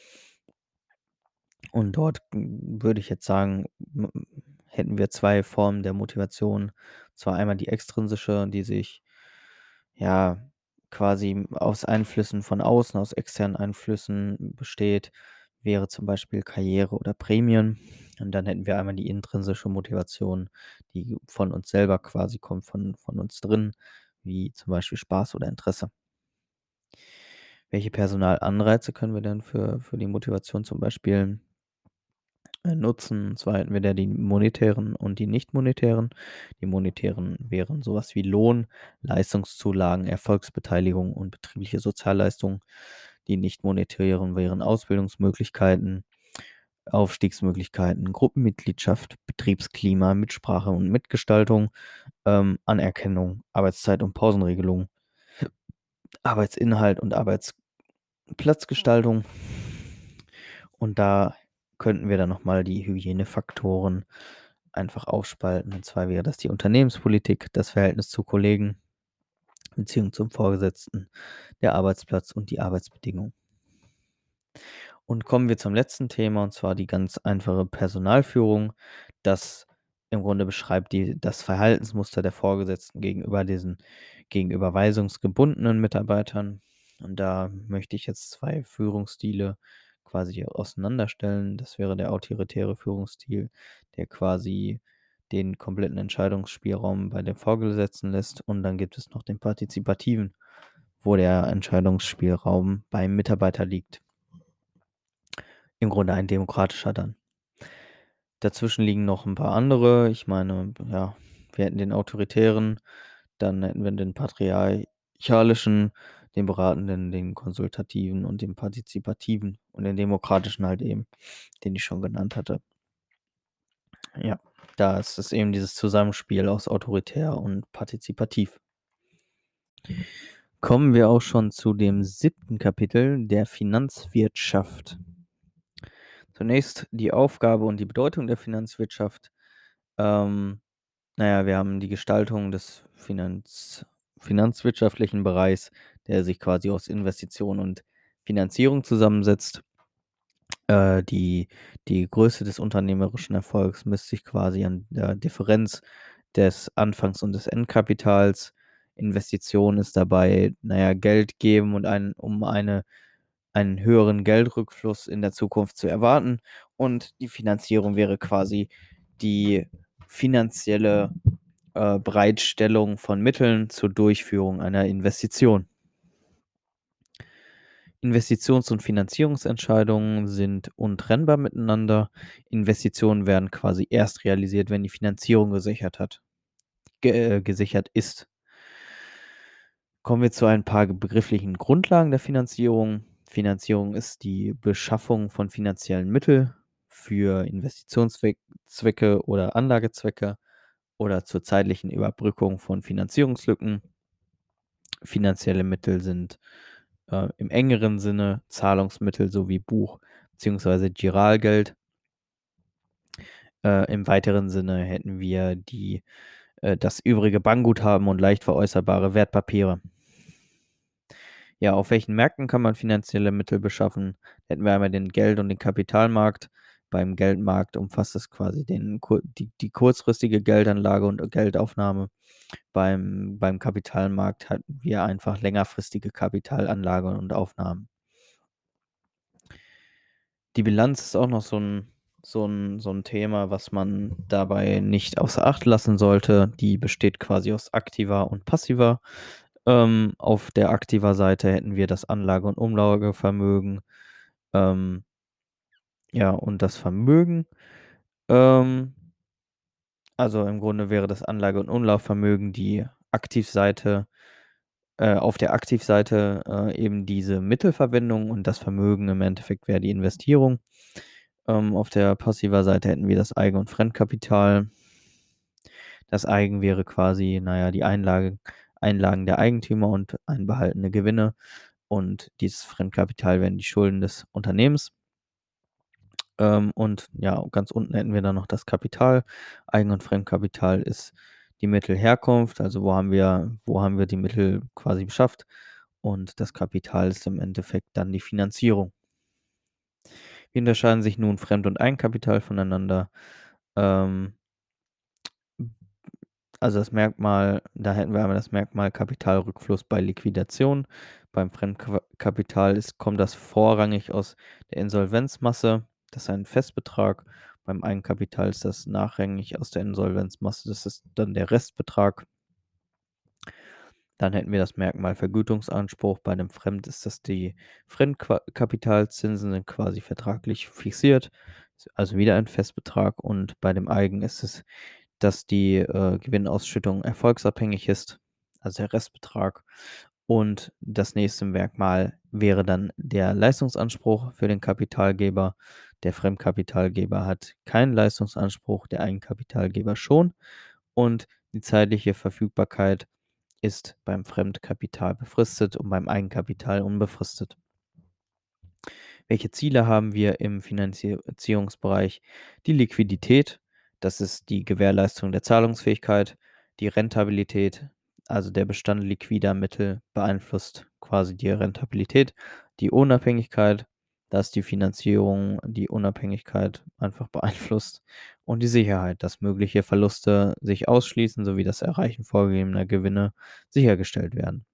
Und dort, hm, würde ich jetzt sagen, m hätten wir zwei Formen der Motivation. Zwar einmal die extrinsische, die sich, ja, quasi aus Einflüssen von außen, aus externen Einflüssen besteht, wäre zum Beispiel Karriere oder Prämien. Und dann hätten wir einmal die intrinsische Motivation, die von uns selber quasi kommt, von von uns drin, wie zum Beispiel Spaß oder Interesse. Welche Personalanreize können wir denn für für die Motivation zum Beispiel äh, nutzen? Und zwar hätten wir da die monetären und die nicht monetären. Die monetären wären so was wie Lohn, Leistungszulagen, Erfolgsbeteiligung und betriebliche Sozialleistungen. Die nicht monetären wären Ausbildungsmöglichkeiten, Aufstiegsmöglichkeiten, Gruppenmitgliedschaft, Betriebsklima, Mitsprache und Mitgestaltung, ähm, Anerkennung, Arbeitszeit und Pausenregelung, Arbeitsinhalt und Arbeitsplatzgestaltung. Und da könnten wir dann nochmal die Hygienefaktoren einfach aufspalten. Und zwar wäre das die Unternehmenspolitik, das Verhältnis zu Kollegen, Beziehung zum Vorgesetzten, der Arbeitsplatz und die Arbeitsbedingungen. Und kommen wir zum letzten Thema, und zwar die ganz einfache Personalführung. Das im Grunde beschreibt die das Verhaltensmuster der Vorgesetzten gegenüber diesen gegenüber weisungsgebundenen Mitarbeitern. Und da möchte ich jetzt zwei Führungsstile quasi auseinanderstellen. Das wäre der autoritäre Führungsstil, der quasi den kompletten Entscheidungsspielraum bei den Vorgesetzten lässt. Und dann gibt es noch den partizipativen, wo der Entscheidungsspielraum beim Mitarbeiter liegt. Im Grunde ein demokratischer dann. Dazwischen liegen noch ein paar andere. Ich meine, ja, wir hätten den autoritären, dann hätten wir den patriarchalischen, den beratenden, den konsultativen und den partizipativen und den demokratischen halt eben, den ich schon genannt hatte. Ja, da ist es eben dieses Zusammenspiel aus autoritär und partizipativ. Kommen wir auch schon zu dem siebten Kapitel, der Finanzwirtschaft. Zunächst die Aufgabe und die Bedeutung der Finanzwirtschaft. Ähm, na ja, wir haben die Gestaltung des Finanz finanzwirtschaftlichen Bereichs, der sich quasi aus Investition und Finanzierung zusammensetzt. Äh, die die Größe des unternehmerischen Erfolgs misst sich quasi an der Differenz des Anfangs und des Endkapitals. Investition ist dabei, na ja, Geld geben und ein um eine einen höheren Geldrückfluss in der Zukunft zu erwarten. Und die Finanzierung wäre quasi die finanzielle, äh, Bereitstellung von Mitteln zur Durchführung einer Investition. Investitions- und Finanzierungsentscheidungen sind untrennbar miteinander. Investitionen werden quasi erst realisiert, wenn die Finanzierung gesichert hat ge äh, gesichert ist. Kommen wir zu ein paar begrifflichen Grundlagen der Finanzierung. Finanzierung ist die Beschaffung von finanziellen Mitteln für Investitionszweck Zwecke oder Anlagezwecke oder zur zeitlichen Überbrückung von Finanzierungslücken. Finanzielle Mittel sind, äh, im engeren Sinne Zahlungsmittel sowie Buch beziehungsweise Giralgeld. Äh, im weiteren Sinne hätten wir die äh, das übrige Bankguthaben und leicht veräußerbare Wertpapiere. Ja, auf welchen Märkten kann man finanzielle Mittel beschaffen? Hätten wir einmal den Geld und den Kapitalmarkt. Beim Geldmarkt umfasst es quasi den kur die die kurzfristige Geldanlage und Geldaufnahme. Beim beim Kapitalmarkt hatten wir einfach längerfristige Kapitalanlage und Aufnahmen. Die Bilanz ist auch noch so 'n so 'n so 'n Thema, was man dabei nicht außer Acht lassen sollte. Die besteht quasi aus aktiver und passiver. Ähm, auf der aktiver Seite hätten wir das Anlage und Umlagevermögen, ähm ja, und das Vermögen. Ähm also, im Grunde wäre das Anlage und Umlaufvermögen die Aktivseite äh, auf der Aktivseite, äh, eben diese Mittelverwendung und das Vermögen im Endeffekt wäre die Investierung. Ähm, auf der passiver Seite hätten wir das Eigen und Fremdkapital. Das Eigen wäre quasi, na ja, die Einlage Einlagen der Eigentümer und einbehaltene Gewinne und dieses Fremdkapital wären die Schulden des Unternehmens. Ähm, und ja, ganz unten hätten wir dann noch das Kapital. Eigen und Fremdkapital ist die Mittelherkunft, also wo haben wir wo haben wir die Mittel quasi beschafft und das Kapital ist im Endeffekt dann die Finanzierung. Wie unterscheiden sich nun Fremd und Eigenkapital voneinander? Ähm Also, das Merkmal da hätten wir einmal das Merkmal Kapitalrückfluss bei Liquidation. Beim Fremdqua Kapital ist kommt das vorrangig aus der Insolvenzmasse, das ist ein Festbetrag. Beim Eigenkapital ist das nachrangig aus der Insolvenzmasse, das ist dann der Restbetrag. Dann hätten wir das Merkmal Vergütungsanspruch. Bei dem Fremd ist das die Fremdqua Kapitalzinsen sind quasi vertraglich fixiert, ist also wieder ein Festbetrag und bei dem Eigen ist es, dass die, äh, Gewinnausschüttung erfolgsabhängig ist, also der Restbetrag. Und das nächste Merkmal wäre dann der Leistungsanspruch für den Kapitalgeber. Der Fremdkapitalgeber hat keinen Leistungsanspruch, der Eigenkapitalgeber schon. Und die zeitliche Verfügbarkeit ist beim Fremdkapital befristet und beim Eigenkapital unbefristet. Welche Ziele haben wir im Finanzierungsbereich? Die Liquidität, das ist die Gewährleistung der Zahlungsfähigkeit. Die Rentabilität, also der Bestand liquider Mittel beeinflusst quasi die Rentabilität. Die Unabhängigkeit, dass die Finanzierung die Unabhängigkeit einfach beeinflusst. Und die Sicherheit, dass mögliche Verluste sich ausschließen sowie das Erreichen vorgegebener Gewinne sichergestellt werden.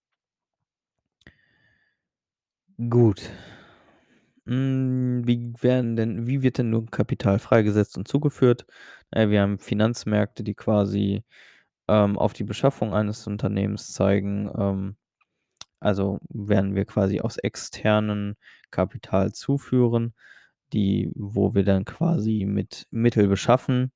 Gut. Hm, wie werden denn wie wird denn nun Kapital freigesetzt und zugeführt? Äh, wir haben Finanzmärkte, die quasi, ähm, auf die Beschaffung eines Unternehmens zeigen. Ähm, also werden wir quasi aus externen Kapital zuführen, die wo wir dann quasi mit Mittel beschaffen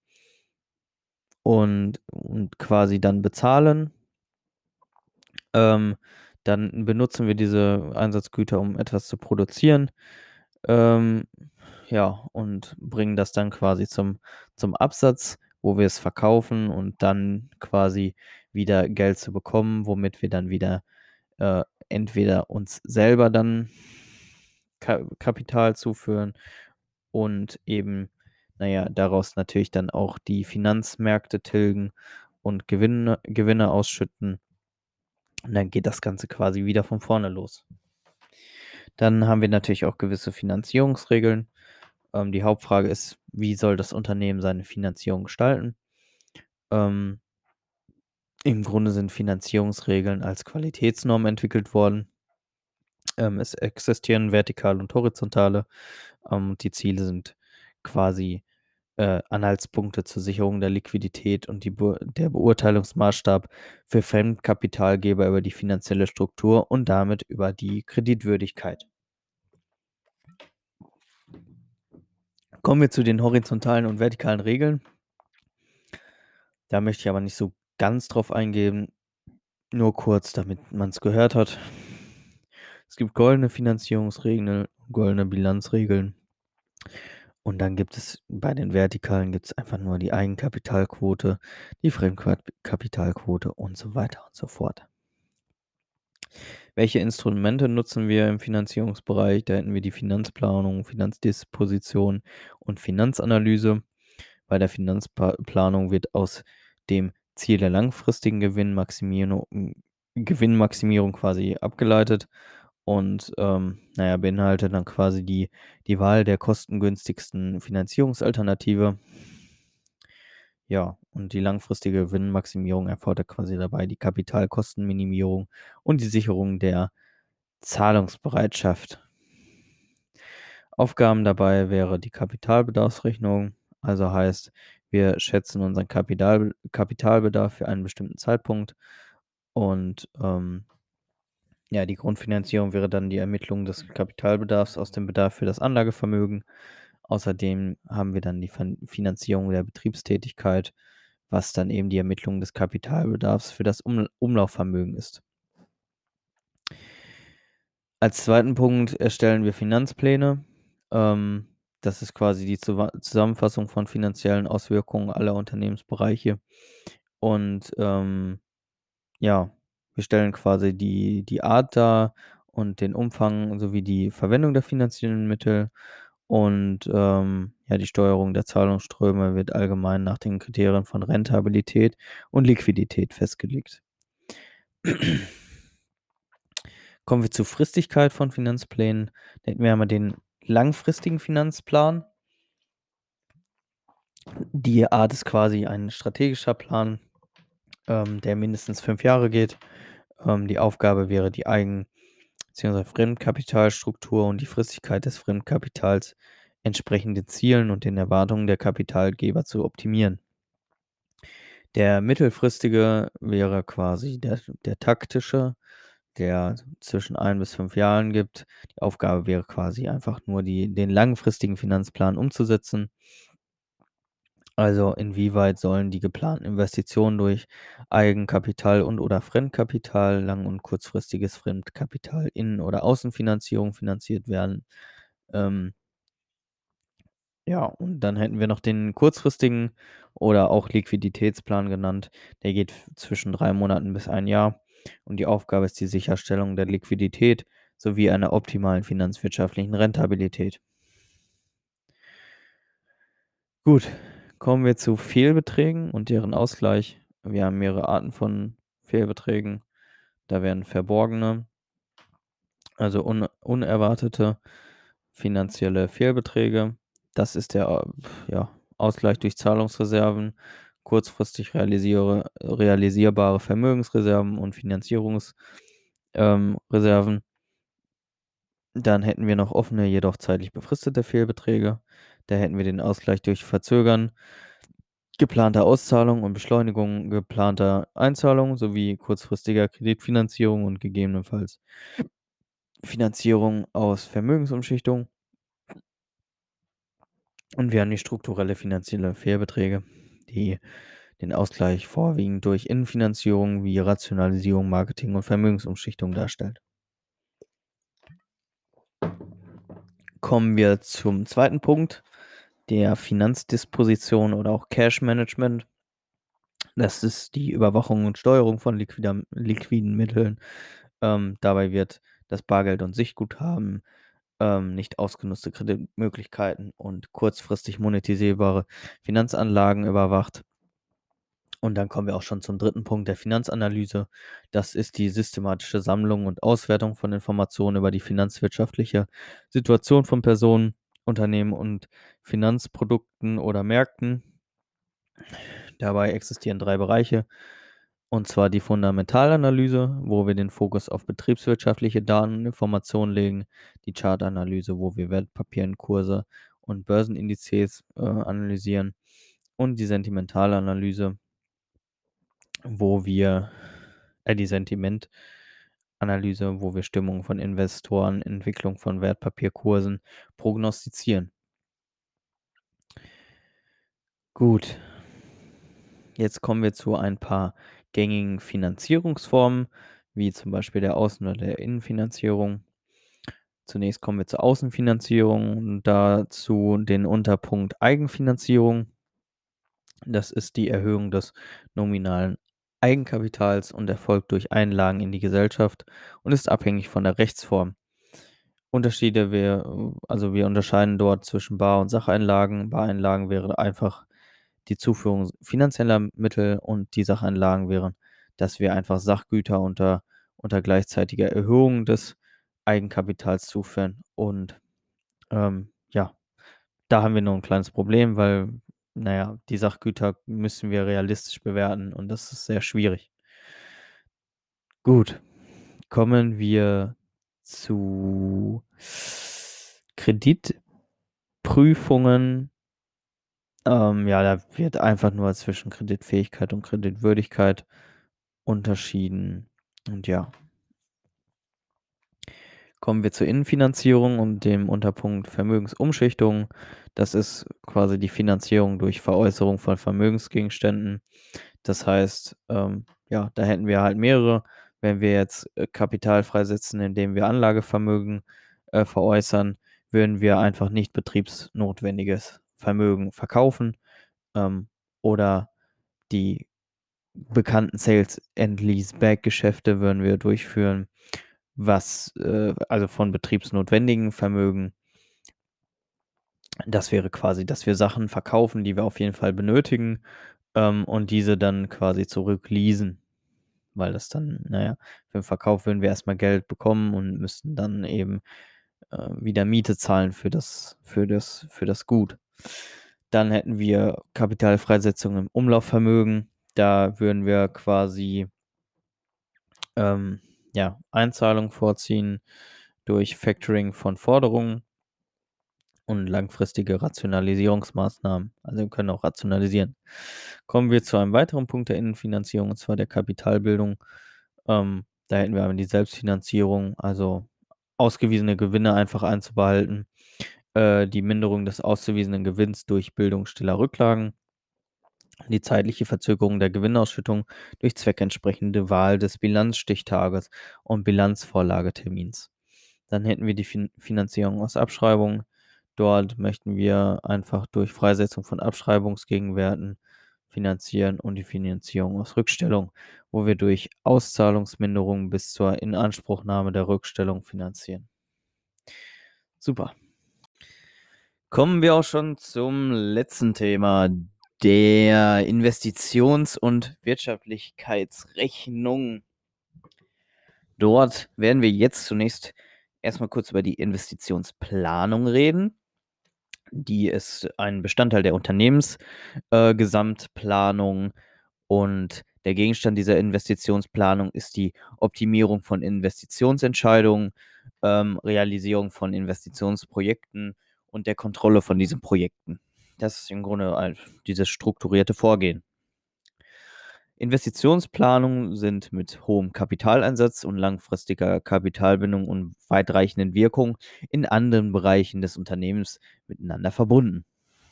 und und quasi dann bezahlen. Ähm, dann benutzen wir diese Einsatzgüter, um etwas zu produzieren. Ähm, ja, und bringen das dann quasi zum zum Absatz, wo wir es verkaufen und dann quasi wieder Geld zu bekommen, womit wir dann wieder, äh, entweder uns selber dann Ka Kapital zuführen und eben, na ja, daraus natürlich dann auch die Finanzmärkte tilgen und Gewinne Gewinne ausschütten. Und dann geht das Ganze quasi wieder von vorne los. Dann haben wir natürlich auch gewisse Finanzierungsregeln. Ähm, die Hauptfrage ist: Wie soll das Unternehmen seine Finanzierung gestalten? Ähm Im Grunde sind Finanzierungsregeln als Qualitätsnorm entwickelt worden. Ähm, es existieren vertikale und horizontale. Ähm, die Ziele sind quasi, äh, Anhaltspunkte zur Sicherung der Liquidität und die Beur der Beurteilungsmaßstab für Fremdkapitalgeber über die finanzielle Struktur und damit über die Kreditwürdigkeit. Kommen wir zu den horizontalen und vertikalen Regeln. Da möchte ich aber nicht so ganz drauf eingehen, nur kurz, damit man es gehört hat. Es gibt goldene Finanzierungsregeln, goldene Bilanzregeln. Und dann gibt es bei den vertikalen gibt's einfach nur die Eigenkapitalquote, die Fremdkapitalquote und so weiter und so fort. Welche Instrumente nutzen wir im Finanzierungsbereich? Da hätten wir die Finanzplanung, Finanzdisposition und Finanzanalyse. Bei der Finanzplanung wird aus dem Ziel der langfristigen Gewinnmaximierung Gewinnmaximierung quasi abgeleitet und, ähm, na ja, beinhaltet dann quasi die die Wahl der kostengünstigsten Finanzierungsalternative. Ja, und die langfristige Gewinnmaximierung erfordert quasi dabei die Kapitalkostenminimierung und die Sicherung der Zahlungsbereitschaft. Aufgaben dabei wäre die Kapitalbedarfsrechnung, also heißt, wir schätzen unseren Kapital Kapitalbedarf für einen bestimmten Zeitpunkt und, ähm, ja, die Grundfinanzierung wäre dann die Ermittlung des Kapitalbedarfs aus dem Bedarf für das Anlagevermögen. Außerdem haben wir dann die Fin Finanzierung der Betriebstätigkeit, was dann eben die Ermittlung des Kapitalbedarfs für das Um Umlaufvermögen ist. Als zweiten Punkt erstellen wir Finanzpläne. Ähm, das ist quasi die Zuwa Zusammenfassung von finanziellen Auswirkungen aller Unternehmensbereiche. Und, ähm, ja, wir stellen quasi die die Art dar und den Umfang sowie die Verwendung der finanziellen Mittel und, ähm, ja, die Steuerung der Zahlungsströme wird allgemein nach den Kriterien von Rentabilität und Liquidität festgelegt. Kommen wir zur Fristigkeit von Finanzplänen. Da hätten wir einmal den langfristigen Finanzplan. Die Art ist quasi ein strategischer Plan, ähm, der mindestens fünf Jahre geht. Ähm, die Aufgabe wäre, die Eigen beziehungsweise Fremdkapitalstruktur und die Fristigkeit des Fremdkapitals entsprechend den Zielen und den Erwartungen der Kapitalgeber zu optimieren. Der mittelfristige wäre quasi der der taktische, der zwischen ein bis fünf Jahren gibt. Die Aufgabe wäre quasi einfach nur, die den langfristigen Finanzplan umzusetzen. Also, inwieweit sollen die geplanten Investitionen durch Eigenkapital und/oder Fremdkapital, lang und kurzfristiges Fremdkapital, Innen oder Außenfinanzierung finanziert werden? Ähm Ja, und dann hätten wir noch den kurzfristigen oder auch Liquiditätsplan genannt. Der geht f zwischen drei Monaten bis ein Jahr und die Aufgabe ist die Sicherstellung der Liquidität sowie einer optimalen finanzwirtschaftlichen Rentabilität. Gut, kommen wir zu Fehlbeträgen und deren Ausgleich. Wir haben mehrere Arten von Fehlbeträgen. Da werden verborgene, also un unerwartete finanzielle Fehlbeträge. Das ist der, äh, ja, Ausgleich durch Zahlungsreserven, kurzfristig realisiere realisierbare Vermögensreserven und Finanzierungs ähm, Reserven. Dann hätten wir noch offene, jedoch zeitlich befristete Fehlbeträge. Da hätten wir den Ausgleich durch Verzögern geplanter Auszahlung und Beschleunigung geplanter Einzahlungen sowie kurzfristiger Kreditfinanzierung und gegebenenfalls Finanzierung aus Vermögensumschichtung. Und wir haben die strukturelle finanzielle Fehlbeträge, die den Ausgleich vorwiegend durch Innenfinanzierung wie Rationalisierung, Marketing und Vermögensumschichtung darstellt. Kommen wir zum zweiten Punkt, der Finanzdisposition oder auch Cash Management. Das ist die Überwachung und Steuerung von liquidam liquiden Mitteln. Ähm, dabei wird das Bargeld und Sichtguthaben, ähm, nicht ausgenutzte Kreditmöglichkeiten und kurzfristig monetisierbare Finanzanlagen überwacht. Und dann kommen wir auch schon zum dritten Punkt der Finanzanalyse. Das ist die systematische Sammlung und Auswertung von Informationen über die finanzwirtschaftliche Situation von Personen, Unternehmen und Finanzprodukten oder Märkten. Dabei existieren drei Bereiche, und zwar die Fundamentalanalyse, wo wir den Fokus auf betriebswirtschaftliche Daten und Informationen legen, die Chartanalyse, wo wir Wertpapierenkurse und Börsenindizes, äh, analysieren, und die Sentimentalanalyse, wo wir äh, die Sentimentanalyse, wo wir Stimmung von Investoren, Entwicklung von Wertpapierkursen prognostizieren. Gut. Jetzt kommen wir zu ein paar gängigen Finanzierungsformen, wie zum Beispiel der Außen oder der Innenfinanzierung. Zunächst kommen wir zur Außenfinanzierung und dazu den Unterpunkt Eigenfinanzierung. Das ist die Erhöhung des nominalen Eigenkapitals und erfolgt durch Einlagen in die Gesellschaft und ist abhängig von der Rechtsform. Unterschiede wir äh, also wir unterscheiden dort zwischen Bar und Sacheinlagen. Bareinlagen wäre einfach die Zuführung finanzieller Mittel und die Sacheinlagen wären, dass wir einfach Sachgüter unter unter gleichzeitiger Erhöhung des Eigenkapitals zuführen. Und, ähm, ja, da haben wir nur ein kleines Problem, weil, na ja, die Sachgüter müssen wir realistisch bewerten und das ist sehr schwierig. Gut, kommen wir zu Kreditprüfungen. Ähm, ja, da wird einfach nur zwischen Kreditfähigkeit und Kreditwürdigkeit unterschieden. Und ja, kommen wir zur Innenfinanzierung und dem Unterpunkt Vermögensumschichtung. Das ist quasi die Finanzierung durch Veräußerung von Vermögensgegenständen. Das heißt, ähm, ja, da hätten wir halt mehrere. Wenn wir jetzt äh, Kapital freisetzen, indem wir Anlagevermögen äh, veräußern, würden wir einfach nicht betriebsnotwendiges Vermögen verkaufen, ähm, oder die bekannten Sales and Leaseback-Geschäfte würden wir durchführen, was, äh also von betriebsnotwendigen Vermögen. Das wäre quasi, dass wir Sachen verkaufen, die wir auf jeden Fall benötigen, ähm, und diese dann quasi zurückleasen, weil das dann, na ja, für den Verkauf würden wir erst mal Geld bekommen und müssten dann eben, äh, wieder Miete zahlen für das für das für das Gut. Dann hätten wir Kapitalfreisetzung im Umlaufvermögen. Da würden wir quasi, ähm, ja, Einzahlungen vorziehen durch Factoring von Forderungen und langfristige Rationalisierungsmaßnahmen. Also, wir können auch rationalisieren. Kommen wir zu einem weiteren Punkt der Innenfinanzierung, und zwar der Kapitalbildung. Ähm, da hätten wir einmal die Selbstfinanzierung, also ausgewiesene Gewinne einfach einzubehalten, äh, die Minderung des auszuwiesenen Gewinns durch Bildung stiller Rücklagen, die zeitliche Verzögerung der Gewinnausschüttung durch zweckentsprechende Wahl des Bilanzstichtages und Bilanzvorlagetermins. Dann hätten wir die Fin Finanzierung aus Abschreibungen Dort möchten wir einfach durch Freisetzung von Abschreibungsgegenwerten finanzieren und die Finanzierung aus Rückstellung, wo wir durch Auszahlungsminderung bis zur Inanspruchnahme der Rückstellung finanzieren. Super. Kommen wir auch schon zum letzten Thema, der Investitions- und Wirtschaftlichkeitsrechnung. Dort werden wir jetzt zunächst erstmal kurz über die Investitionsplanung reden. Die ist ein Bestandteil der Unternehmensgesamtplanung äh, Gesamtplanung und der Gegenstand dieser Investitionsplanung ist die Optimierung von Investitionsentscheidungen, ähm, Realisierung von Investitionsprojekten und der Kontrolle von diesen Projekten. Das ist im Grunde ein, dieses strukturierte Vorgehen. Investitionsplanungen sind mit hohem Kapitaleinsatz und langfristiger Kapitalbindung und weitreichenden Wirkung in anderen Bereichen des Unternehmens miteinander verbunden.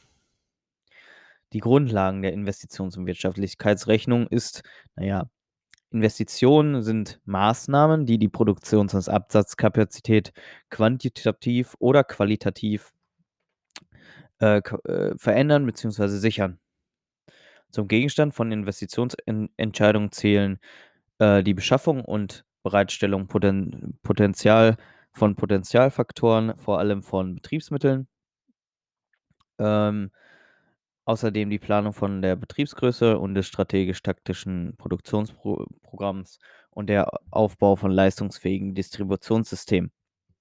Die Grundlagen der Investitions- und Wirtschaftlichkeitsrechnung ist, naja, Investitionen sind Maßnahmen, die die Produktions- und Absatzkapazität quantitativ oder qualitativ äh, k- äh, verändern bzw. sichern. Zum Gegenstand von Investitionsentscheidungen zählen äh, die Beschaffung und Bereitstellung Poten Potenzial von Potenzialfaktoren, vor allem von Betriebsmitteln. Ähm, außerdem die Planung von der Betriebsgröße und des strategisch-taktischen Produktionsprogramms und der Aufbau von leistungsfähigen Distributionssystemen.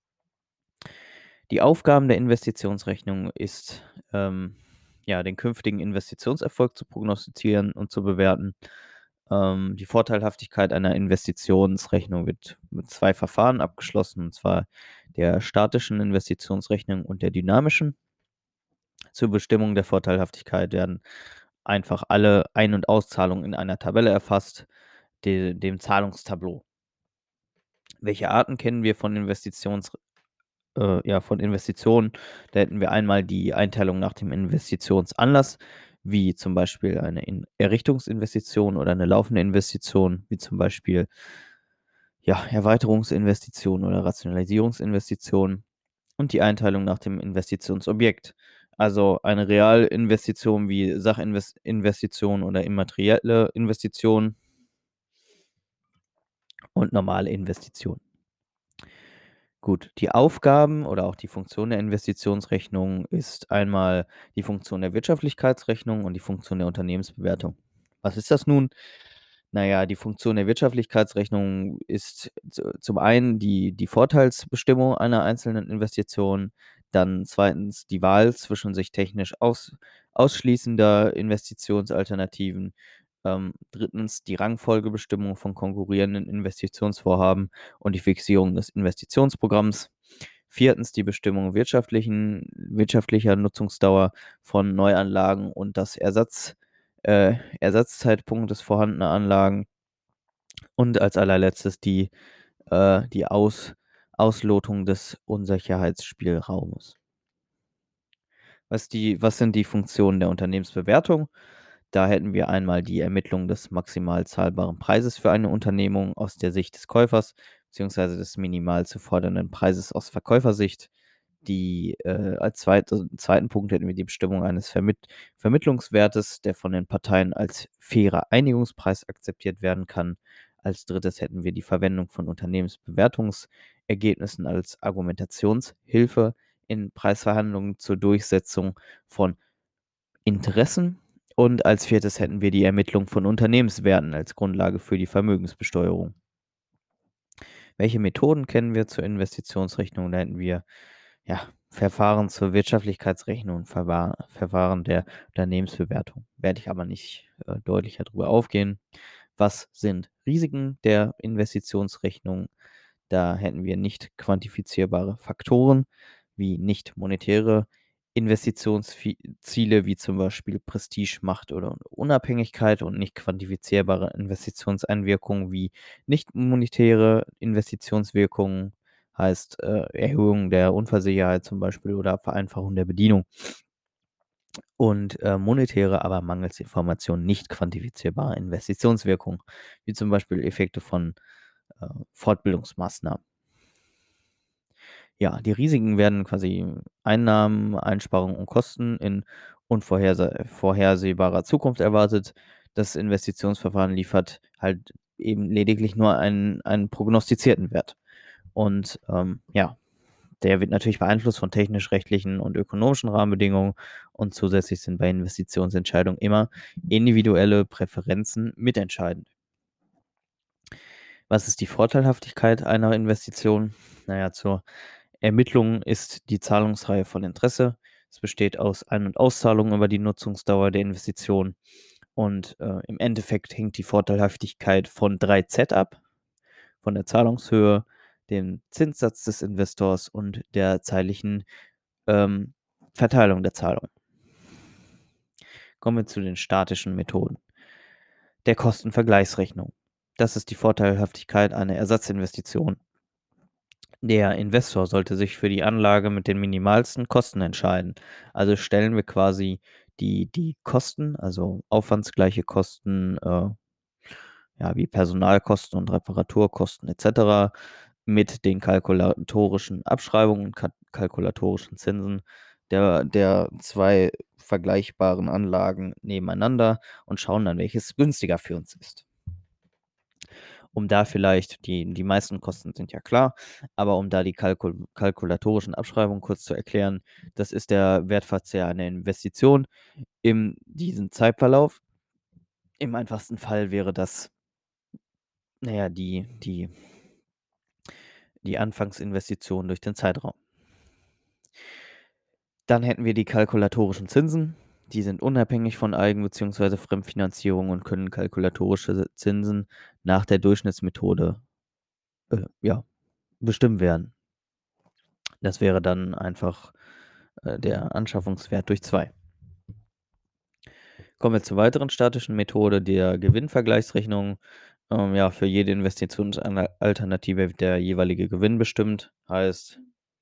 Die Aufgaben der Investitionsrechnung ist, ähm, ja, den künftigen Investitionserfolg zu prognostizieren und zu bewerten. Ähm, die Vorteilhaftigkeit einer Investitionsrechnung wird mit zwei Verfahren abgeschlossen, und zwar der statischen Investitionsrechnung und der dynamischen. Zur Bestimmung der Vorteilhaftigkeit werden einfach alle Ein- und Auszahlungen in einer Tabelle erfasst, de dem Zahlungstableau. Welche Arten kennen wir von Investitions äh, ja, von Investitionen? Da hätten wir einmal die Einteilung nach dem Investitionsanlass, wie zum Beispiel eine In Errichtungsinvestition oder eine laufende Investition, wie zum Beispiel, ja, Erweiterungsinvestition oder Rationalisierungsinvestition und die Einteilung nach dem Investitionsobjekt. Also eine Realinvestition wie Sachinvestition oder immaterielle Investition und normale Investitionen. Gut, die Aufgaben oder auch die Funktion der Investitionsrechnung ist einmal die Funktion der Wirtschaftlichkeitsrechnung und die Funktion der Unternehmensbewertung. Was ist das nun? Na ja, die Funktion der Wirtschaftlichkeitsrechnung ist zu zum einen die die Vorteilsbestimmung einer einzelnen Investition, dann zweitens die Wahl zwischen sich technisch aus ausschließender Investitionsalternativen, ähm, drittens die Rangfolgebestimmung von konkurrierenden Investitionsvorhaben und die Fixierung des Investitionsprogramms. Viertens die Bestimmung wirtschaftlichen wirtschaftlicher Nutzungsdauer von Neuanlagen und das Ersatz äh, Ersatzzeitpunkt des vorhandener Anlagen. Und als allerletztes die äh, die Aus Auslotung des Unsicherheitsspielraumes. Was die was sind die Funktionen der Unternehmensbewertung? Da hätten wir einmal die Ermittlung des maximal zahlbaren Preises für eine Unternehmung aus der Sicht des Käufers beziehungsweise des minimal zu fordernden Preises aus Verkäufersicht. Die, äh, als zweite zweiten Punkt hätten wir die Bestimmung eines Vermitt Vermittlungswertes, der von den Parteien als fairer Einigungspreis akzeptiert werden kann. Als Drittes hätten wir die Verwendung von Unternehmensbewertungsergebnissen als Argumentationshilfe in Preisverhandlungen zur Durchsetzung von Interessen. Und als Viertes hätten wir die Ermittlung von Unternehmenswerten als Grundlage für die Vermögensbesteuerung. Welche Methoden kennen wir zur Investitionsrechnung? Da hätten wir, ja, Verfahren zur Wirtschaftlichkeitsrechnung und Verwa Verfahren der Unternehmensbewertung. Werde ich aber nicht äh, deutlicher drüber aufgehen. Was sind Risiken der Investitionsrechnung? Da hätten wir nicht quantifizierbare Faktoren wie nicht monetäre Investitionsziele wie zum Beispiel Prestige, Macht oder Unabhängigkeit und nicht quantifizierbare Investitionseinwirkungen wie nicht monetäre Investitionswirkungen, heißt äh, Erhöhung der Unfallsicherheit zum Beispiel oder Vereinfachung der Bedienung. Und äh, monetäre, aber mangels Informationen nicht quantifizierbare Investitionswirkungen, wie zum Beispiel Effekte von äh, Fortbildungsmaßnahmen. Ja, die Risiken werden quasi Einnahmen, Einsparungen und Kosten in unvorherse vorhersehbarer Zukunft erwartet. Das Investitionsverfahren liefert halt eben lediglich nur einen einen prognostizierten Wert. Und, ähm, ja, der wird natürlich beeinflusst von technisch-rechtlichen und ökonomischen Rahmenbedingungen und zusätzlich sind bei Investitionsentscheidungen immer individuelle Präferenzen mitentscheidend. Was ist die Vorteilhaftigkeit einer Investition? Na ja, zur Ermittlung ist die Zahlungsreihe von Interesse. Es besteht aus Ein und Auszahlungen über die Nutzungsdauer der Investition und, äh, im Endeffekt hängt die Vorteilhaftigkeit von drei Z ab: von der Zahlungshöhe, dem Zinssatz des Investors und der zeitlichen, ähm, Verteilung der Zahlung. Kommen wir zu den statischen Methoden. Der Kostenvergleichsrechnung. Das ist die Vorteilhaftigkeit einer Ersatzinvestition. Der Investor sollte sich für die Anlage mit den minimalsten Kosten entscheiden. Also stellen wir quasi die die Kosten, also aufwandsgleiche Kosten, äh, ja, wie Personalkosten und Reparaturkosten et cetera, mit den kalkulatorischen Abschreibungen und ka kalkulatorischen Zinsen der der zwei vergleichbaren Anlagen nebeneinander und schauen dann, welches günstiger für uns ist. Um da vielleicht die die meisten Kosten sind ja klar, aber um da die kalkul kalkulatorischen Abschreibungen kurz zu erklären, das ist der Wertverzehr einer Investition in diesem Zeitverlauf. Im einfachsten Fall wäre das, na ja, die die die Anfangsinvestition durch den Zeitraum. Dann hätten wir die kalkulatorischen Zinsen. Die sind unabhängig von Eigen beziehungsweise Fremdfinanzierung und können kalkulatorische Zinsen nach der Durchschnittsmethode, äh, ja, bestimmt werden. Das wäre dann einfach, äh, der Anschaffungswert durch zwei. Kommen wir zur weiteren statischen Methode, der Gewinnvergleichsrechnung. Ähm, ja, für jede Investitionsalternative wird der jeweilige Gewinn bestimmt. Heißt,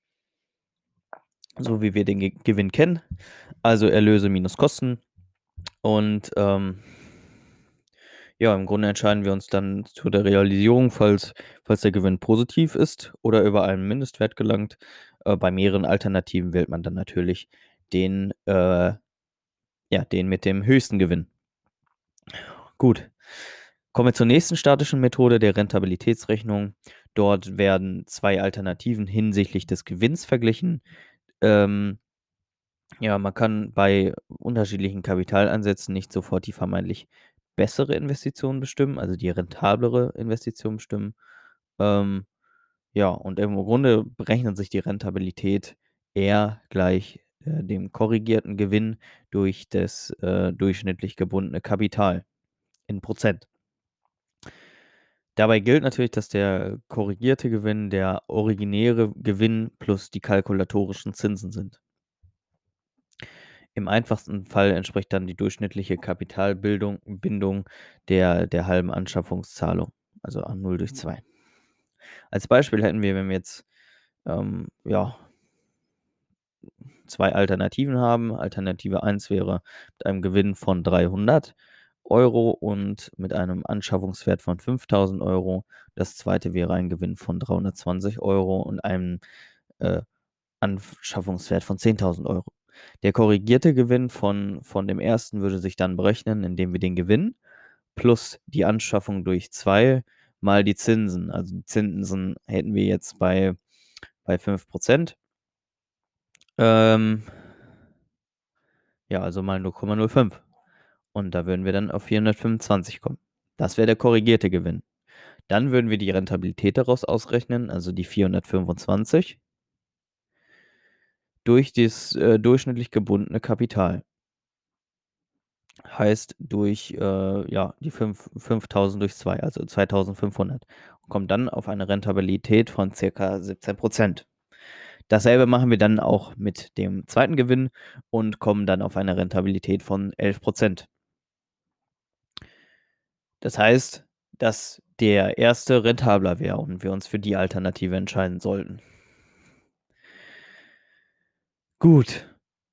so wie wir den Ge Gewinn kennen, also Erlöse minus Kosten. Und, ähm ja, im Grunde entscheiden wir uns dann zu der Realisierung, falls falls der Gewinn positiv ist oder über einen Mindestwert gelangt. Äh, bei mehreren Alternativen wählt man dann natürlich den, äh ja, den mit dem höchsten Gewinn. Gut. Kommen wir zur nächsten statischen Methode, der Rentabilitätsrechnung. Dort werden zwei Alternativen hinsichtlich des Gewinns verglichen. Ähm, ja, man kann bei unterschiedlichen Kapitalansätzen nicht sofort die vermeintlich bessere Investition bestimmen, also die rentablere Investition bestimmen. Ähm, ja, und im Grunde berechnet sich die Rentabilität eher gleich, äh, dem korrigierten Gewinn durch das, äh, durchschnittlich gebundene Kapital in Prozent. Dabei gilt natürlich, dass der korrigierte Gewinn der originäre Gewinn plus die kalkulatorischen Zinsen sind. Im einfachsten Fall entspricht dann die durchschnittliche Kapitalbildung Bindung der der halben Anschaffungszahlung, also a null durch zwei. Als Beispiel hätten wir, wenn wir jetzt, ähm, ja zwei Alternativen haben. Alternative eins wäre mit einem Gewinn von dreihundert Euro und mit einem Anschaffungswert von fünftausend Euro. Das zweite wäre ein Gewinn von dreihundertzwanzig Euro und einem, äh, Anschaffungswert von zehntausend Euro. Der korrigierte Gewinn von von dem ersten würde sich dann berechnen, indem wir den Gewinn plus die Anschaffung durch zwei mal die Zinsen, also die Zinsen hätten wir jetzt bei bei fünf Prozent. Ähm Ja, also mal null Komma null fünf. Und da würden wir dann auf vierhundertfünfundzwanzig kommen. Das wäre der korrigierte Gewinn. Dann würden wir die Rentabilität daraus ausrechnen, also die vierhundertfünfundzwanzig durch das, äh, durchschnittlich gebundene Kapital. Heißt durch, äh, ja, die fünf fünftausend durch zwei, also zweitausendfünfhundert und kommen dann auf eine Rentabilität von circa siebzehn Prozent. Dasselbe machen wir dann auch mit dem zweiten Gewinn und kommen dann auf eine Rentabilität von elf Prozent. Das heißt, dass der erste rentabler wäre und wir uns für die Alternative entscheiden sollten. Gut.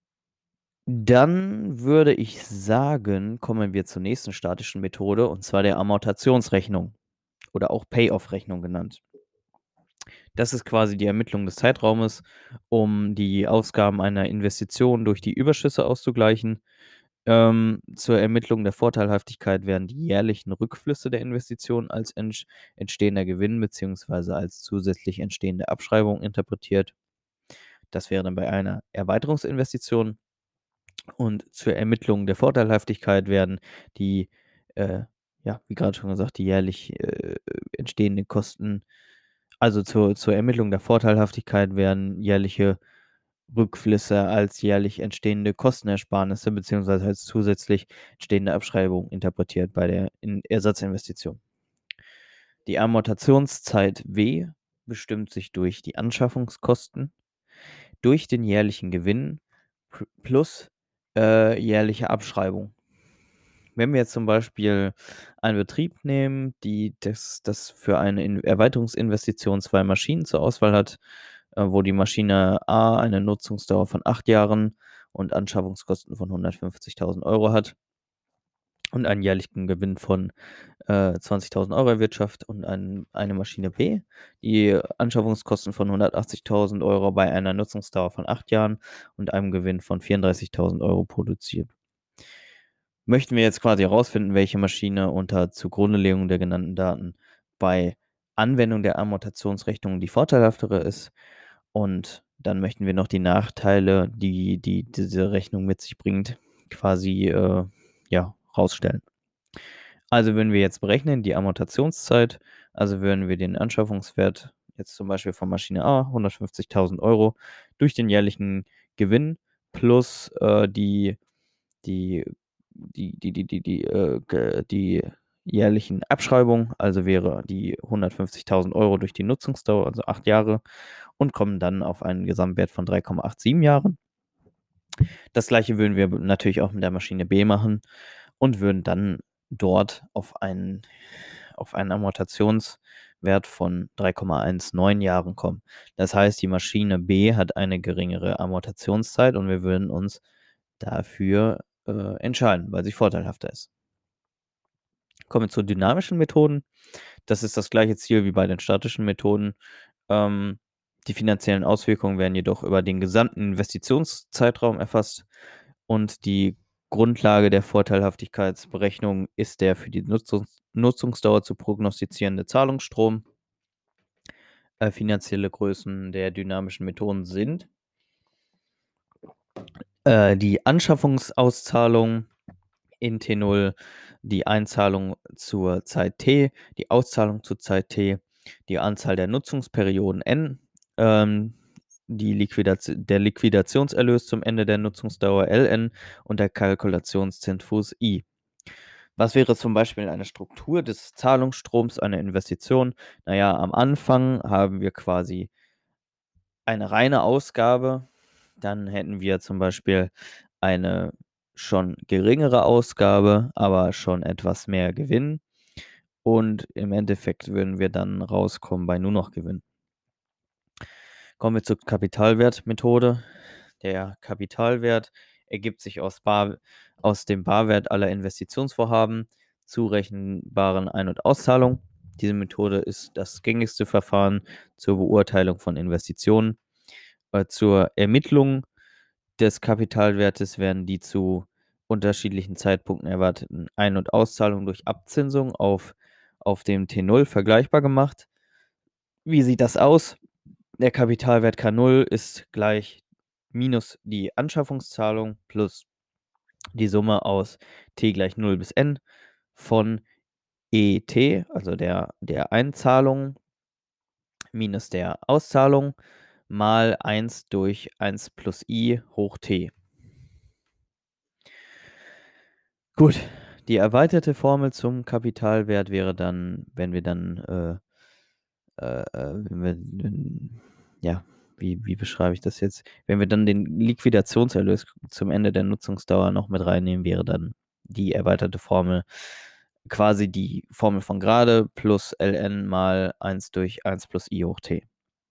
Dann würde ich sagen, kommen wir zur nächsten statischen Methode, und zwar der Amortationsrechnung oder auch Payoff-Rechnung genannt. Das ist quasi die Ermittlung des Zeitraumes, um die Ausgaben einer Investition durch die Überschüsse auszugleichen. Ähm, zur Ermittlung der Vorteilhaftigkeit werden die jährlichen Rückflüsse der Investition als entsch entstehender Gewinn beziehungsweise als zusätzlich entstehende Abschreibung interpretiert. Das wäre dann bei einer Erweiterungsinvestition. Und zur Ermittlung der Vorteilhaftigkeit werden die, äh, ja, wie gerade schon gesagt, die jährlich, äh, entstehenden Kosten also zur zur Ermittlung der Vorteilhaftigkeit werden jährliche Rückflüsse als jährlich entstehende Kostenersparnisse beziehungsweise als zusätzlich entstehende Abschreibung interpretiert bei der In Ersatzinvestition. Die Amortationszeit W bestimmt sich durch die Anschaffungskosten, durch den jährlichen Gewinn pl plus, äh, jährliche Abschreibung. Wenn wir jetzt zum Beispiel einen Betrieb nehmen, die das das für eine In Erweiterungsinvestition zwei Maschinen zur Auswahl hat, äh, wo die Maschine A eine Nutzungsdauer von acht Jahren und Anschaffungskosten von hundertfünfzigtausend Euro hat und einen jährlichen Gewinn von, äh, zwanzigtausend Euro erwirtschaftet und ein eine Maschine B, die Anschaffungskosten von hundertachtzigtausend Euro bei einer Nutzungsdauer von acht Jahren und einem Gewinn von vierunddreißigtausend Euro produziert. Möchten wir jetzt quasi herausfinden, welche Maschine unter Zugrundelegung der genannten Daten bei Anwendung der Amortationsrechnung die vorteilhaftere ist. Und dann möchten wir noch die Nachteile, die die diese Rechnung mit sich bringt, quasi, äh, ja, rausstellen. Also würden wir jetzt berechnen die Amortationszeit, also würden wir den Anschaffungswert jetzt zum Beispiel von Maschine A, hundertfünfzigtausend Euro, durch den jährlichen Gewinn plus, äh, die die die die die die die, äh, ge die jährlichen Abschreibungen, also wäre die hundertfünfzigtausend Euro durch die Nutzungsdauer, also acht Jahre und kommen dann auf einen Gesamtwert von drei Komma achtzig Jahren. Das Gleiche würden wir b natürlich auch mit der Maschine B machen und würden dann dort auf einen auf einen Amortationswert von drei Komma neunzehn Jahren kommen. Das heißt, die Maschine B hat eine geringere Amortationszeit und wir würden uns dafür, äh, entscheiden, weil sie vorteilhafter ist. Kommen wir zu dynamischen Methoden. Das ist das gleiche Ziel wie bei den statischen Methoden. Ähm, die finanziellen Auswirkungen werden jedoch über den gesamten Investitionszeitraum erfasst und die Grundlage der Vorteilhaftigkeitsberechnung ist der für die Nutzungs Nutzungsdauer zu prognostizierende Zahlungsstrom. Äh, finanzielle Größen der dynamischen Methoden sind äh, die Anschaffungsauszahlung in T null, die Einzahlung zur Zeit T, die Auszahlung zur Zeit T, die Anzahl der Nutzungsperioden N, ähm, die Liquidaz der Liquidationserlös zum Ende der Nutzungsdauer L N und der Kalkulationszinsfuß I. Was wäre zum Beispiel eine Struktur des Zahlungsstroms einer Investition? Na ja, am Anfang haben wir quasi eine reine Ausgabe. Dann hätten wir zum Beispiel eine schon geringere Ausgabe, aber schon etwas mehr Gewinn. Und im Endeffekt würden wir dann rauskommen bei nur noch Gewinn. Kommen wir zur Kapitalwertmethode. Der Kapitalwert ergibt sich aus Bar aus dem Barwert aller Investitionsvorhaben, zurechenbaren Ein und Auszahlungen. Diese Methode ist das gängigste Verfahren zur Beurteilung von Investitionen. Äh, zur Ermittlung des Kapitalwertes werden die zu unterschiedlichen Zeitpunkten erwarteten Ein und Auszahlungen durch Abzinsung auf auf dem T null vergleichbar gemacht. Wie sieht das aus? Der Kapitalwert K null ist gleich minus die Anschaffungszahlung plus die Summe aus T gleich null bis N von E T, also der der Einzahlung minus der Auszahlung mal eins durch eins plus I hoch T. Gut, die erweiterte Formel zum Kapitalwert wäre dann, wenn wir dann, äh äh äh, wenn wir wenn ja, wie wie beschreibe ich das jetzt? Wenn wir dann den Liquidationserlös zum Ende der Nutzungsdauer noch mit reinnehmen, wäre dann die erweiterte Formel quasi die Formel von gerade plus Ln mal eins durch eins plus I hoch T.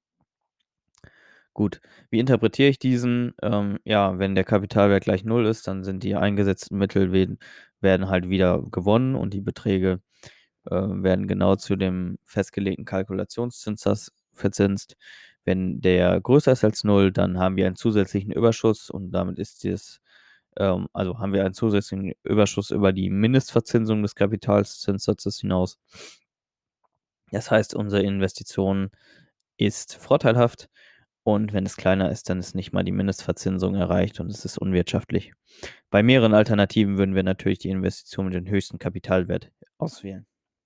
Gut, wie interpretiere ich diesen? Ähm, ja, wenn der Kapitalwert gleich null ist, dann sind die eingesetzten Mittel werden werden halt wieder gewonnen und die Beträge, äh, werden genau zu dem festgelegten Kalkulationszinssatz verzinst. Wenn der größer ist als null, dann haben wir einen zusätzlichen Überschuss und damit ist es, ähm also haben wir einen zusätzlichen Überschuss über die Mindestverzinsung des Kapitalzinssatzes hinaus. Das heißt, unsere Investition ist vorteilhaft und wenn es kleiner ist, dann ist nicht mal die Mindestverzinsung erreicht und es ist unwirtschaftlich. Bei mehreren Alternativen würden wir natürlich die Investition mit dem höchsten Kapitalwert auswählen.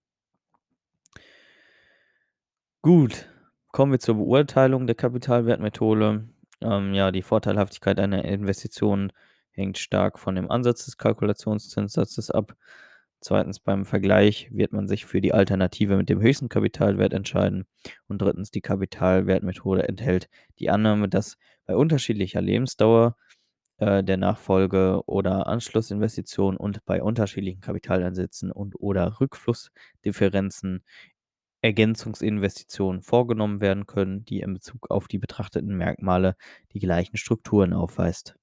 Gut, kommen wir zur Beurteilung der Kapitalwertmethode. Ähm, ja, die Vorteilhaftigkeit einer Investition hängt stark von dem Ansatz des Kalkulationszinssatzes ab. Zweitens, beim Vergleich wird man sich für die Alternative mit dem höchsten Kapitalwert entscheiden. Und drittens, die Kapitalwertmethode enthält die Annahme, dass bei unterschiedlicher Lebensdauer äh, der Nachfolge- oder Anschlussinvestitionen und bei unterschiedlichen Kapitaleinsätzen und oder Rückflussdifferenzen Ergänzungsinvestitionen vorgenommen werden können, die in Bezug auf die betrachteten Merkmale die gleichen Strukturen aufweist.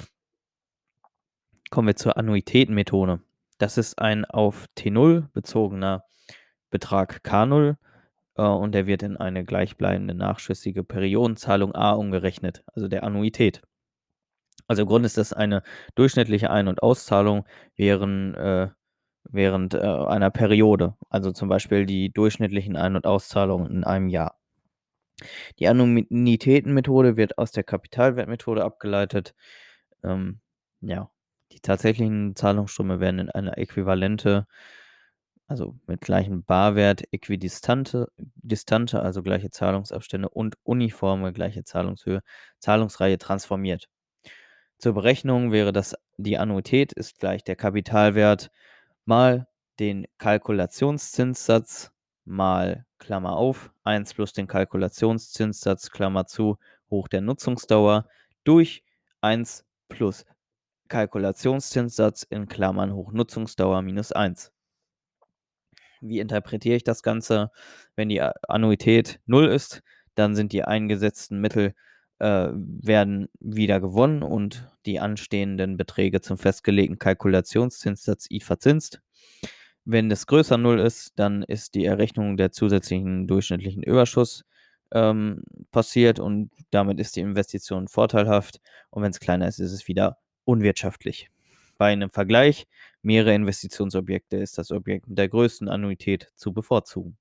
Kommen wir zur Annuitätenmethode. Das ist ein auf T null bezogener Betrag K null äh, und der wird in eine gleichbleibende nachschüssige Periodenzahlung A umgerechnet, also der Annuität. Also im Grunde ist das eine durchschnittliche Ein- und Auszahlung während, äh, während äh, einer Periode, also zum Beispiel die durchschnittlichen Ein- und Auszahlungen in einem Jahr. Die Annuitätenmethode wird aus der Kapitalwertmethode abgeleitet. Ähm, ja, die tatsächlichen Zahlungsströme werden in eine äquivalente, also mit gleichem Barwert, äquidistante, distante, also gleiche Zahlungsabstände und uniforme gleiche Zahlungshöhe, Zahlungsreihe transformiert. Zur Berechnung wäre das die Annuität ist gleich der Kapitalwert mal den Kalkulationszinssatz mal Klammer auf, eins plus den Kalkulationszinssatz, Klammer zu, hoch der Nutzungsdauer durch eins plus Kalkulationszinssatz in Klammern hoch Nutzungsdauer minus eins. Wie interpretiere ich das Ganze? Wenn die A Annuität null ist, dann sind die eingesetzten Mittel äh, werden wieder gewonnen und die anstehenden Beträge zum festgelegten Kalkulationszinssatz I verzinst. Wenn es größer null ist, dann ist die Errechnung der zusätzlichen durchschnittlichen Überschuss ähm, passiert und damit ist die Investition vorteilhaft und wenn es kleiner ist, ist es wieder unwirtschaftlich. Bei einem Vergleich mehrere Investitionsobjekte ist das Objekt mit der größten Annuität zu bevorzugen.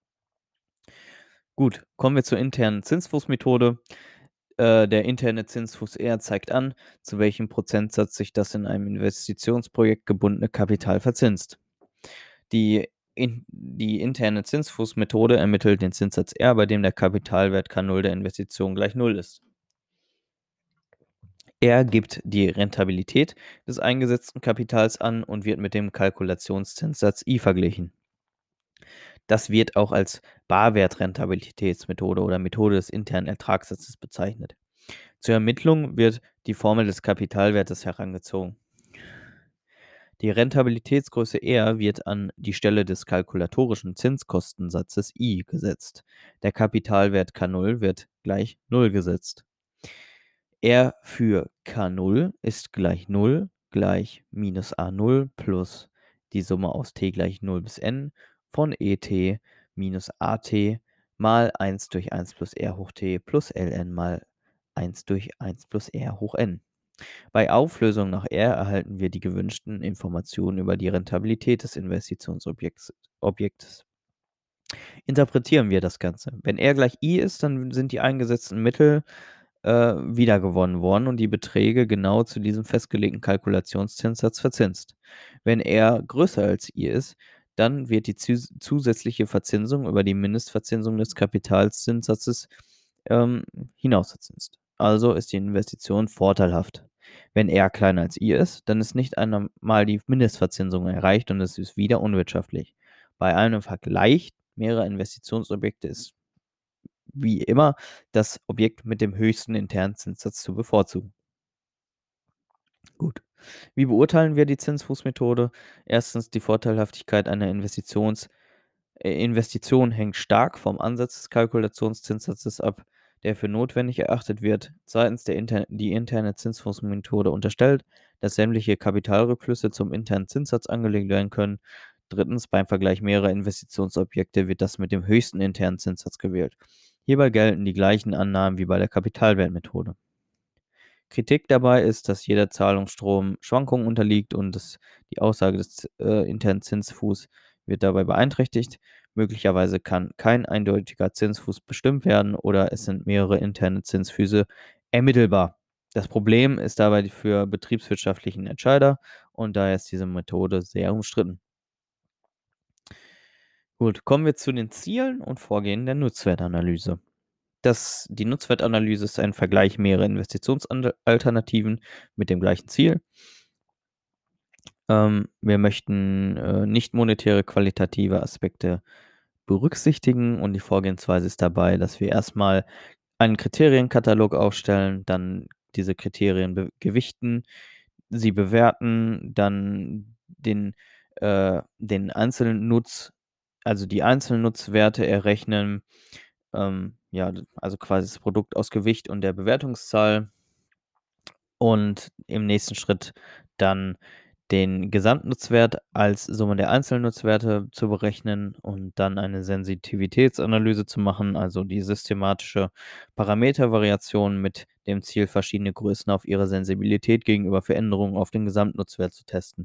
Gut, kommen wir zur internen Zinsfußmethode. Äh, der interne Zinsfuß R zeigt an, zu welchem Prozentsatz sich das in einem Investitionsprojekt gebundene Kapital verzinst. Die, in, die interne Zinsfußmethode ermittelt den Zinssatz R, bei dem der Kapitalwert K null der Investition gleich null ist. Er gibt die Rentabilität des eingesetzten Kapitals an und wird mit dem Kalkulationszinssatz I verglichen. Das wird auch als Barwertrentabilitätsmethode oder Methode des internen Ertragssatzes bezeichnet. Zur Ermittlung wird die Formel des Kapitalwertes herangezogen. Die Rentabilitätsgröße R wird an die Stelle des kalkulatorischen Zinskostensatzes I gesetzt. Der Kapitalwert K null wird gleich null gesetzt. R für K null ist gleich null gleich minus A null plus die Summe aus t gleich null bis n von Et minus At mal eins durch eins plus r hoch t plus ln mal eins durch eins plus r hoch n. Bei Auflösung nach R erhalten wir die gewünschten Informationen über die Rentabilität des Investitionsobjekts Objektes. Interpretieren wir das Ganze. Wenn R gleich I ist, dann sind die eingesetzten Mittel äh, wiedergewonnen worden und die Beträge genau zu diesem festgelegten Kalkulationszinssatz verzinst. Wenn R größer als I ist, dann wird die zus zusätzliche Verzinsung über die Mindestverzinsung des Kapitalzinssatzes ähm, hinausverzinst. Also ist die Investition vorteilhaft. Wenn R kleiner als I ist, dann ist nicht einmal die Mindestverzinsung erreicht und es ist wieder unwirtschaftlich. Bei einem Vergleich mehrerer Investitionsobjekte ist wie immer das Objekt mit dem höchsten internen Zinssatz zu bevorzugen. Gut. Wie beurteilen wir die Zinsfußmethode? Erstens, die Vorteilhaftigkeit einer Investitions äh, Investition hängt stark vom Ansatz des Kalkulationszinssatzes ab, der für notwendig erachtet wird. Zweitens, der inter die interne Zinsfußmethode unterstellt, dass sämtliche Kapitalrückflüsse zum internen Zinssatz angelegt werden können. Drittens, beim Vergleich mehrerer Investitionsobjekte wird das mit dem höchsten internen Zinssatz gewählt. Hierbei gelten die gleichen Annahmen wie bei der Kapitalwertmethode. Kritik dabei ist, dass jeder Zahlungsstrom Schwankungen unterliegt und dass die Aussage des äh, internen Zinsfuß wird dabei beeinträchtigt. Möglicherweise kann kein eindeutiger Zinsfuß bestimmt werden oder es sind mehrere interne Zinsfüße ermittelbar. Das Problem ist dabei die für betriebswirtschaftlichen Entscheider und daher ist diese Methode sehr umstritten. Gut, kommen wir zu den Zielen und Vorgehen der Nutzwertanalyse. Das die Nutzwertanalyse ist ein Vergleich mehrerer Investitionsalternativen mit dem gleichen Ziel. Ähm, wir möchten, äh, nicht monetäre qualitative Aspekte berücksichtigen und die Vorgehensweise ist dabei, dass wir erstmal einen Kriterienkatalog aufstellen, dann diese Kriterien be gewichten, sie bewerten, dann den äh, den einzelnen Nutz also die einzelnen Nutzwerte errechnen, ähm, ja, d also quasi das Produkt aus Gewicht und der Bewertungszahl und im nächsten Schritt dann den Gesamtnutzwert als Summe der einzelnen Nutzwerte zu berechnen und dann eine Sensitivitätsanalyse zu machen, also die systematische Parametervariation mit dem Ziel, verschiedene Größen auf ihre Sensibilität gegenüber Veränderungen auf den Gesamtnutzwert zu testen.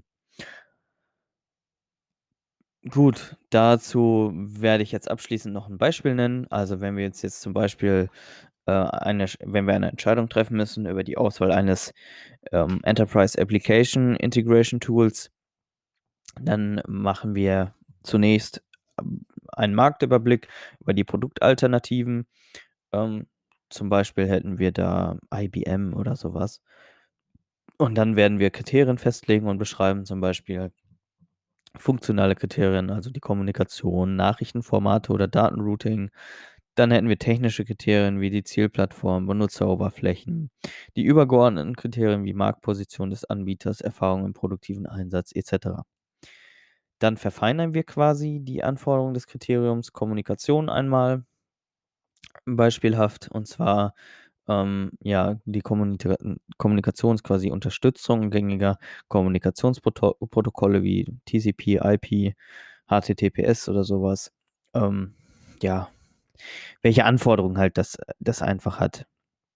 Gut, dazu werde ich jetzt abschließend noch ein Beispiel nennen. Also, wenn wir jetzt jetzt zum Beispiel, äh, eine sch wenn wir eine Entscheidung treffen müssen über die Auswahl eines, ähm, Enterprise Application Integration Tools, dann machen wir zunächst, ähm, einen Marktüberblick über die Produktalternativen. Ähm, Zum Beispiel hätten wir da I B M oder sowas. Und dann werden wir Kriterien festlegen und beschreiben, zum Beispiel funktionale Kriterien, also die Kommunikation, Nachrichtenformate oder Datenrouting. Dann hätten wir technische Kriterien wie die Zielplattform, Benutzeroberflächen, die übergeordneten Kriterien wie Marktposition des Anbieters, Erfahrung im produktiven Einsatz et cetera. Dann verfeinern wir quasi die Anforderungen des Kriteriums Kommunikation einmal beispielhaft und zwar, ähm, ja, die Kommunika Kommunikation ist quasi Unterstützung gängiger Kommunikationsprotokolle wie T C P, I P, H T T P S oder sowas. Ähm, ja, welche Anforderungen halt das das einfach hat.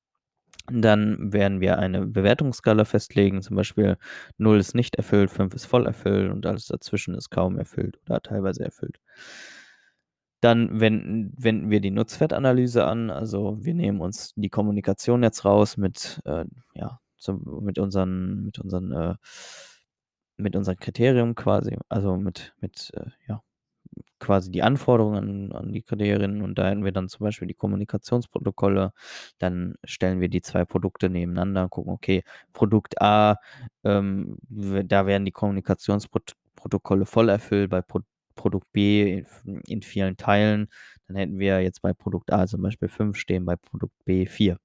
Dann werden wir eine Bewertungsskala festlegen, zum Beispiel null ist nicht erfüllt, fünf ist voll erfüllt und alles dazwischen ist kaum erfüllt oder teilweise erfüllt. Dann wenden wenden wir die Nutzwertanalyse an. Also, wir nehmen uns die Kommunikation jetzt raus mit, äh, ja, zum mit unseren mit unseren, äh mit unseren Kriterien quasi, also mit mit, äh, ja, quasi die Anforderungen an an die Kriterien und da hätten wir dann zum Beispiel die Kommunikationsprotokolle. Dann stellen wir die zwei Produkte nebeneinander, gucken, okay, Produkt A, ähm, w da werden die Kommunikationsprot Protokolle voll erfüllt, bei Pro Produkt B in in vielen Teilen. Dann hätten wir jetzt bei Produkt A zum Beispiel fünf stehen, bei Produkt B vier.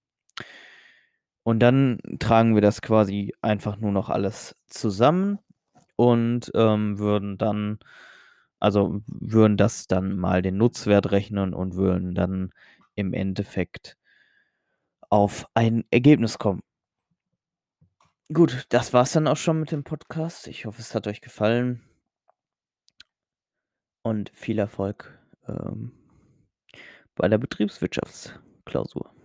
Und dann tragen wir das quasi einfach nur noch alles zusammen und, ähm, würden dann also, würden das dann mal den Nutzwert rechnen und würden dann im Endeffekt auf ein Ergebnis kommen. Gut, das war's dann auch schon mit dem Podcast. Ich hoffe, es hat euch gefallen und viel Erfolg, ähm, bei der Betriebswirtschaftsklausur.